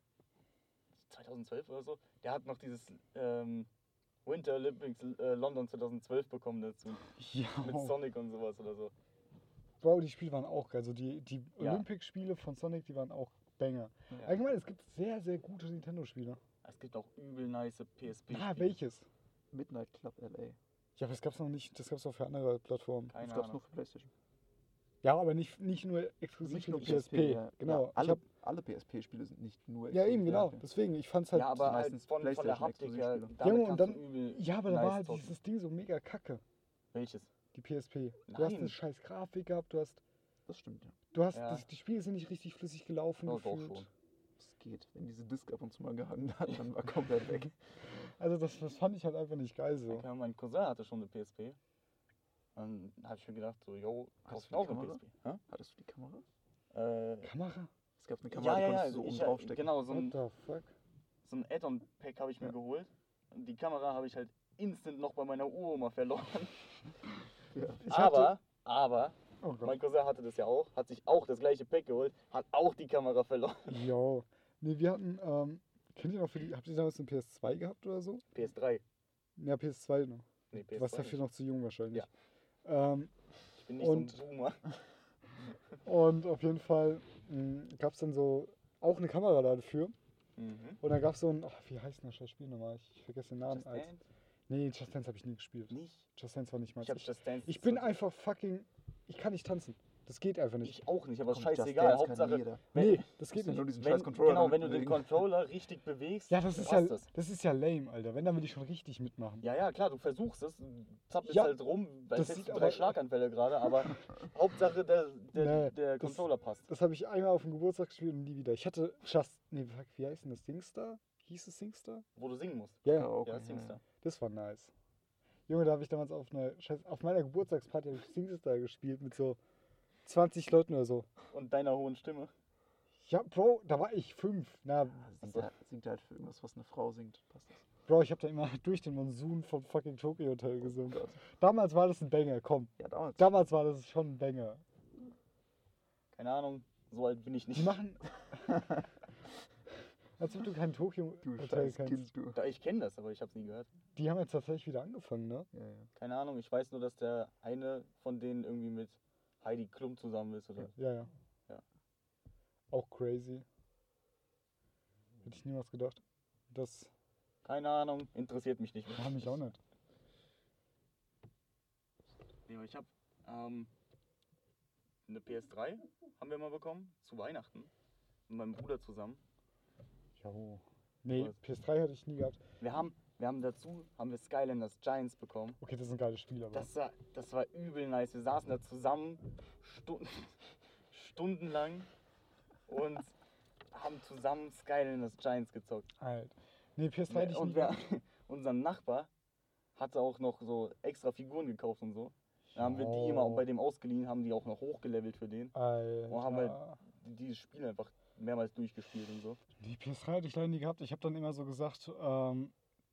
2012 oder so, der hat noch dieses Winter Olympics London 2012 bekommen dazu. Ja. Mit Sonic und sowas oder so. Bro, die Spiele waren auch geil. Also die Ja. Olympic-Spiele von Sonic, die waren auch Banger. Ja. Allgemein, es gibt sehr, sehr gute Nintendo-Spiele. Es gibt auch übel nice PSP. Ah, welches? Midnight Club LA. Ja, aber das gab's noch nicht, das gab's auch für andere Plattformen. Keine Das gab's Ahnung. nur für PlayStation. Ja, aber nicht nur exklusiv für die PSP. ja. Genau. Ja, Ich alle, hab, alle PSP-Spiele sind nicht nur ja, eben, exklusiv. genau. okay. Deswegen, ich fand's halt. Ja, aber halt meistens von der PlayStation Haptik her, Exklusivspiele. damit Junge, und kannst dann- du übel Ja, aber da nice war halt zocken. dieses Ding so mega kacke. Welches? Die PSP. Du hast eine Nein. scheiß Grafik gehabt, du hast. Das stimmt, ja. Ja. Die Spiele sind nicht richtig flüssig gelaufen. Doch, doch gefühlt. schon. Das geht. Wenn diese Disc ab und zu mal gehangen hat, dann war komplett weg. Also das fand ich halt einfach nicht geil so. Okay, mein Cousin hatte schon eine PSP. Dann habe ich mir gedacht, so, yo, Hast kauf du ich auch die eine Kamera? PSP. Hä? Hattest du die Kamera? Kamera? Es gab eine Kamera, Ja, die ja, konntest ja. du so oben draufstecken. Genau, so What ein, the fuck? so ein Add-on-Pack habe ich mir Ja. geholt. Und die Kamera habe ich halt instant noch bei meiner Uroma verloren. Ja. Ich hatte- Aber, Oh Gott. mein Cousin hatte das ja auch, hat sich auch das gleiche Pack geholt, hat auch die Kamera verloren. Jo. Nee, wir hatten, kennt ihr noch habt ihr damals eine PS2 gehabt oder so? PS3. Ja, PS2 noch. Nee, Du warst PS2 dafür nicht. noch zu jung wahrscheinlich. Ja. Ähm, Ich bin nicht und- so ein Boomer. und auf jeden Fall gab es dann so auch eine Kamera dafür. Mhm. Und dann gab es so ein, wie heißt denn das scheiß Spiel nochmal? Ich vergesse den Namen. Just Dance? Nee, Just Dance habe ich nie gespielt. Nicht? Just Dance war nicht meins. Ich habe Just Dance. Ich bin einfach fucking, ich kann nicht tanzen. Das geht einfach nicht. Ich auch nicht, aber Komm, scheißegal. Just Dance kann Hauptsache, jeder. wenn, Nee, das geht Musst du nicht. nur diesen wenn, scheiß Controller genau, damit wenn du den bewegen. Controller richtig bewegst, Ja, das ist passt ja, das ist ja lame, Alter. Wenn, dann will ich schon richtig mitmachen. Ja, ja, klar, du versuchst es, zappelst Ja, halt rum, weil das jetzt sieht du aber- 3 Schlaganfälle gerade, aber Hauptsache Nee, der das- Controller passt. Das habe ich einmal auf dem Geburtstag gespielt und nie wieder. Ich hatte nee, fuck, wie heißt denn das? Singstar? Hieß es Singstar? Wo du singen musst. Ja, ja. Karaoke, Ja, Singstar. Das war nice. Junge, da habe ich damals auf meiner Geburtstagsparty habe ich Singstar gespielt mit so 20 Leuten oder so. Und deiner hohen Stimme. Ja, Bro, da war ich 5. Na, Singt halt für irgendwas, was eine Frau singt. Passt das? Bro, ich habe da immer durch den Monsun vom fucking Tokyo Hotel gesungen. Gott. Damals war das ein Banger, komm. Ja, damals. Damals war das schon ein Banger. Keine Ahnung, so alt bin ich Die nicht. machen. Als ob du kein Tokyo Du Hotel scheiß kennst. Kind, du. Ja, ich kenne das, aber ich habe es nie gehört. Die haben jetzt tatsächlich wieder angefangen, ne? Ja, ja. Keine Ahnung, ich weiß nur, dass der eine von denen irgendwie mit Heidi Klum zusammen ist oder. Ja, ja. Ja. Auch crazy. Hätte ich niemals gedacht. Das Keine Ahnung, interessiert mich nicht. war mich auch nicht. Nee, aber ich habe eine PS3 haben wir mal bekommen, zu Weihnachten. Mit meinem Bruder zusammen. Jo. Nee, Was? PS3 hatte ich nie gehabt. Wir haben dazu Skylanders Giants bekommen. Okay, das ist ein geiles Spiel, aber. Das war übel nice. Wir saßen da zusammen stundenlang und haben zusammen Skylanders Giants gezockt. Halt. Nee, PS3 hatte ich nie Und unser Nachbar hatte auch noch so extra Figuren gekauft und so. Dann haben wir die immer bei dem ausgeliehen, haben die auch noch hochgelevelt für den. Alter. Und haben halt dieses Spiel einfach mehrmals durchgespielt und so. Die PS3 hatte ich leider nie gehabt. Ich habe dann immer so gesagt,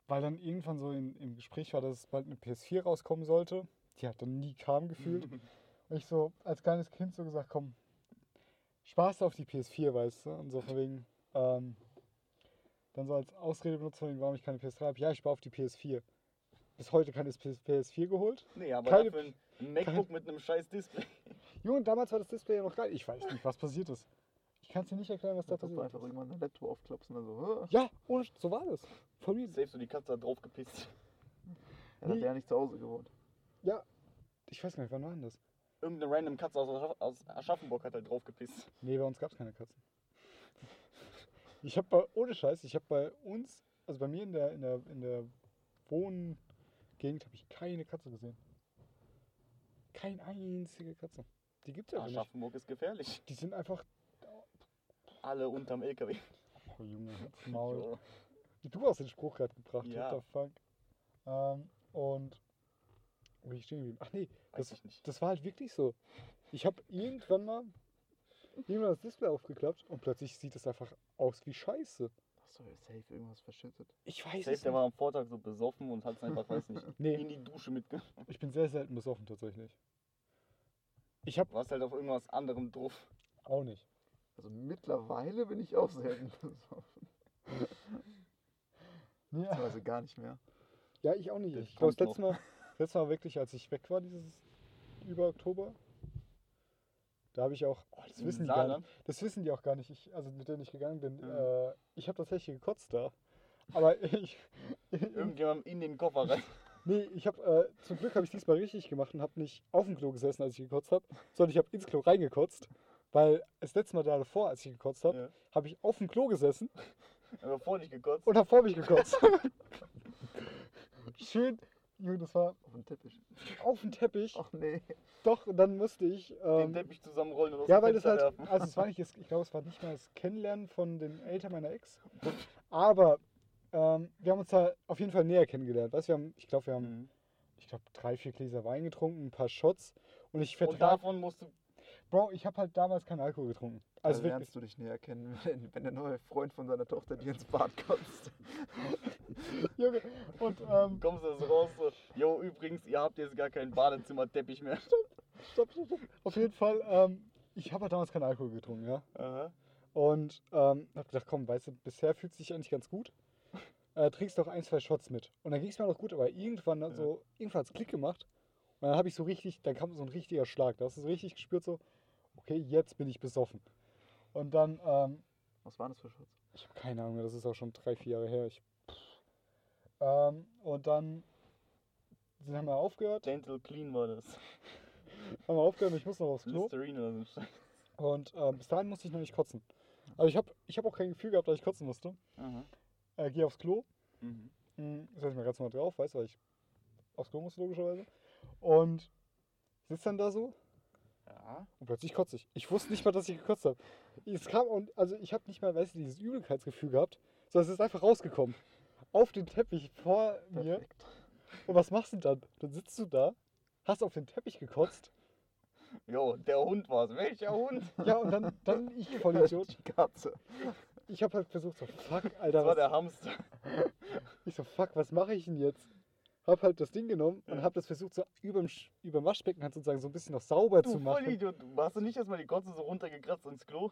weil dann irgendwann so im Gespräch war, dass bald eine PS4 rauskommen sollte. Die hat dann nie kam gefühlt. Und ich so als kleines Kind so gesagt, komm, Spaß auf die PS4, weißt du? Und so von wegen, dann so als Ausrede benutzt, von wegen, warum ich keine PS3 habe. Ja, ich spare auf die PS4. Bis heute keine PS4 geholt. Nee, aber Keine- dafür ein MacBook mit einem scheiß Display. Junge, damals war das Display ja noch geil. Ich weiß nicht, was passiert ist. Ich kann es dir nicht erklären, was da Als ob du passiert einfach ist. irgendwann dein Laptop aufklappst und dann so, Ja, ohne, so war das. Von mir. Safe so die Katze hat drauf gepisst. ja, hat Nee. der nicht zu Hause gewohnt. Ja, ich weiß gar nicht, wann war denn das? Irgendeine random Katze aus Aschaffenburg hat halt drauf gepisst. Nee, bei uns gab es keine Katzen. Ich habe bei, ohne Scheiß, ich habe bei uns, also bei mir in der Wohngegend, habe ich keine Katze gesehen. Keine einzige Katze. Die gibt's ja gar nicht. Aschaffenburg ist gefährlich. Die sind einfach. Alle unterm LKW. Oh Junge, halt's Maul. Jo. Du hast den Spruch gerade gebracht, Ja. what the fuck. Und. Wo bin ich stehen geblieben? Ach nee, Weiß ich nicht. das war halt wirklich so. Ich habe irgendwann das Display aufgeklappt und plötzlich sieht es einfach aus wie Scheiße. Hast du safe irgendwas verschüttet? Ich weiß Safe, es der nicht. war am Vortag so besoffen und hat es einfach, weiß nicht, Nee. in die Dusche mitgenommen. Ich bin sehr selten besoffen tatsächlich. Ich Du habe warst halt auf irgendwas anderem drauf. auch nicht. Also mittlerweile bin ich auch selten besoffen. Nee, Beziehungsweise gar nicht mehr. ja, ich auch nicht. Das Ich glaube, kommt das letzte Mal wirklich, als ich weg war, über Oktober. Da habe ich auch, das Im wissen die gar Saarland? nicht. Das wissen die auch gar nicht, also mit denen ich gegangen bin. Mhm. Ich habe tatsächlich gekotzt da. Aber Irgendjemand in den Koffer rein. nee, zum Glück habe ich diesmal richtig gemacht und habe nicht auf dem Klo gesessen, als ich gekotzt habe, sondern ich habe ins Klo reingekotzt. Weil das letzte Mal davor, als ich gekotzt habe, Ja. habe ich auf dem Klo gesessen Aber vor dich gekotzt. und habe vor mich gekotzt. Schön, Junge, das war Auf dem Teppich. auf dem Teppich. Ach nee. Doch, und dann musste ich. Den Teppich zusammenrollen und aus Ja, dem weil das Fenster halt, werfen. also es war nicht, ich glaube, es war nicht mal das Kennenlernen von den Eltern meiner Ex. Aber wir haben uns da auf jeden Fall näher kennengelernt. Weißt, wir haben 3, 4 Gläser Wein getrunken, ein paar Shots. Und ich Und vertrag, davon musst du. Bro, ich habe halt damals keinen Alkohol getrunken. Also Also wirklich. lernst du dich näher kennen, wenn der neue Freund von seiner Tochter dir ins Bad kotzt. Junge, und Kommst du so raus, so, yo, übrigens, ihr habt jetzt gar keinen Badezimmerteppich mehr. stopp. Auf jeden Fall, ich habe halt damals keinen Alkohol getrunken, ja. Aha. Und habe gedacht, komm, weißt du, bisher fühlt es sich eigentlich ganz gut. Trinkst doch 1, 2 Shots mit. Und dann ging es mir noch gut, aber irgendwann hat es Klick gemacht. Und dann habe ich so richtig, dann kam so ein richtiger Schlag. Da hast du so richtig gespürt, so, okay, jetzt bin ich besoffen. Und dann, Was waren das für Shots? ich habe keine Ahnung mehr, das ist auch schon 3, 4 Jahre her. Und dann haben wir aufgehört. Dental Clean war das. Haben wir aufgehört und ich muss noch aufs Klo. Listerine oder so ein Scheiß. Und bis dahin musste ich noch nicht kotzen. Also ich hab auch kein Gefühl gehabt, dass ich kotzen musste. Aha. Gehe aufs Klo. Mhm. Setze ich mir ganz normal drauf, weißt du, weil ich aufs Klo musste logischerweise. Und sitze dann da so Ja. und plötzlich kotze ich. Ich wusste nicht mal, dass ich gekotzt habe. Es kam und also ich habe nicht mal, weißt du, dieses Übelkeitsgefühl gehabt, sondern es ist einfach rausgekommen. Auf den Teppich vor mir. Perfekt. Und was machst du dann? Dann sitzt du da, hast auf den Teppich gekotzt. Jo, der Hund war's. Welcher Hund? Ja, und dann ich Vollidiot. Die Katze. Ich habe halt versucht, so fuck, Das Alter, war der Hamster. ich so fuck, was mache ich denn jetzt? Hab halt das Ding genommen und hab das versucht, so überm Waschbecken halt sozusagen so ein bisschen noch sauber zu Du machen. Vollidiot. Hast du nicht erstmal die Kotze so runtergekratzt ins Klo?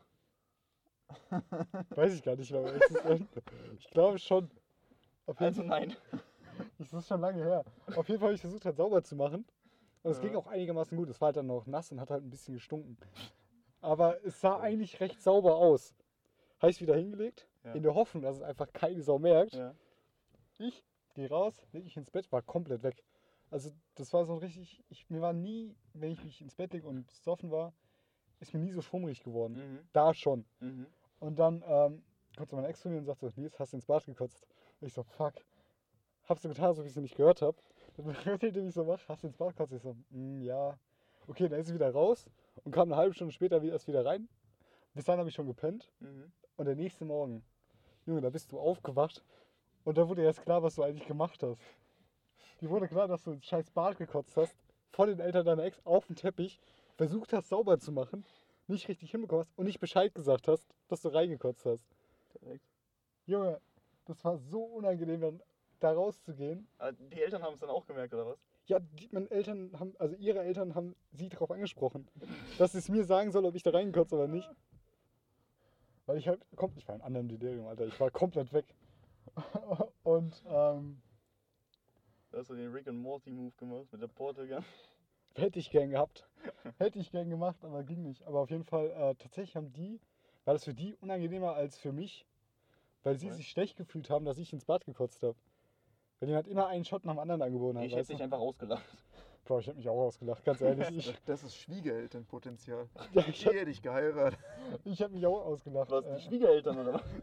Weiß ich gar nicht mehr. Ich glaube schon. Auf jeden Also nein. Das ist schon lange her. Auf jeden Fall habe ich versucht, halt sauber zu machen. Und es Ja. ging auch einigermaßen gut. Es war halt dann noch nass und hat halt ein bisschen gestunken. Aber es sah eigentlich recht sauber aus. Habe ich wieder hingelegt, Ja. in der Hoffnung, dass es einfach keine Sau merkt. Ja. Ich gehe raus, lege mich ins Bett, war komplett weg. Also das war so ein richtig, mir war nie, wenn ich mich ins Bett lege und besoffen war, ist mir nie so schwummrig geworden. Mhm. Da schon. Mhm. Und dann kommt so mein Ex zu mir und sagt so, Nils, hast du ins Bad gekotzt? Und ich so, fuck. Hab so getan, als ob ich es nicht gehört habe. Dann erzählt er mich so, hast du ins Bad gekotzt? Ich so, ja. Okay, dann ist sie wieder raus und kam eine halbe Stunde später erst wieder rein. Bis dann habe ich schon gepennt. Mhm. Und der nächste Morgen, Junge, da bist du aufgewacht und da wurde erst klar, was du eigentlich gemacht hast. Die wurde klar, dass du ins scheiß Bad gekotzt hast, vor den Eltern deiner Ex auf dem Teppich, versucht hast sauber zu machen, nicht richtig hinbekommen hast und nicht Bescheid gesagt hast, dass du reingekotzt hast. Perfekt. Junge, das war so unangenehm. da rauszugehen. Aber die Eltern haben es dann auch gemerkt, oder was? Ja, ihre Eltern haben sie darauf angesprochen, dass sie es mir sagen soll, ob ich da reingekotzt oder nicht. Weil ich war in anderen Delirium, Alter. Ich war komplett weg. Und, Da hast du den Rick and Morty Move gemacht mit der Portal Gun. hätte ich gern gehabt. Hätte ich gern gemacht, aber ging nicht. Aber auf jeden Fall, tatsächlich war das für die unangenehmer als für mich, weil sie Was? sich schlecht gefühlt haben, dass ich ins Bad gekotzt habe. Weil jemand immer einen Shot nach dem anderen angeboten hat. Ich hätte weißt dich du? einfach ausgelacht. Bro, ich hab mich auch ausgelacht, ganz ehrlich. Das ist Schwiegerelternpotenzial. Ja, Ich hätte dich geheiratet. ich hab mich auch ausgelacht. Was, die Schwiegereltern oder was?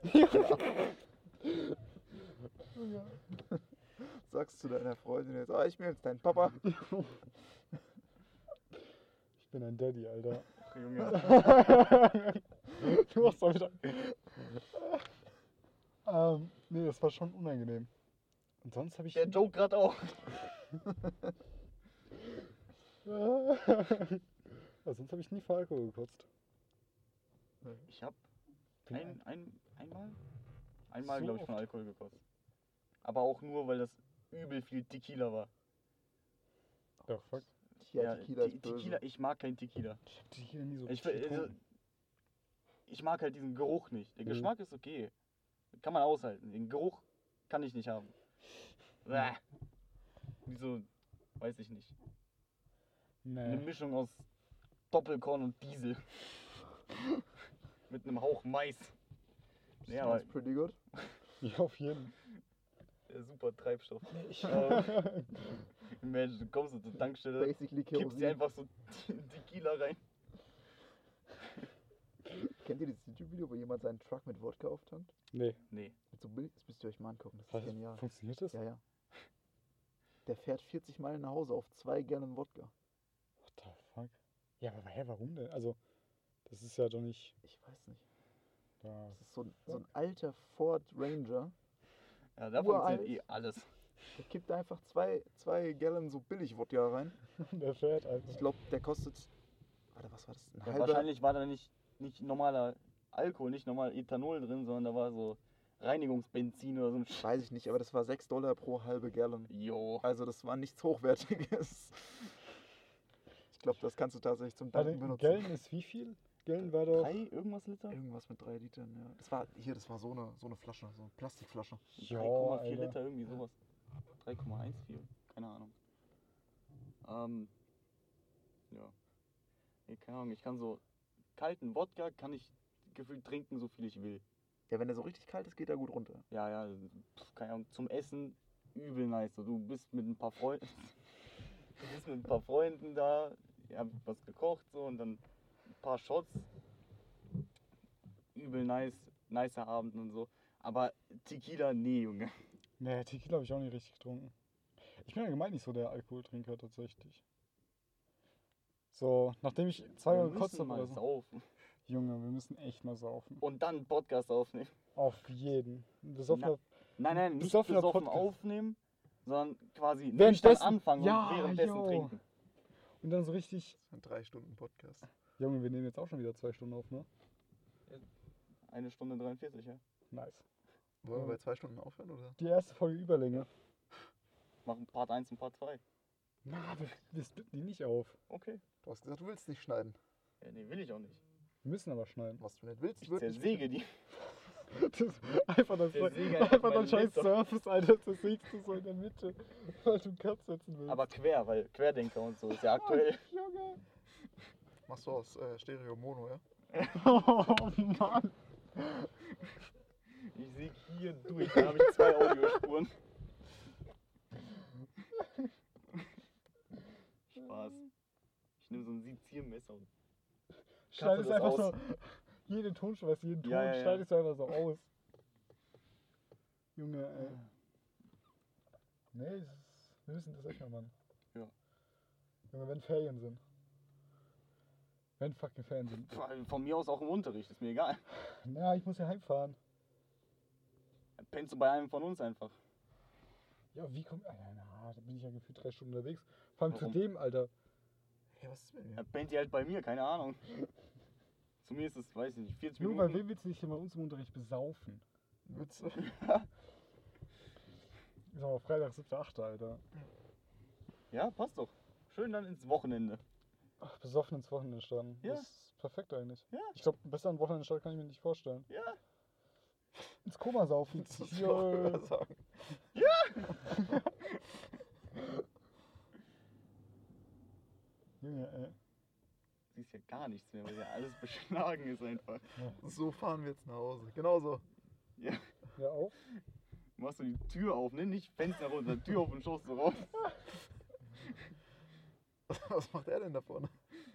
Ja. Sagst zu deiner Freundin jetzt, ich bin jetzt dein Papa. Ich bin ein Daddy, Alter. Ach, Junge. Du machst doch wieder. Nee, das war schon unangenehm. Und sonst habe ich. Der Joke gerade auch. Sonst habe ich nie vor Alkohol gekotzt. Ich hab Bin einmal So glaube ich, von oft? Alkohol gekotzt. Aber auch nur, weil das übel viel Tequila war. Ja, fuck. Ja, Tequila ist böse. Tequila, ich mag keinen Tequila. Ich hab die hier nie so Ich, richtig getrunken. ich mag halt diesen Geruch nicht. Der Mhm. Geschmack ist okay. Kann man aushalten. Den Geruch kann ich nicht haben. Bäh. Wieso, weiß ich nicht. Eine Nee. Mischung aus Doppelkorn und Diesel. Mit einem Hauch Mais. Ja, aber Smells pretty good. Ja, auf jeden. der super Treibstoff. Ich, Imagine, du kommst zur Tankstelle, Basically kippst dir Kerosin. einfach so Tequila rein. Kennt ihr dieses YouTube-Video, wo jemand seinen Truck mit Wodka auftankt? nee. Nee. Mit so Bild, das müsst ihr euch mal angucken, das Was, ist genial. funktioniert das? Ja, ja. Der fährt 40 Meilen nach Hause auf 2 Gallon Wodka. What the fuck? Ja, aber warum denn? Also, das ist ja doch nicht. Ich weiß nicht. Da. Das ist so ein alter Ford Ranger. Ja, da Uralt. funktioniert alles. Der kippt einfach 2 Gallon so billig Wodka rein. Der fährt einfach. Ich glaube, der kostet. Warte, was war das? Ein Ja, halber. wahrscheinlich war da nicht normaler Alkohol, nicht normal Ethanol drin, sondern da war so Reinigungsbenzin oder so ein Weiß ich nicht, aber das war $6 pro halbe Gallon. Jo. Also das war nichts Hochwertiges. Ich glaube, das kannst du tatsächlich zum Warte, Tanken benutzen. Gallon ist wie viel? Gallon war doch. 3 irgendwas Liter? Irgendwas mit 3 Litern, ja. Das war so eine Flasche, so eine Plastikflasche. 3,4 Alter. Liter, irgendwie sowas. 3,14, keine Ahnung. Ja. Nee, keine Ahnung, ich kann so kalten Wodka, kann ich gefühlt trinken, so viel ich will. Ja, wenn der so richtig kalt ist, geht er gut runter. Ja, keine Ahnung, zum Essen übel nice. So, du bist mit ein paar Freunden, da, ihr habt was gekocht so und dann ein paar Shots. Übel nicer Abend und so. Aber Tequila, nee, Junge. Nee, Tequila habe ich auch nicht richtig getrunken. Ich bin allgemein nicht so der Alkoholtrinker tatsächlich. So, nachdem ich Wir zweimal müssen gekotzt habe mal oder so. saufen. Junge, wir müssen echt mal saufen. Und dann einen Podcast aufnehmen. Auf jeden. Besoffener. Nein, nicht Besoffener besoffen Podcast. aufnehmen, sondern quasi Währenddessen- nüchtern anfangen Ja, und währenddessen jo. trinken. Und dann so richtig. Das ist ein 3 Stunden Podcast. Junge, wir nehmen jetzt auch schon wieder 2 Stunden auf, ne? 1 Stunde 43, ja. Nice. Wollen wir bei 2 Stunden aufhören, oder? Die erste Folge Überlänge. Machen Part 1 und Part 2. Na, wir splitten die nicht auf. Okay. Du hast gesagt, du willst nicht schneiden. Ja, nee, will ich auch nicht. Wir müssen aber schneiden. Was du nicht willst, Ich wird nicht. zersäge die. Einfach das, Zersäge einfach meinen dein scheiß Laptop. Surface, Alter, zersägst du so in der Mitte, weil du einen Cut setzen willst. Aber quer, weil Querdenker und so ist ja aktuell. Junge. Machst du aus Stereo Mono, ja? Oh Mann. Ich säge hier durch, da habe ich 2 Audiospuren. Spaß. Ich nehme so ein Seziermesser und Schneidest das einfach aus. so jede Tonspur, weißt du, jeden Ton Ja, ja, ja. schneidest du einfach so aus. Junge, ey. Nee, wir müssen das echt mal machen. Ja. Junge, wenn Ferien sind. Wenn fucking Ferien sind. von mir aus auch im Unterricht, ist mir egal. Na, ich muss ja heimfahren. Dann pennst du bei einem von uns einfach. Ja, wie kommt. Na, da bin ich ja gefühlt 3 Stunden unterwegs. Vor allem Warum? zu dem, Alter. Hey, was ist mit mir? Dann pennt ihr halt bei mir, keine Ahnung. Zu mir ist es, weiß ich nicht, 40 Nur bei Minuten. wem willst du dich denn bei uns im Unterricht besaufen? Mütze. Ist aber Freitag, 7.8., Alter. Ja, passt doch. Schön dann ins Wochenende. Ach, besoffen ins Wochenende starten. Ja. Das ist perfekt eigentlich. Ja. Ich glaube, einen besseren Wochenendstart kann ich mir nicht vorstellen. Ja. Ins Koma saufen. Das muss ich auch Yo. immer sagen. Junge, ey. Siehst ja gar nichts mehr, weil ja alles beschlagen ist einfach. So fahren wir jetzt nach Hause. Genauso. Ja. Ja, auch. Machst du die Tür auf, ne? Nicht Fenster runter, Tür auf und schaust du raus. Was macht er denn da vorne?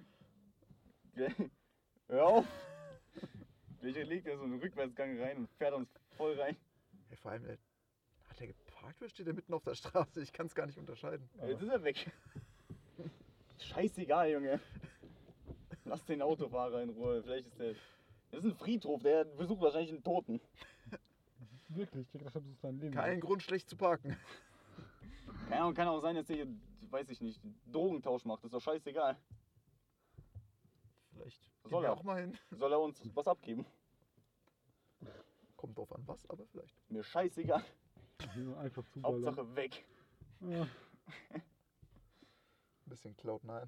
Hör auf! Vielleicht legt er so einen Rückwärtsgang rein und fährt uns voll rein. Hey, vor allem, hat er geparkt oder steht er mitten auf der Straße? Ich kann es gar nicht unterscheiden. Jetzt ist er weg. Scheißegal, Junge. Lass den Autofahrer in Ruhe. Vielleicht ist der. Das ist ein Friedhof, der besucht wahrscheinlich einen Toten. Wirklich, ich dachte, das ist dein Leben. Kein Grund, schlecht zu parken. Keine Ahnung, kann auch sein, dass der hier, weiß ich nicht, Drogentausch macht. Das ist doch scheißegal. Vielleicht Soll gehen wir er? auch mal hin. Soll er uns was abgeben? Kommt drauf an was, aber vielleicht. Mir scheißegal. Ja, einfach zuballern. Hauptsache weg. Ja. Ein bisschen Cloud9.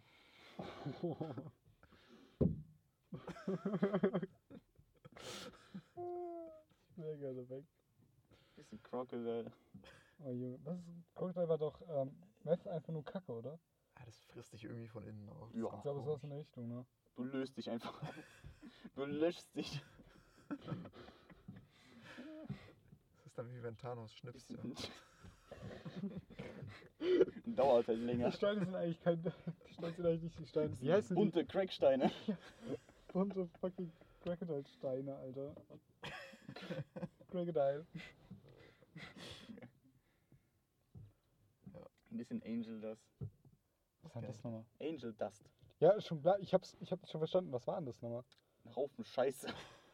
Sehr gerne weg. Bisschen Crocodile. Oh Junge, das ist, Crocodile war doch Meth einfach nur Kacke, oder? Ja, das frisst dich irgendwie von innen auf. Ja. Ich glaube, sowas in der Richtung, ne? Du löst dich einfach auf. Du löschst dich. Das ist dann wie wenn Thanos schnipst. Ja. Dauert halt länger. Die Steine sind eigentlich kein. Die Steine sind eigentlich nicht die Steine. Wie heißen die? Bunte Cracksteine. Bunte fucking Crocodile-Steine, Alter. Crocodile. Ein bisschen Angel Dust. Was war das nochmal? Angel Dust. Ja, ist schon klar. Ich hab's schon verstanden. Was war denn das nochmal? Ein Haufen Scheiße.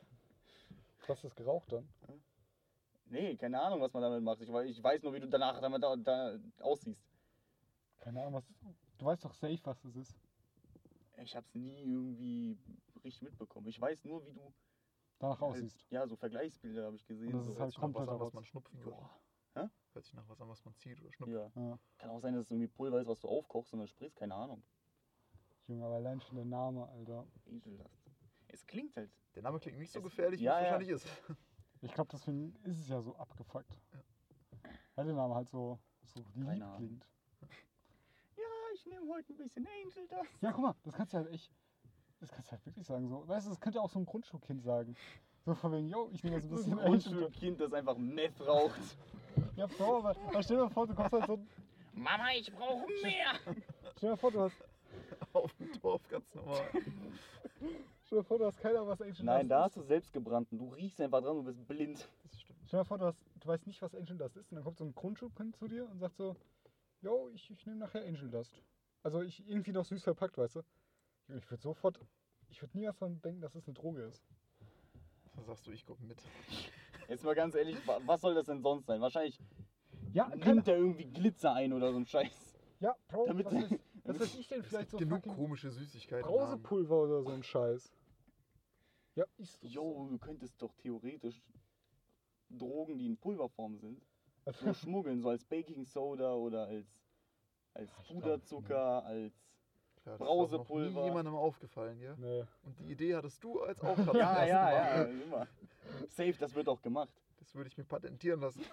Was ist geraucht dann? Nee, keine Ahnung, was man damit macht. Ich weiß nur, wie du danach damit da aussiehst. Keine Ahnung, was. Du weißt doch safe, was das ist. Ich hab's nie irgendwie richtig mitbekommen. Ich weiß nur, wie du. Danach aussiehst. Ja, so Vergleichsbilder habe ich gesehen. Und das So. ist Hört halt sich nach was komplett an, was raus. man schnupfen würde. Ja. Hört sich nach was an, was man zieht oder schnupft. Ja. Ja. Kann auch sein, dass es irgendwie Pulver ist, was du aufkochst und dann sprichst. Keine Ahnung. Junge, aber allein schon der Name, Alter. Angel Dust. Es klingt halt. Der Name klingt nicht so Es- gefährlich, wie ja, es ja. wahrscheinlich ist. Ich glaube, deswegen ist es ja so abgefuckt. Weil der Name halt so lieb Ahnung. klingt. Ja, ich nehme heute ein bisschen Angel Dust. Ja, guck mal, das kannst du halt echt. Das kannst du halt wirklich sagen. So. Weißt du, das könnte auch so ein Grundschulkind sagen. So von wegen, yo, ich nehme jetzt ein Das ist bisschen ein Grundschulkind, das einfach Meth raucht. Ja, Bro, aber stell dir mal vor, du kommst halt so. Mama, ich brauche mehr. Stell dir mal vor, du hast. Auf dem Dorf ganz normal. Stell dir vor, du hast keiner, was Angel Nein, Dust da ist. hast du selbstgebrannten. Du riechst einfach dran und bist blind. Das stimmt. Stell dir mal vor, du weißt nicht, was Angel Dust ist. Und dann kommt so ein Grundschulkind zu dir und sagt so, yo, ich nehme nachher Angel Dust. Also ich irgendwie noch süß verpackt, weißt du. Ich würde nie davon denken, dass es eine Droge ist. Da sagst du, ich komme mit. Jetzt mal ganz ehrlich, was soll das denn sonst sein? Wahrscheinlich Ja, nimmt er irgendwie Glitzer ein oder so ein Scheiß. Ja, Bro, Damit- was weiß ich denn Es vielleicht gibt so genug fucking komische Süßigkeiten. im Namen. Brausepulver oder so ein Scheiß. Ja, isst du Jo, du könntest doch theoretisch Drogen, die in Pulverform sind, Also, so schmuggeln, so als Baking Soda oder als ich glaub, Puderzucker, als. Klar, das ist doch noch Brausepulver. nie jemandem aufgefallen, ja? nee. Und die Idee hattest du als Auftrag. Ja, ja, immer. Safe, das wird auch gemacht. Das würde ich mir patentieren lassen.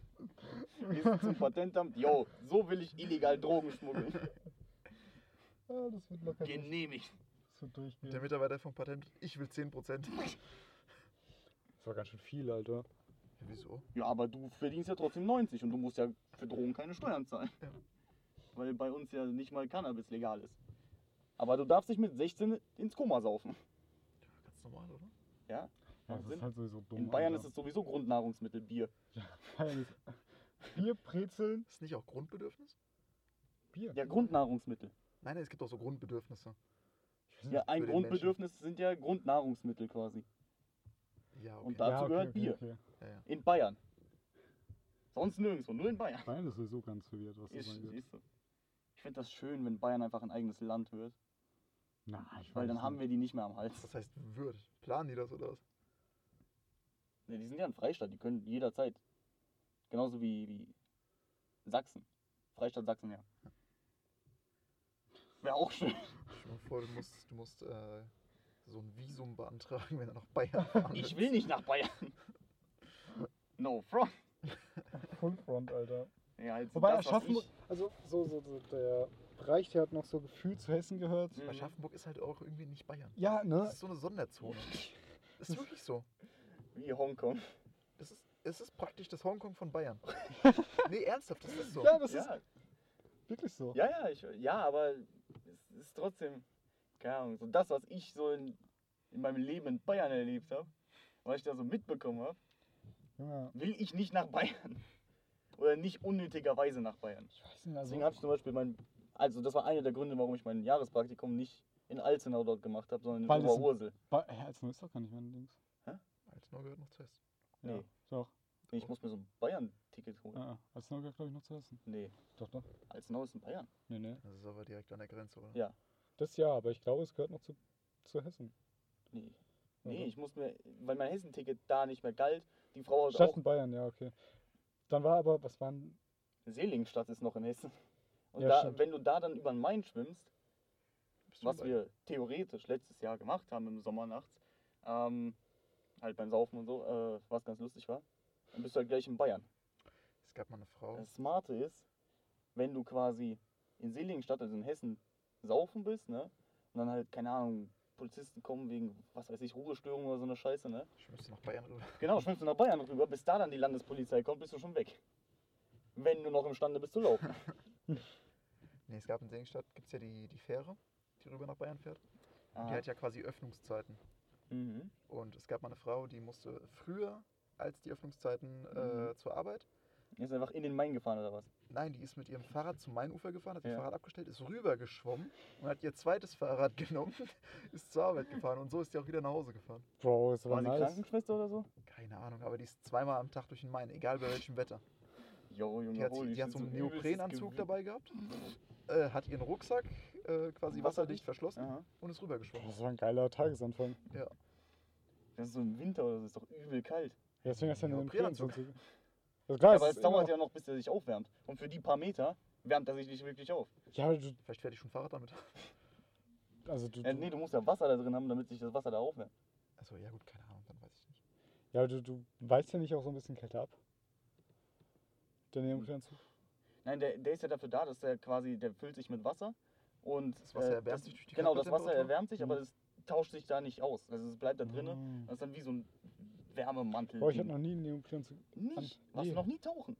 Gehst zum Patentamt, jo, so will ich illegal Drogen schmuggeln. Ah, das wird locker Genehmigt. das wird durchgehen. Der Mitarbeiter vom Patent, ich will 10%. Das war ganz schön viel, Alter. Ja, wieso? Ja, aber du verdienst ja trotzdem 90 und du musst ja für Drogen keine Steuern zahlen. Ja. Weil bei uns ja nicht mal Cannabis legal ist. Aber du darfst dich mit 16 ins Koma saufen. Ganz normal, oder? Ja? Ja, das Wahnsinn. ist halt sowieso dumm. In Bayern Alter. ist es sowieso Grundnahrungsmittel, Bier. Bayern ist Bier, Brezeln, Ist nicht auch Grundbedürfnis? Bier. Ja, Grundnahrungsmittel. Nein, es gibt auch so Grundbedürfnisse. Ich weiß Ja, nicht. ein für den Grundbedürfnis sind ja Grundnahrungsmittel quasi. Ja, okay. Und dazu gehört Bier. Okay. Ja, ja. In Bayern. Sonst nirgendwo, nur in Bayern. Bayern ist sowieso ganz verwirrt, was das Ist, angeht. siehst du. Ich finde das schön, wenn Bayern einfach ein eigenes Land wird. Na, ich Weil weiß dann haben wir die nicht mehr am Hals. Das heißt, wird. Planen die das oder was? Ne, die sind ja ein Freistaat, die können jederzeit. Genauso wie Sachsen. Freistaat Sachsen, ja. Wäre auch schön. Stell dir mal vor, du musst so ein Visum beantragen, wenn du nach Bayern fahren Ich willst. will nicht nach Bayern. No front. Full Front, Alter. Ja, also Wobei das, was Aschaffenburg, ich- also so der Bereich, der hat noch so gefühlt zu Hessen gehört. Mhm. Aschaffenburg ist halt auch irgendwie nicht Bayern. Ja, Das ne? ist so eine Sonderzone. Das ist wirklich so. Wie Hongkong. Es ist praktisch das Hongkong von Bayern. Nee, ernsthaft, das ist so. Ja, das ist Ja, wirklich so. ja, aber es ist trotzdem, keine Ahnung, so das, was ich so in meinem Leben in Bayern erlebt habe, was ich da so mitbekommen habe, Ja, will ich nicht nach Bayern. Oder nicht unnötigerweise nach Bayern. ich weiß nicht, also Deswegen habe ich zum Beispiel also das war einer der Gründe, warum ich mein Jahrespraktikum nicht in Alzenau dort gemacht habe, sondern in Weil es- Oberursel. Als ist doch gar nicht mein Dings. Altenau gehört noch zu Hessen. Ja, Nee. doch. Nee, ich muss mir so ein Bayern-Ticket holen. Als gehört, glaube ich, noch zu Hessen. Nee, Doch, doch. Alzenau ist in Bayern. Nee. Das ist aber direkt an der Grenze, oder? Ja. Das ja, aber ich glaube, es gehört noch zu Hessen. Nee. Nee, Also. ich muss mir, weil mein Hessenticket da nicht mehr galt, die Frau hat Stadt auch, in Bayern, ja, okay. Dann war aber, was waren. Seelingstadt ist noch in Hessen. Und Ja, da, stimmt. wenn du da dann über den Main schwimmst, Bist du was bei- wir theoretisch letztes Jahr gemacht haben im Sommer nachts, halt beim Saufen und so, was ganz lustig war, dann bist du halt gleich in Bayern. Es gab mal eine Frau. Das Smarte ist, wenn du quasi in Seligenstadt, also in Hessen, saufen bist, ne? Und dann halt, keine Ahnung, Polizisten kommen wegen, was weiß ich, Ruhestörung oder so eine Scheiße, ne? Ich müsste nach Bayern rüber. Genau, schwimmst du nach Bayern rüber, bis da dann die Landespolizei kommt, bist du schon weg. Wenn du noch imstande bist zu laufen. Nee, es gab in Seligenstadt, gibt es ja die Fähre, die rüber nach Bayern fährt. Und die Aha. hat ja quasi Öffnungszeiten. Mhm. Und es gab mal eine Frau, die musste früher als die Öffnungszeiten zur Arbeit. Ist einfach in den Main gefahren oder was? Nein, die ist mit ihrem Fahrrad zum Mainufer gefahren, hat ihr Ja. Fahrrad abgestellt, ist rüber geschwommen und hat ihr zweites Fahrrad genommen, ist zur Arbeit gefahren und so ist die auch wieder nach Hause gefahren. Bro, es war War sie nice. Krankenschwester oder so? Keine Ahnung, aber die ist zweimal am Tag durch den Main, egal bei welchem Wetter. Jo, Junge, Die hat, holy die hat shit, so einen übelstes Neoprenanzug Gewicht. dabei gehabt, hat ihren Rucksack quasi wasserdicht verschlossen Aha. und ist rübergeschwommen. Das war ein geiler Tagesanfang. Ja. Das ist so im Winter oder so, ist doch übel kalt. Ja, deswegen hast du ja einen Neoprenanzug. Neoprenanzug. Also klar, Aber ist es dauert immer- ja noch, bis er sich aufwärmt. Und für die paar Meter wärmt er sich nicht wirklich auf. Ja, aber du, Vielleicht fährt die schon Fahrrad damit. also du, Nee, du musst ja Wasser da drin haben, damit sich das Wasser da aufwärmt. Achso, ja gut, keine Ahnung, dann weiß ich nicht. ja, du weißt ja nicht auch so ein bisschen Kälte ab. Der Neoprenanzug. Nein, der ist ja dafür da, dass der quasi, der füllt sich mit Wasser. Und Das Wasser erwärmt sich durch die Genau, das Wasser Körpertemperatur? erwärmt sich, aber Mhm. es tauscht sich da nicht aus. Also es bleibt da drinnen. Mm. Das ist dann wie so ein Wärmemantel. Boah, ich hab noch nie einen Neoprenanzug. Nicht? Warst Nee. du noch nie tauchen?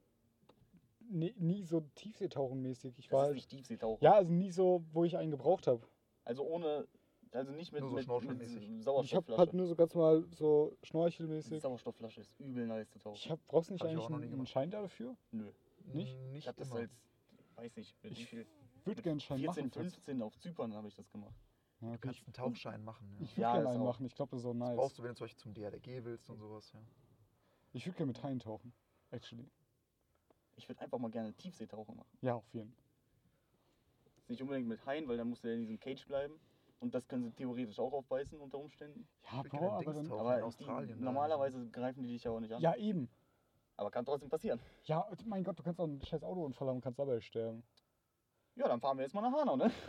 Nie so Tiefseetauchenmäßig. Ich Das war ist halt, nicht Tiefseetauchen. ja, also nie so, wo ich einen gebraucht habe. Also nicht mit, Nur so mit schnorchelmäßig. Ich habe Sauerstoffflasche. halt nur so ganz mal so Mit schnorchelmäßig. Sauerstoffflasche ist übel nice zu tauchen. Brauchst du nicht Hab ich eigentlich auch noch nie einen gemacht. Schein dafür? Nö. Nicht? Ich Nicht hab das immer. als, weiß nicht, mit wie Ich viel? würde gerne einen Schein 14, machen. 15 auf Zypern habe ich das gemacht. Ja, Du okay, kannst einen Tauchschein machen. Ja. ich würde Ja, gerne ist einen auch- machen. Ich glaube, das ist auch Das nice. brauchst du, wenn du zum Beispiel zum DLRG willst und sowas. Ja. Ich würde gerne mit Haien tauchen. Actually. Ich würde einfach mal gerne Tiefseetauchen machen. Ja, auf jeden Fall. Nicht unbedingt mit Haien, weil dann musst du ja in diesem Cage bleiben. Und das können sie theoretisch auch aufbeißen unter Umständen. Ja, Ich will Bro, gerne aber Dings dann. tauchen. Aber in Australien, da. normalerweise greifen die dich ja auch nicht an. Ja, eben. Aber kann trotzdem passieren. Ja, mein Gott, du kannst auch einen scheiß Autounfall haben und kannst dabei sterben. Ja, dann fahren wir jetzt mal nach Hanau, ne?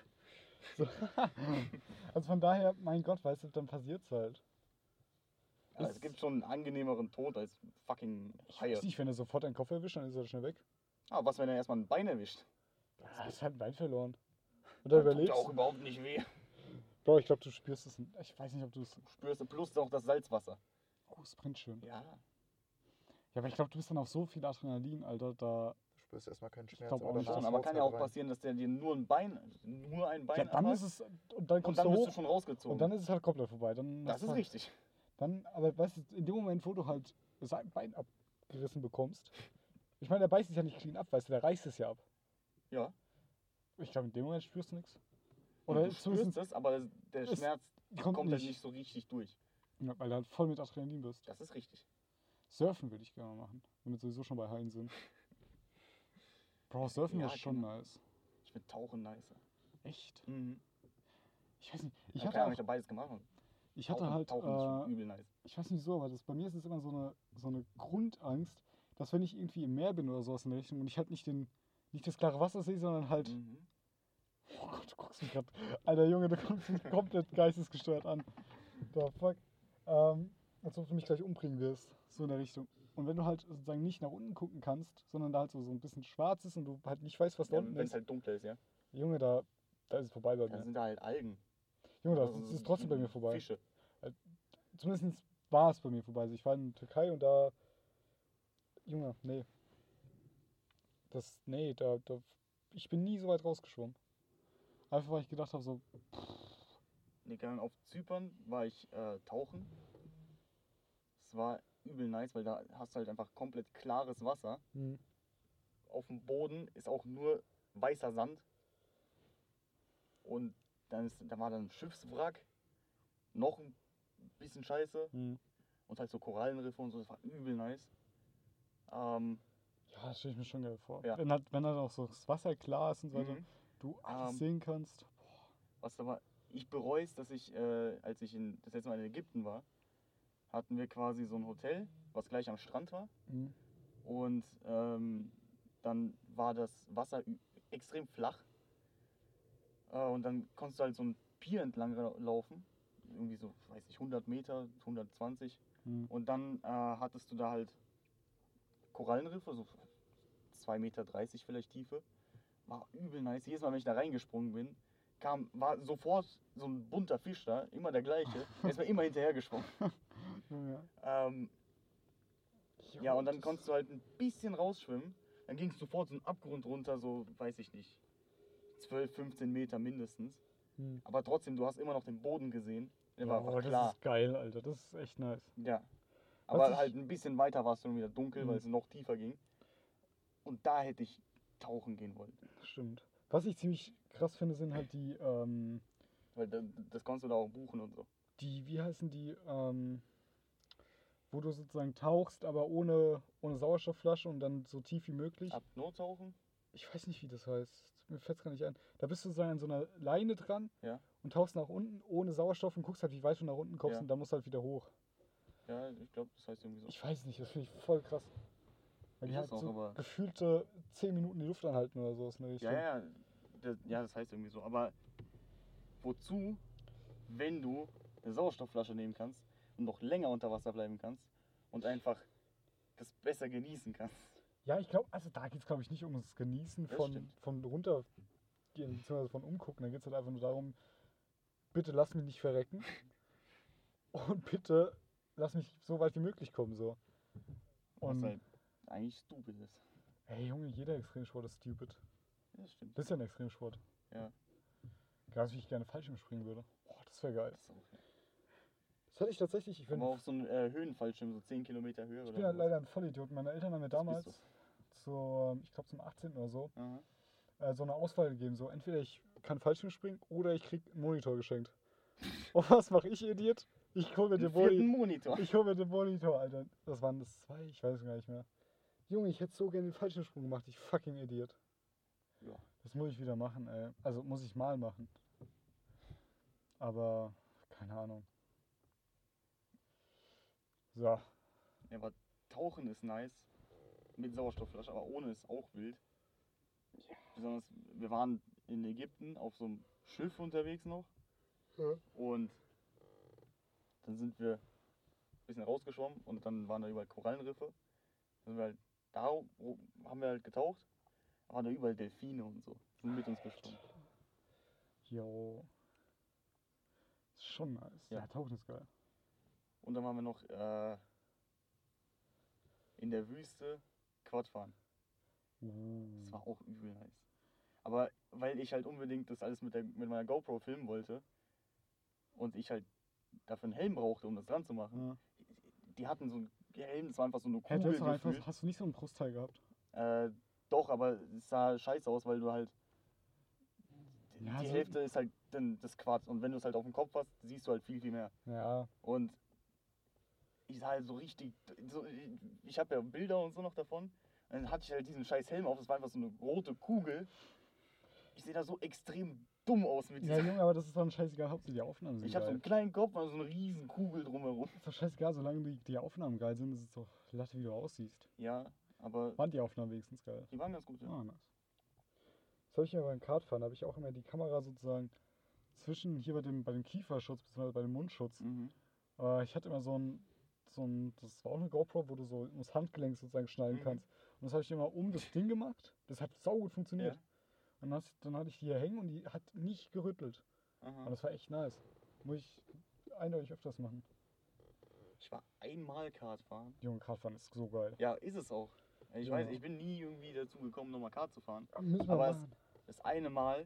Also von daher, mein Gott, weißt du, dann passiert's halt. Ja, es gibt schon einen angenehmeren Tod als fucking Haie. Ich nicht, wenn er sofort deinen Kopf erwischt, dann ist er schnell weg. Ah, was, wenn er erstmal ein Bein erwischt? Ja, ist halt ein Bein verloren. Oder Tut überlebst. auch überhaupt nicht weh. Bro, ich glaube, du spürst es. Ich weiß nicht, ob du es. Spürst du plus auch das Salzwasser. Oh, es brennt schön. Ja. Ja, aber ich glaube, du bist dann auf so viel Adrenalin, Alter, da. Du spürst erstmal keinen Schmerz. glaub auch aber nicht, danach Schon, aber haut's kann ja halt auch rein. passieren, dass der dir nur ein Bein Ja, dann abhakt ist es. Und dann und kommst dann du bist hoch. du schon rausgezogen. Und dann ist es halt komplett vorbei. Dann das ist halt, richtig. Dann, aber weißt du, in dem Moment, wo du halt sein Bein abgerissen bekommst. Ich meine, der beißt es ja nicht clean ab, weißt du, der reißt es ja ab. Ja. Ich glaube, in dem Moment spürst du nichts. Und Oder du zumindest. spürst es, aber der es Schmerz kommt kommt halt nicht. nicht so richtig durch. Ja, weil du halt voll mit Adrenalin bist. Das ist richtig. Surfen würde ich gerne mal machen, wenn wir sowieso schon bei Haien sind. Bro, Surfen Ja, ist schon genau. nice. Ich finde Tauchen nicer. Echt? Mhm. Ich weiß nicht. Ich Ja, hatte, keine Ahnung, auch, ich habe beides gemacht. und ich hatte halt, Tauchen ist schon übel nice. ich weiß nicht so, aber bei mir ist es immer so eine Grundangst, dass wenn ich irgendwie im Meer bin oder sowas in der Richtung und ich halt nicht das klare Wasser sehe, sondern halt. Mhm. Oh Gott, du guckst mich gerade. Alter Junge, du kommst mich komplett geistesgestört an. The fuck. Als ob du mich gleich umbringen wirst. So in der Richtung. Und wenn du halt sozusagen nicht nach unten gucken kannst, sondern da halt so ein bisschen schwarz ist und du halt nicht weißt, was da Ja, unten wenn es ist. halt dunkel ist, ja. Junge, da ist es vorbei bei Dann mir. sind da halt Algen. Junge, Also das ist trotzdem bei mir vorbei. Fische. Zumindest war es bei mir vorbei. Also ich war in der Türkei und da. Junge, nee. Ich bin nie so weit rausgeschwommen. Einfach weil ich gedacht habe, so, Nee, keine Ahnung, auf Zypern war ich tauchen. Es war übel nice, weil da hast du halt einfach komplett klares Wasser. Auf dem Boden ist auch nur weißer Sand. Und da war dann ein Schiffswrack. Noch ein bisschen Scheiße. Und halt so Korallenriffe und so, das war übel nice. ja, das stelle ich mir schon geil vor. Ja. Wenn halt auch so das Wasser klar ist und so weiter, Mhm. du alles sehen kannst. Was aber, ich bereue es, dass ich, als ich das letzte Mal in Ägypten war, hatten wir quasi so ein Hotel, was gleich am Strand war. Und dann war das Wasser extrem flach. Und dann konntest du halt so einen Pier entlang laufen. Irgendwie so, weiß ich, 100 Meter, 120. Und dann hattest du da halt Korallenriffe, so 2,30 Meter vielleicht Tiefe. War übel nice. Jedes Mal, wenn ich da reingesprungen bin, war sofort so ein bunter Fisch da, immer der gleiche. Der ist mir immer hinterher geschwommen. Ja, und dann konntest du halt ein bisschen rausschwimmen. Dann ging es sofort so einen Abgrund runter, so, weiß ich nicht, 12, 15 Meter mindestens. Aber trotzdem, du hast immer noch den Boden gesehen. Der war einfach klar. Das ist geil, Alter. Das ist echt nice. Ja. Aber halt ein bisschen weiter war es dann wieder dunkel, weil es noch tiefer ging. Und da hätte ich tauchen gehen wollen. Stimmt. Was ich ziemlich krass finde, sind halt die, Weil das konntest du da auch buchen und so. wie heißen die, wo du sozusagen tauchst, aber ohne Sauerstoffflasche und dann so tief wie möglich. Apnoe-Tauchen? Ich weiß nicht, wie das heißt. Mir fällt es gar nicht ein. Da bist du sozusagen an so einer Leine dran Ja. und tauchst nach unten ohne Sauerstoff und guckst halt, wie weit du nach unten kommst Ja. und dann musst du halt wieder hoch. Ja, ich glaube, das heißt irgendwie so. Ich weiß nicht, das finde ich voll krass. Weil die Ich halt auch, so aber- gefühlte 10 Minuten die Luft anhalten oder so in der Richtung. Ja, das heißt irgendwie so. Aber wozu, wenn du eine Sauerstoffflasche nehmen kannst und noch länger unter Wasser bleiben kannst und einfach das besser genießen kannst? Ja, ich glaube, also da geht es, glaube ich, nicht um das Genießen Das von stimmt. runtergehen, beziehungsweise von umgucken. Da geht es halt einfach nur darum, bitte lass mich nicht verrecken und bitte lass mich so weit wie möglich kommen. So. Was Und halt eigentlich stupid ist. ey Junge, jeder Extremsport ist stupid. Ja, das stimmt. Das ist ja ein Extremsport. Ja. Gerade wie ich gerne Fallschirm springen würde. Boah, das wäre geil. Das ist auch, ja. Das hatte ich tatsächlich. Aber auf so einem Höhenfallschirm, so 10 Kilometer Höhe Ich oder bin halt sowas. leider ein Vollidiot. Meine Eltern haben mir damals bist ich glaube zum 18. oder so, Aha. so eine Auswahl gegeben. So, entweder ich kann Fallschirm springen oder ich krieg einen Monitor geschenkt. Und was mache ich, Idiot? Ich hole mir den Vierten Monitor. Ich hole mir den Monitor, Alter. Das waren das 2, ich weiß es gar nicht mehr. Junge, ich hätte so gerne den Fallschirmsprung gemacht, ich fucking Idiot. Ja. Das muss ich wieder machen, ey. Also muss ich mal machen. Aber keine Ahnung. So. Ja, aber Tauchen ist nice. Mit Sauerstoffflasche, aber ohne ist auch wild. Besonders, wir waren in Ägypten auf so einem Schiff unterwegs noch. Ja. Und dann sind wir ein bisschen rausgeschwommen und dann waren da überall Korallenriffe. Dann sind wir halt haben wir halt getaucht. Da waren da überall Delfine und so. Sind mit uns geschwommen. Jo. Ist schon nice. Ja. Ja, Tauchen ist geil. Und dann waren wir noch in der Wüste Quad fahren. Das war auch übel nice. Aber weil ich halt unbedingt das alles mit meiner GoPro filmen wollte und ich halt dafür einen Helm brauchte, um das dran zu machen, Ja. die hatten so einen Helm, das war einfach so eine Hey, Kugel gefühlt. hast du nicht so einen Brustteil gehabt? Doch, aber es sah scheiße aus, weil du halt Ja, die so- Hälfte ist halt dann das Quad und wenn du es halt auf dem Kopf hast, siehst du halt viel, viel mehr. Ja. Und ich sah halt so richtig, ich habe ja Bilder und so noch davon. Und dann hatte ich halt diesen scheiß Helm auf, das war einfach so eine rote Kugel. Ich sehe da so extrem dumm aus mit Ja, dieser. Junge, aber das ist doch scheißegal, Hauptsache die Aufnahmen sind Ich habe so geil. einen kleinen Kopf und so eine riesen Kugel drumherum. Ist doch scheißegal, solange die Aufnahmen geil sind, ist es doch Latte, wie du aussiehst. Ja, Aber Waren die Aufnahmen wenigstens geil? die waren ganz gut, ja. Ah, nice. Das habe ich immer beim Kartfahren, da habe ich auch immer die Kamera sozusagen zwischen hier bei dem Kieferschutz bzw. bei dem Mundschutz. Mhm. Ich hatte immer das war auch eine GoPro, wo du so ums Handgelenk sozusagen schnallen Mhm. kannst. Und das habe ich immer um das Ding gemacht. Das hat saugut funktioniert. Ja. Und dann hatte ich die hier hängen und die hat nicht gerüttelt. Aha. Und das war echt nice. Muss ich eindeutig öfters machen. Ich war einmal Kart fahren. Junge, Kartfahren ist so geil. Ja, ist es auch. Ich Ja. weiß, ich bin nie irgendwie dazu gekommen, nochmal Kart zu fahren. Müssen wir Aber machen. das eine Mal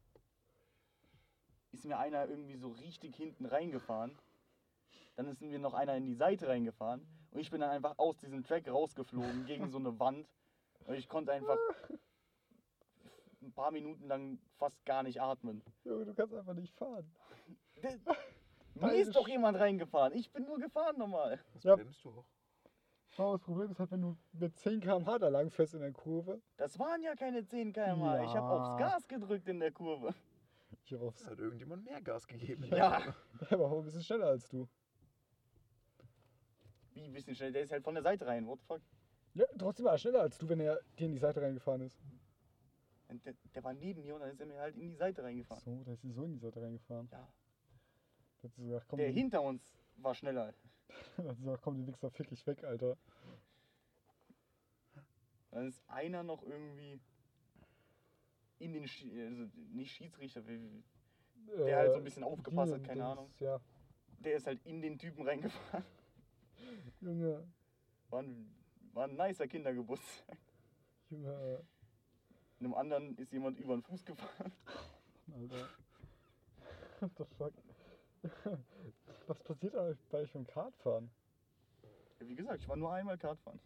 ist mir einer irgendwie so richtig hinten reingefahren. Dann ist mir noch einer in die Seite reingefahren. Und ich bin dann einfach aus diesem Track rausgeflogen gegen so eine Wand. Und ich konnte einfach ein paar Minuten lang fast gar nicht atmen. Junge, du kannst einfach nicht fahren. Mir ist doch jemand reingefahren. Ich bin nur gefahren normal. Das Ja. bremst du auch. Aber das Problem ist halt, wenn du mit 10 km/h da lang fährst in der Kurve. Das waren ja keine 10 km/h. Ich habe Ja. aufs Gas gedrückt in der Kurve. Ich hab aufs Es hat irgendjemand mehr Gas gegeben. Ja. Der war auch ein bisschen schneller als du. Wie ein bisschen schnell. Der ist halt von der Seite rein. What the fuck? Ja, trotzdem war er schneller als du, wenn er dir in die Seite reingefahren ist. Und der war neben mir und dann ist er mir halt in die Seite reingefahren. So, da ist sie so in die Seite reingefahren. Ja. Da hat sie gesagt, komm, Der die, hinter uns war schneller. da hat sie gesagt, komm, die Wichser, fick dich weg, Alter. Dann ist einer noch irgendwie in den, also nicht Schiedsrichter, der halt so ein bisschen aufgepasst hat, keine Ahnung. Ja, Der ist halt in den Typen reingefahren. Junge, War ein nicer Kindergeburtstag. Junge, In einem anderen ist jemand über den Fuß gefahren. Alter. What the fuck? Was passiert eigentlich bei euch beim Kartfahren? Ja, wie gesagt, ich war nur einmal Kart fahren.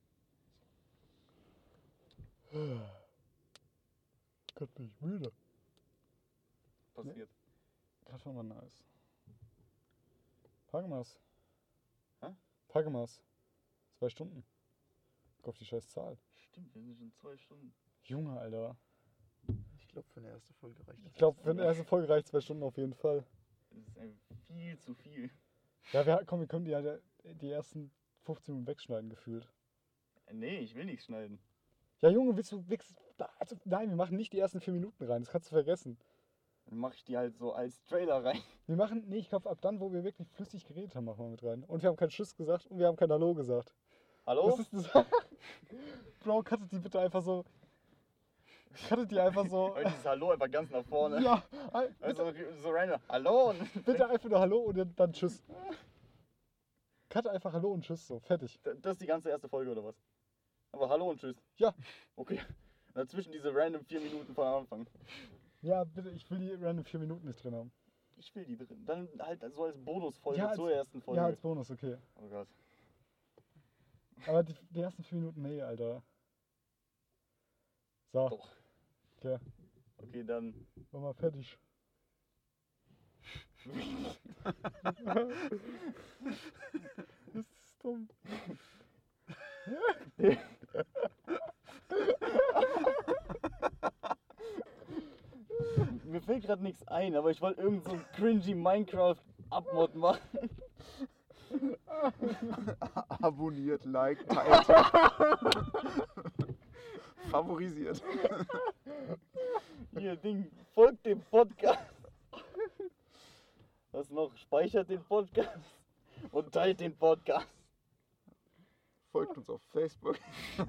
Gott, bin ich müde. Passiert. Kartfahren war nice. Pagemas. Hä? Pagemas. 2 Stunden. Guck auf die scheiß Zahl. Stimmt, wir sind schon 2 Stunden. Junge, Alter. Ich glaube, für eine erste Folge reicht das. Ich glaube, für eine erste Folge reicht 2 Stunden auf jeden Fall. Das ist einfach viel zu viel. Ja, wir können die ersten 15 Minuten wegschneiden, gefühlt. Nee, ich will nichts schneiden. Ja, Junge, also, nein, wir machen nicht die ersten 4 Minuten rein, das kannst du vergessen. Dann mache ich die halt so als Trailer rein. Nee, ich glaube, ab dann, wo wir wirklich flüssig geredet haben, machen wir mit rein. Und wir haben keinen Tschüss gesagt und wir haben kein Hallo gesagt. Hallo? Das ist das. Bro, cuttet die bitte einfach so. Cuttet die einfach so. Und dieses Hallo einfach ganz nach vorne. Ja, Also so random. Hallo? Und bitte einfach nur Hallo und dann Tschüss. Cut einfach Hallo und Tschüss, so, fertig. Das ist die ganze erste Folge oder was? Aber Hallo und Tschüss. Ja. Okay. Und dazwischen diese random 4 Minuten von Anfang. Ja, bitte, ich will die random 4 Minuten nicht drin haben. Ich will die drin. Dann halt so als Bonusfolge Ja, zur ersten Folge. Ja, als Bonus, okay. Oh Gott. Aber die ersten 4 Minuten, nee, Alter. So, Doch. okay, Okay, dann. war mal fertig. Das ist dumm. Mir fällt gerade nichts ein, aber ich wollte irgend so ein cringy Minecraft-Abmod machen. Abonniert, liked, teilt. Favorisiert. Hier, Ding, folgt dem Podcast. Was noch? Speichert den Podcast und teilt den Podcast. Folgt uns auf Facebook.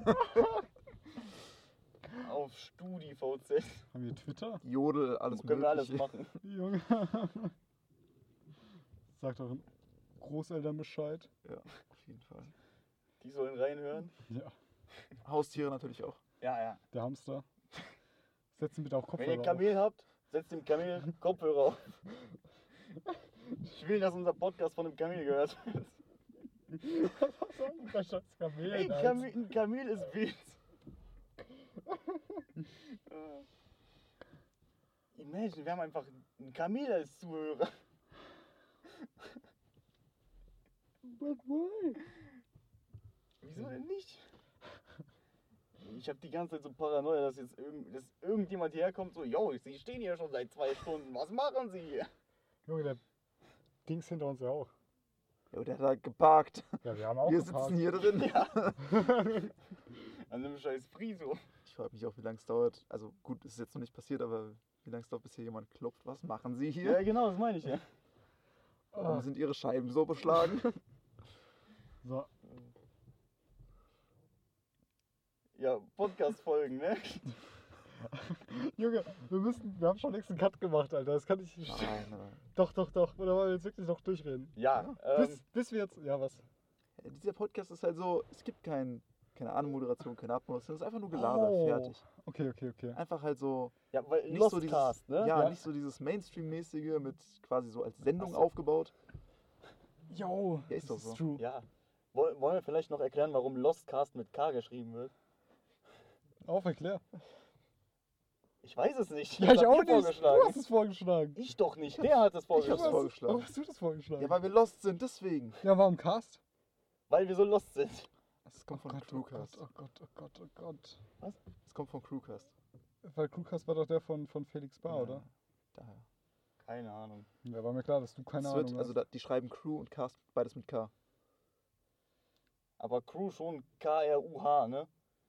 Auf StudiVZ. Haben wir Twitter? Jodel, alles Können wir alles Mögliche. machen. Junge. Sagt euren Großeltern Bescheid. Ja, auf jeden Fall. Die sollen reinhören. Ja. Haustiere natürlich auch. Ja, ja. Der Hamster. Setzen bitte auch Wenn ihr Kopfhörer auf. Kamel habt, setzt dem Kamel Kopfhörer auf. Ich will, dass unser Podcast von einem Kamel gehört wird. Was soll denn das scheiß Kamel? Ey, Alter? ein Kamel ist wild. Imagine, wir haben einfach einen Kamel als Zuhörer. But why? Wieso denn nicht? Ich habe die ganze Zeit so Paranoia, dass jetzt dass irgendjemand hierher kommt, so, yo, Sie stehen hier schon seit 2 Stunden, was machen Sie hier? Junge, der Dings hinter uns ja auch. Jo, der hat da geparkt. Ja, wir haben auch Wir geparkt. sitzen hier drin. Ja. An einem scheiß Friso. Ich frage mich auch, wie lange es dauert. Also gut, es ist jetzt noch nicht passiert, aber wie lange es dauert, bis hier jemand klopft. Was machen Sie hier? Ja, genau, das meine ich, ja. Warum sind Ihre Scheiben so beschlagen? So. Ja, Podcast-Folgen, ne? Junge, wir haben schon längst einen Cut gemacht, Alter. Das kann ich nicht. Nein. Doch. Oder wollen wir jetzt wirklich noch durchreden? Ja, Bis wir jetzt. Ja, was? Dieser Podcast ist halt so, es gibt keine Anmoderation, keine Abmoderation, es ist einfach nur Gelaber, fertig. Okay. Einfach halt so, ja, weil nicht so Lostcast, dieses, ne? ja, nicht so dieses Mainstream-mäßige mit quasi so als Sendung Ach so. aufgebaut. Jo, Ja, ist das doch so. true. Ja. Wollen wir vielleicht noch erklären, warum Lostcast mit K geschrieben wird? Erklär. Ich weiß es nicht. Ja, ich hab auch dir nicht. vorgeschlagen. Du hast es vorgeschlagen. Ich doch nicht, der hat es Ich hab's vorgeschlagen. vorgeschlagen. Warum hast du das vorgeschlagen? Ja, weil wir lost sind, deswegen. Ja, warum Cast? Weil wir so lost sind. Das kommt von Crewcast. Oh Gott. Das kommt von Crewcast. Weil Crewcast war doch der von Felix Bar, Ja, oder? Daher. Keine Ahnung. Ja, war mir klar, dass du keine Es Ahnung wird, hast. also die schreiben Crew und Cast beides mit K. Aber Crew schon K-R-U-H, ne?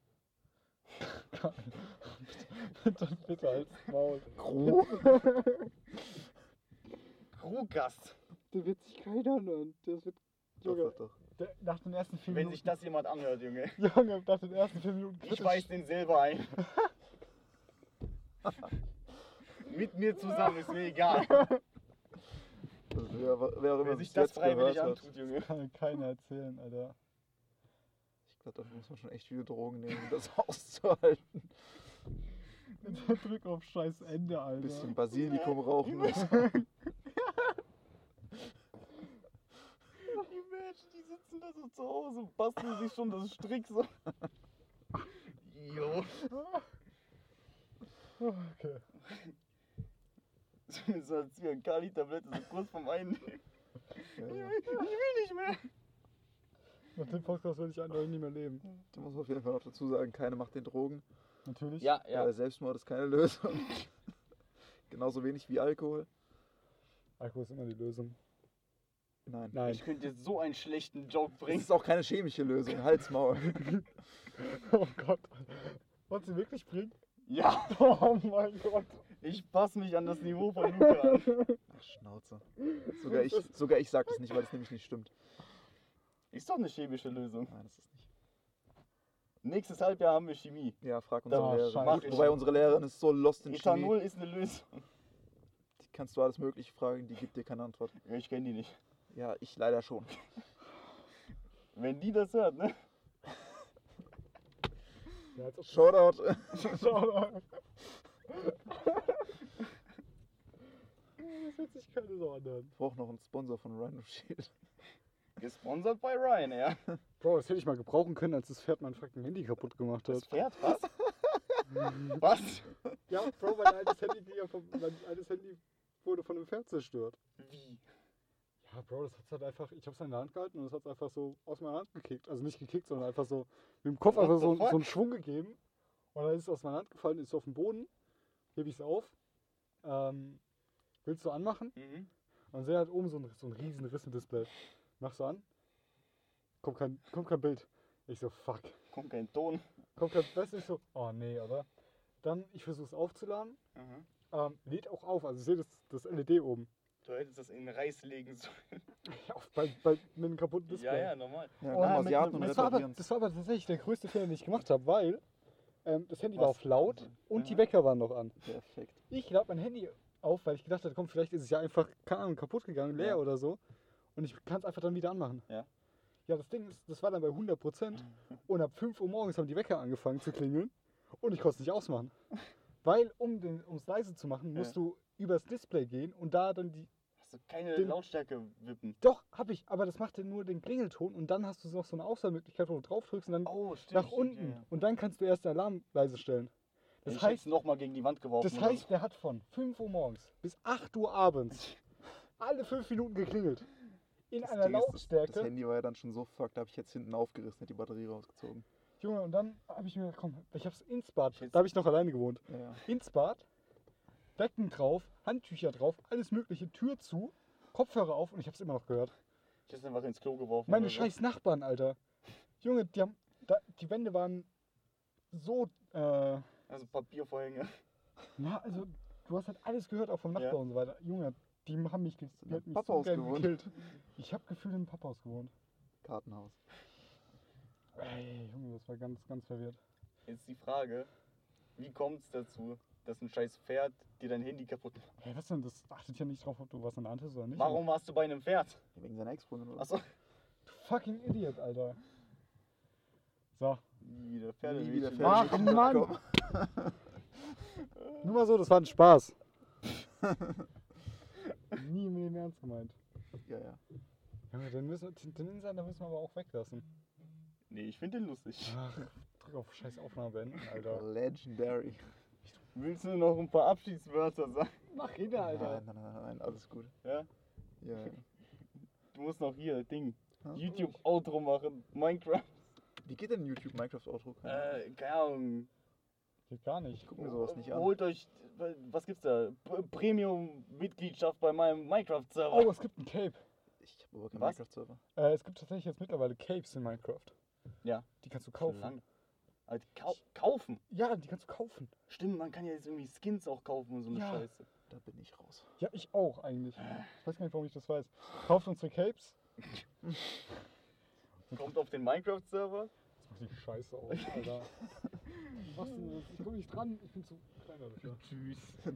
Bitte halt's Maul. Crew? Crewgast. Der wird sich keiner hören. Das wird. Junge, Doch. nach den ersten 4 Wenn Minuten. sich das jemand anhört, Junge. Junge, nach den ersten 4 Minuten. Ich weiß den selber ein. Mit mir zusammen, ist mir egal. Wer auch immer Wer sich bis das jetzt freiwillig gehört hat. antut, Junge. Kann keiner erzählen, Alter. Ich glaube, dafür muss man schon echt viele Drogen nehmen, um das auszuhalten. Drück auf scheiß Ende, Alter. Ein bisschen Basilikum rauchen. Die Menschen, die sitzen da so zu Hause und basteln sich schon das Strick so. Jo. Okay. So als Zyankali-Tablette so kurz vorm Einnehmen. Ich will nicht mehr. Nach dem Podcast will ich eigentlich nie mehr leben. Da muss man auf jeden Fall noch dazu sagen, keine macht den Drogen. Natürlich. Ja. Selbstmord ist keine Lösung. Genauso wenig wie Alkohol. Alkohol ist immer die Lösung. Nein. Nein. Ich könnte jetzt so einen schlechten Joke Es bringen. ist auch keine chemische Lösung. Halt's Maul. Oh Gott. Wolltest du wirklich bringen? Ja, Oh mein Gott. ich passe mich an das Niveau von Luca an. Ach, Schnauze. Sogar ich sag das nicht, weil das nämlich nicht stimmt. Ist doch eine chemische Lösung. Nein, das ist nicht. Nächstes Halbjahr haben wir Chemie. Ja, frag Oh, unsere Lehrerin. scheiße. Wobei unsere Lehrerin ist so lost in Chemie. Ethanol ist eine Lösung. Die kannst du alles Mögliche fragen, die gibt dir keine Antwort. Ja, ich kenne die nicht. Ja, ich leider schon. Wenn die das hört, ne? Ja, als ob Shoutout. Shoutout. Das wird sich keine so anhören. Ich brauche noch einen Sponsor von Rhino Shield. Gesponsert bei Ryanair. Bro, das hätte ich mal gebrauchen können, als das Pferd mein fucking Handy kaputt gemacht Das hat. Pferd, was? Was? Ja, Bro, mein altes Handy wurde von einem Pferd zerstört. Wie? Ja, Bro, das hat's halt einfach, ich hab's in der Hand gehalten und es hat's einfach so aus meiner Hand gekickt. Also nicht gekickt, sondern einfach so mit dem Kopf What einfach the so fuck? einen Schwung gegeben. Und dann ist es aus meiner Hand gefallen, ist auf den Boden, heb ich's auf, willst du anmachen? Mhm. Und sehe halt oben so ein riesen Riss im Display. Machst du an, kommt kein Bild. Ich so, fuck. Kommt kein Ton. Kommt kein Bild. Ich so, oh nee, oder? Dann, ich versuche es aufzuladen, Mhm. lädt auch auf, also ich sehe das LED oben. Du hättest das in den Reis legen sollen. Ja, mit einem kaputten Display. Ja, normal. Ja, Oh, komm, mit Asiaten und Das war, reparieren. das war aber tatsächlich der größte Fehler, den ich gemacht habe, weil das Handy war Was? auf laut und die Ja. Wecker waren noch an. Perfekt. Ich lade mein Handy auf, weil ich gedacht habe, komm, vielleicht ist es ja einfach, keine Ahnung, kaputt gegangen, leer Ja. oder so. Und ich kann es einfach dann wieder anmachen. Ja. Ja, das Ding ist, das war dann bei 100% und ab 5 Uhr morgens haben die Wecker angefangen zu klingeln und ich konnte es nicht ausmachen. Weil, um es leise zu machen, musst du übers Display gehen und da dann die... Hast du keine Den- Lautstärke wippen? Doch, hab ich, aber das macht ja nur den Klingelton und dann hast du noch so eine Auswahlmöglichkeit, wo du drauf drückst und dann Oh, stimmt. nach unten. Und dann kannst du erst den Alarm leise stellen. Das Ich heißt, hätte nochmal gegen die Wand geworfen. das heißt, der hat von 5 Uhr morgens bis 8 Uhr abends alle 5 Minuten geklingelt. In Das einer Ding ist, das Lautstärke. Handy war ja dann schon so fucked, da habe ich jetzt hinten aufgerissen, hätte die Batterie rausgezogen. Junge, und dann habe ich mir gedacht, komm, ich hab's ins Bad. Jetzt- Da habe ich noch alleine gewohnt. Ja. Ins Bad, Decken drauf, Handtücher drauf, alles mögliche, Tür zu, Kopfhörer auf und ich hab's immer noch gehört. Ich hätte es einfach ins Klo geworfen. Meine oder so. scheiß Nachbarn, Alter. Junge, die Wände waren so, Also Papiervorhänge. na, also, du hast halt alles gehört, auch vom Nachbar Ja. und so weiter. Junge, die haben mich, in die hat einem mich so Papphaus gern gewohnt? gekillt. Ich habe gefühlt in einem Papphaus gewohnt. Kartenhaus. Ey, Junge, das war ganz, ganz verwirrt. Jetzt die Frage, wie kommt es dazu, dass ein scheiß Pferd dir dein Handy kaputt macht? Hey, was denn? Das achtet ja nicht drauf, ob du was in der Hand hast oder nicht. Warum warst du bei einem Pferd? Wegen seiner Ex-Freundin oder? Achso. Du fucking Idiot, Alter. So. Nie wieder Nie Pferdemädchen. wieder Ach, Pferdemädchen.com. Mann. Nur mal so, das war ein Spaß. Nie im Leben ernst gemeint. Ja, ja. Junge, den Insider müssen wir aber auch weglassen. Nee, ich finde den lustig. Ach, drück auf scheiß Aufnahme beenden, Alter. Legendary. Willst du noch ein paar Abschiedswörter sagen? Mach hin, Alter. Nein, alles gut. Ja? Ja, ja. Du musst noch hier, Ding, Ha? YouTube-Outro machen. Minecraft. Wie geht denn YouTube Minecraft Outro? Keine Ahnung. Geht gar nicht. Guck mir sowas nicht an. Holt euch, was gibt's da? Premium-Mitgliedschaft bei meinem Minecraft-Server. Oh, es gibt ein Cape. Ich habe aber keinen Was? Minecraft-Server. Es gibt tatsächlich jetzt mittlerweile Capes in Minecraft. Ja. Die kannst du Schon kaufen. lange. Also, kaufen? Ja, die kannst du kaufen. Stimmt, man kann ja jetzt irgendwie Skins auch kaufen und so eine Ja. Scheiße. Da bin ich raus. Ja, ich auch eigentlich. Ich weiß gar nicht, warum ich das weiß. Kauft unsere Capes. Kommt auf den Minecraft-Server. Jetzt macht die Scheiße aus, Alter. Was denn? Ich komm nicht dran. Ich bin zu kleiner dafür. Tschüss.